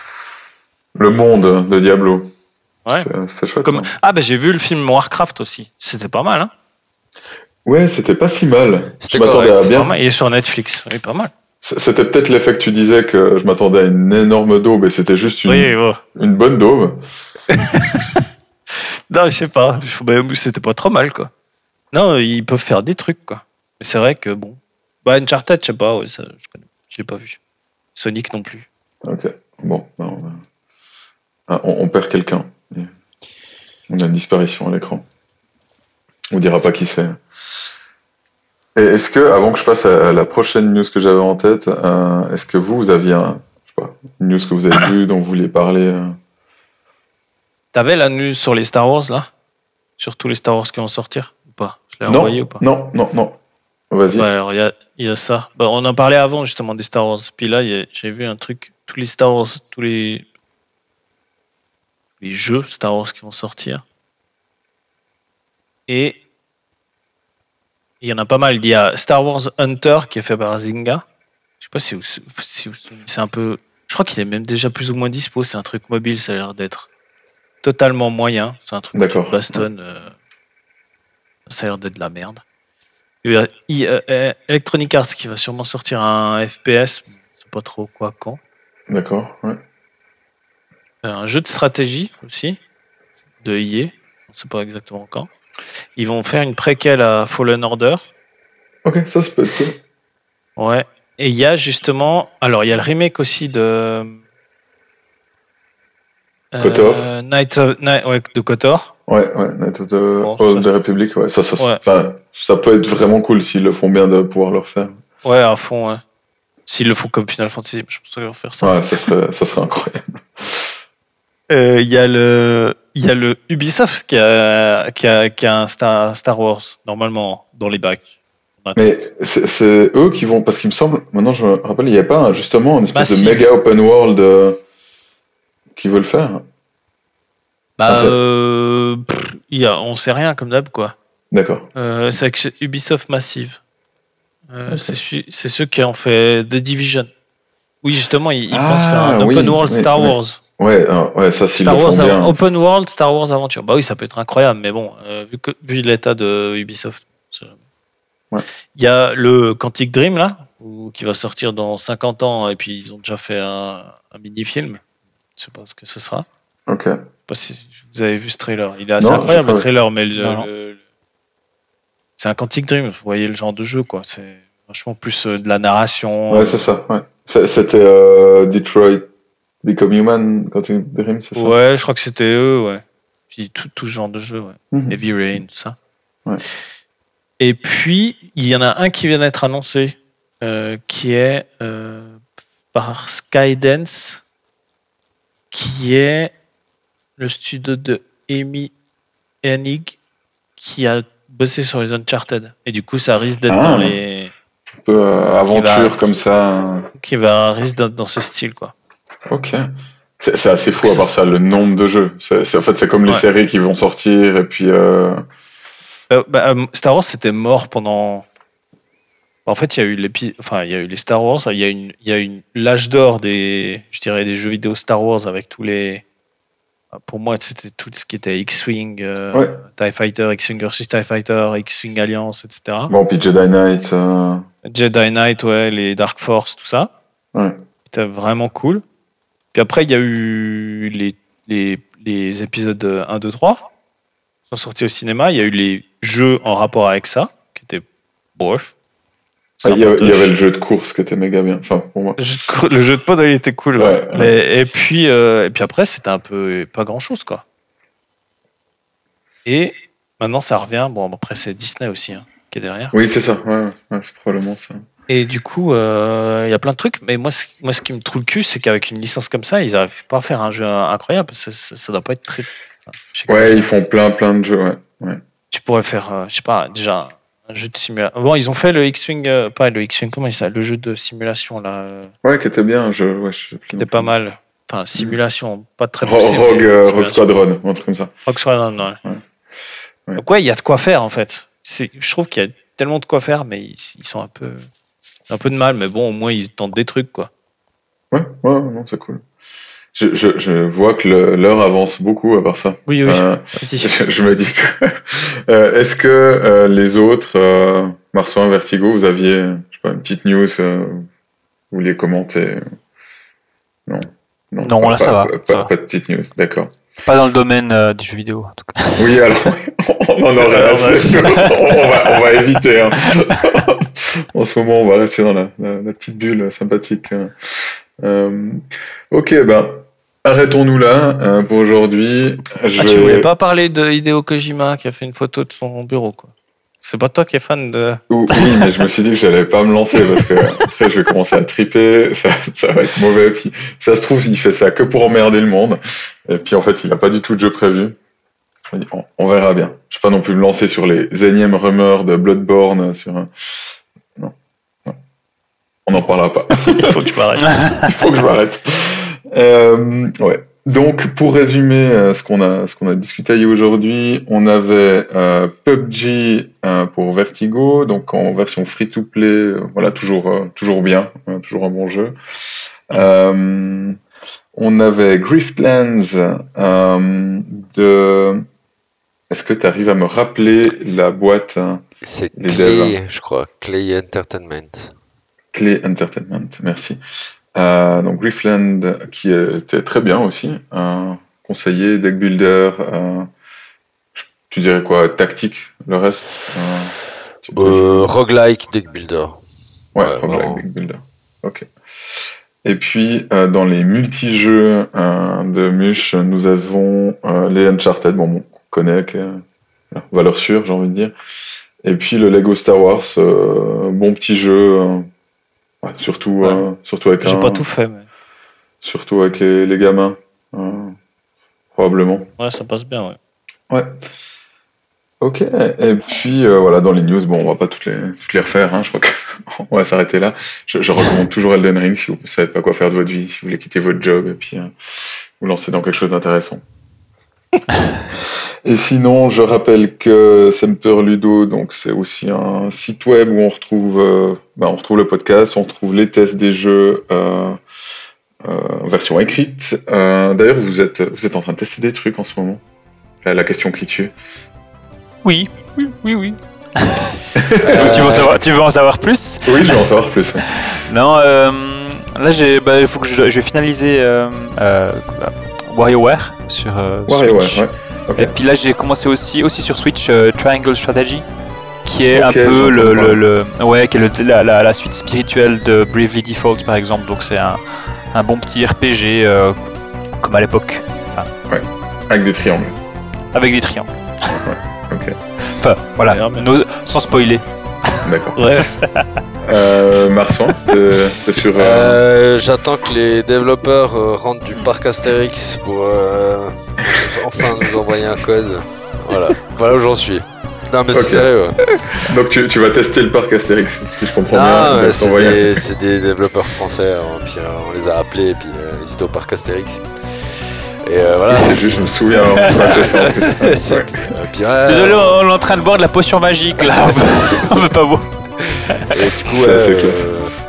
le monde de Diablo. Ouais. C'était, c'était chouette. Comme... hein. Ah, bah j'ai vu le film Warcraft aussi. C'était pas mal, hein. Ouais, c'était pas si mal. C'était je m'attendais correct. à bien. Pas mal. Il est sur Netflix. Oui, pas mal. C- C'était peut-être l'effet que tu disais que je m'attendais à une énorme daube et c'était juste une, Oui, ouais. une bonne daube. Non, je sais pas. Je- bah, c'était pas trop mal, quoi. Non, ils peuvent faire des trucs, quoi. Mais c'est vrai que, bon. Bah, Uncharted, je sais pas, ouais, ça, je connais. J'ai pas vu. Sonic non plus. Ok, bon, bah, on, va- ah, on- on perd quelqu'un. On a une disparition à l'écran. On dira pas qui c'est. Et est-ce que, avant que je passe à la prochaine news que j'avais en tête, euh, est-ce que vous, vous aviez un, je sais pas, une news que vous avez vue, dont vous vouliez parler. euh. T'avais la news sur les Star Wars là? Sur tous les Star Wars qui vont sortir? Ou pas? Je l'ai Non, envoyé ou pas? non, non, non. Vas-y. Ouais, alors il y a, il y a ça. Bah, on en parlait avant justement des Star Wars. Puis là, il y a- j'ai vu un truc, tous les Star Wars, tous les, les jeux Star Wars qui vont sortir. Et il y en a pas mal. Il y a Star Wars Hunter qui est fait par Zynga. Je sais pas si vous, si vous c'est un peu. Je crois qu'il est même déjà plus ou moins dispo. C'est un truc mobile, ça a l'air d'être totalement moyen. C'est un truc où tu D'accord. te bastonnes. euh, Ça a l'air d'être de la merde. Il y a I- euh, euh, Electronic Arts qui va sûrement sortir un F P S. Je sais pas trop quoi quand. D'accord, ouais. Euh, Un jeu de stratégie aussi de I A. On sait pas exactement quand. Ils vont faire une préquelle à Fallen Order. Ok, ça, ça peut être cool. Ouais. Et il y a justement. Alors, il y a le remake aussi de. euh, KOTOR. Night of, Night- ouais, de KOTOR. Ouais, ouais, Night of the Bon, Old ça- Republic, ouais, ça, ça, Ouais. enfin, ça peut être vraiment cool s'ils le font bien de pouvoir le refaire. Ouais, à fond, ouais. S'ils le font comme Final Fantasy, je pense qu'ils vont faire ça. Ouais, ça serait, ça serait incroyable. Euh, Il y a le. Il y a le Ubisoft qui a, qui a, qui a un Star, Star Wars, normalement, dans les bacs. On a- Mais c'est c'est eux qui vont, parce qu'il me semble, maintenant je me rappelle, il n'y a pas un- justement une espèce Massive. de méga open world euh, qui veut le faire. Bah, Ah, c'est- euh, pff, il y a, on sait rien comme d'hab, quoi. D'accord. Euh, c'est avec Ubisoft Massive. Euh, Ok. c'est, su- c'est ceux qui ont fait The Division. Oui, justement, ils, ils Ah, pensent faire un oui, open world oui, Star oui. Wars. Ouais, euh, ouais, ça s'ils Star le Wars font bien. Open World, Star Wars Aventure. Bah oui, ça peut être incroyable, mais bon, euh, vu, que, vu l'état de Ubisoft. c'est- Ouais. Il y a le Quantic Dream, là, où- qui va sortir dans cinquante ans, et puis ils ont déjà fait un, un mini-film. Je sais pas ce que ce sera. Je Ok. sais pas si vous avez vu ce trailer. Il est assez Non, incroyable, j'ai pas le vu. trailer, mais le- Non, non. le- le- c'est un Quantic Dream. Vous voyez le genre de jeu, quoi. C'est vachement plus euh, de la narration. Ouais, euh, c'est ça. Ouais. C'est- C'était euh, Detroit Become Human quand tu Dream, c'est ça. Ouais, je crois que c'était eux, ouais. Puis tout, tout ce genre de jeu, ouais. Mhm. Heavy Rain, tout ça. Ouais. Et puis, il y en a un qui vient d'être annoncé, euh, qui est euh, par Skydance, qui est le studio de Amy Hennig, qui a bossé sur les Uncharted. Et du coup, ça risque d'être Ah. dans les... Un peu euh, aventure va- comme ça. euh. qui va risque d'être dans ce style, quoi. Ok. C'est c'est assez fou à part ça, le nombre de jeux. C'est c'est- en fait, c'est comme les Ouais. séries qui vont sortir et puis. euh, Euh, bah, euh, Star Wars c'était mort pendant. En fait, il y a eu l'épi... enfin, il y a eu les Star Wars, il y a une, il y a une l'âge d'or des, je dirais, des jeux vidéo Star Wars avec tous les. Pour moi, c'était tout ce qui était X-wing, euh, Ouais. TIE Fighter, X-wing versus TIE Fighter, X-wing Alliance, et cetera. Bon, puis Jedi Knight. euh, Jedi Knight, ouais, les Dark Force, tout ça. Ouais. C'était vraiment cool. Puis après, il y a eu les, les, les épisodes un, deux, trois qui sont sortis au cinéma. Il y a eu les jeux en rapport avec ça, qui étaient bof. Ah, il y, avait, il y Sympatoche. avait le jeu de course qui était méga bien. Enfin, pour moi. Le jeu de, cou- le jeu de pod, il était cool. Ouais. Ouais, ouais. Mais- et, puis, euh, et puis après, c'était un peu pas grand chose, quoi. Et maintenant, ça revient. Bon, après, c'est Disney aussi hein, qui est derrière. Oui, c'est ça. Ouais, ouais, ouais, c'est probablement ça. Et du coup, euh, il y a plein de trucs. Mais moi, ce, moi, ce qui me trouve le cul, c'est qu'avec une licence comme ça, ils n'arrivent pas à faire un jeu incroyable. Ça, ça, ça doit pas être très. enfin, je sais que Ouais, ils font plein, plein de jeux. Ouais. Ouais. tu pourrais faire, euh, je sais pas, déjà un jeu de simulation. Bon, ils ont fait le X-wing, euh, pas le X-wing, comment il s'appelle, le jeu de simulation là, euh, Ouais, qui était bien. Je, ouais, je sais plus. c'était pas mal. Enfin, simulation, pas très Ro- poussé, Rogue, mais euh, Rogue simulation. Squadron, un truc comme ça. Rogue Squadron, ouais. Ouais. Ouais. Donc ouais, il y a de quoi faire en fait. C'est, je trouve qu'il y a tellement de quoi faire, mais ils, ils sont un peu, un peu de mal. Mais bon, au moins ils tentent des trucs quoi. Ouais, ouais, non, c'est cool. Je, je, je vois que le- l'heure avance beaucoup à part ça. Oui, oui. Euh, Vas-y. je, je me dis que. euh, Est-ce que euh, les autres, euh, Marsouin, Vertigo, vous aviez je sais pas, une petite news, euh, vous vouliez commenter Non. Non, pas, là, ça pas- va, Pas, ça pas- va. pas de petite news, d'accord. Pas dans le domaine euh, du jeu vidéo, en tout cas. Oui, alors, on en aurait Alors, assez. on, va, on va éviter. Hein. En ce moment, on va rester dans la, la, la petite bulle sympathique. hein. Euh, ok, ben, arrêtons-nous là euh, pour aujourd'hui. Je Ah, tu vais- voulais pas parler de Hideo Kojima qui a fait une photo de son bureau quoi. C'est pas toi qui es fan de. Ou- Oui, mais je me suis dit que j'allais pas me lancer parce que après je vais commencer à triper, ça, ça va être mauvais. Puis ça se trouve, il fait ça que pour emmerder le monde. Et puis en fait, il a pas du tout de jeu prévu. Je me dis, on, on verra bien. Je vais pas non plus me lancer sur les énièmes rumeurs de Bloodborne. Sur un- non, non, on n'en parlera pas. Il faut que je m'arrête. Il faut que je m'arrête. Euh, ouais. Donc, pour résumer euh, ce qu'on a, ce qu'on a discuté aujourd'hui, on avait euh, P U B G euh, pour Vertigo, donc en version free-to-play, euh, voilà, toujours, euh, toujours bien, euh, toujours un bon jeu. Euh, on avait Griftlands euh, de... Est-ce que tu arrives à me rappeler la boîte hein, C'est Les Clay, je crois. Clay Entertainment. Clay Entertainment, merci. Euh, donc Griftland qui était très bien aussi, euh, conseiller, deck builder, euh, tu dirais quoi, tactique, le reste euh, tu peux- Euh, roguelike deck builder. Ouais, ouais, roguelike vraiment. deck builder. Ok. Et puis euh, dans les multi-jeux euh, de Mush, nous avons euh, les Uncharted, bon, bon qu'on connaît, qui est, voilà, valeur sûre, j'ai envie de dire. Et puis le Lego Star Wars, euh, bon petit jeu, euh, ouais, surtout, Ouais. euh, surtout avec J'ai un, pas tout fait, mais. surtout avec les, les gamins, euh, probablement. Ouais, ça passe bien, ouais. Ouais. Ok. Et puis euh, voilà, dans les news, bon, on va pas toutes les, toutes les refaire, hein, je crois qu'on va s'arrêter là. Je, je recommande toujours Elden Ring si vous savez pas quoi faire de votre vie, si vous voulez quitter votre job et puis euh, vous lancer dans quelque chose d'intéressant. Et sinon, je rappelle que Semper Ludo, donc c'est aussi un site web où on retrouve, euh, bah, on retrouve le podcast, on retrouve les tests des jeux euh, euh, en version écrite. Euh, D'ailleurs, vous êtes, vous êtes en train de tester des trucs en ce moment. La, la question qui tue. Oui, oui, oui, oui. Euh, tu, veux en savoir, tu veux en savoir plus? Oui, je veux en savoir plus. Non, euh, là, j'ai, bah, il faut que je, je vais finaliser euh, euh, bah, WarioWare sur euh, WarioWare, Switch. ouais. Ok. Et puis là, j'ai commencé aussi, aussi sur Switch euh, Triangle Strategy, qui est Ok, un peu j'entends le, parler. le, le- ouais, qui est le- la, la, la suite spirituelle de Bravely Default, par exemple. Donc c'est un, un bon petit R P G euh, comme à l'époque, Avec des triangles. avec des triangles. Ok, Enfin, voilà, Ouais, mais- nos- sans spoiler. d'accord. Ouais. Euh, Marçois, t'es t'es sur. euh, Euh, J'attends que les développeurs euh, rentrent du parc Astérix pour euh, enfin nous envoyer un code. Voilà, voilà où j'en suis. Non mais Ok. c'est sérieux. ouais. Donc tu, tu vas tester le parc Astérix, si je comprends Non, bien. ouais, de c'est t'envoyer un- des, c'est des développeurs français, hein, puis euh, on les a appelés et puis euh, ils étaient au parc Astérix. Et euh, voilà. Oui, c'est juste, je me souviens avoir fait ça en plus. C'est- Ouais. et puis, ouais, Désolé, on- on est en train de boire de la potion magique là. On veut pas boire. Et du coup, C'est ouais, assez euh, classe.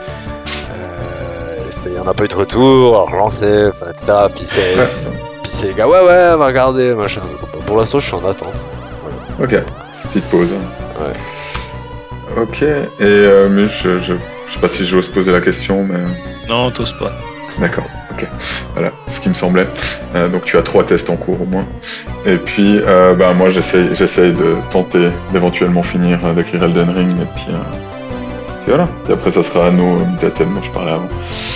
euh, c'est- il n'y en a pas eu de retour, relancé, enfin, et cetera. Puis c'est, Ouais. c'est- puis c'est les gars, ouais, ouais, on va regarder, machin. Pour l'instant, je suis en attente. Ok, petite pause. Ouais. Ok, et euh, mais je, je, je sais pas si j'ose poser la question, mais Non, t'oses pas. d'accord, ok. Voilà, ce qui me semblait. Euh, donc tu as trois tests en cours au moins. Et puis, euh, bah, moi j'essaye, j'essaye de tenter d'éventuellement finir euh, d'écrire Elden Ring, et puis, euh, puis voilà. Et après ça sera à nos Mitatem dont je parlais avant.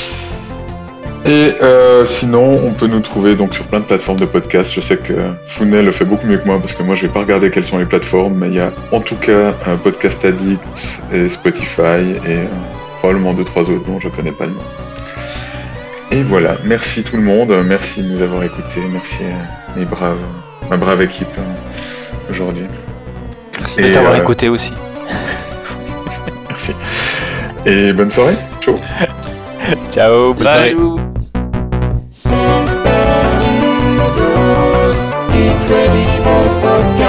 Et euh, sinon, on peut nous trouver donc sur plein de plateformes de podcasts. Je sais que Founet le fait beaucoup mieux que moi parce que moi je vais pas regarder quelles sont les plateformes, mais il y a en tout cas euh, Podcast Addict et Spotify et euh, probablement deux trois autres dont je connais pas le nom. Et voilà, merci tout le monde, merci de nous avoir écoutés, merci à mes braves, ma brave équipe euh, aujourd'hui. Merci Et, de t'avoir euh, écouté aussi. Merci. Et bonne soirée, ciao. Ciao, bonne soirée. Bisous. Semper Lumos, Incredible Podcast.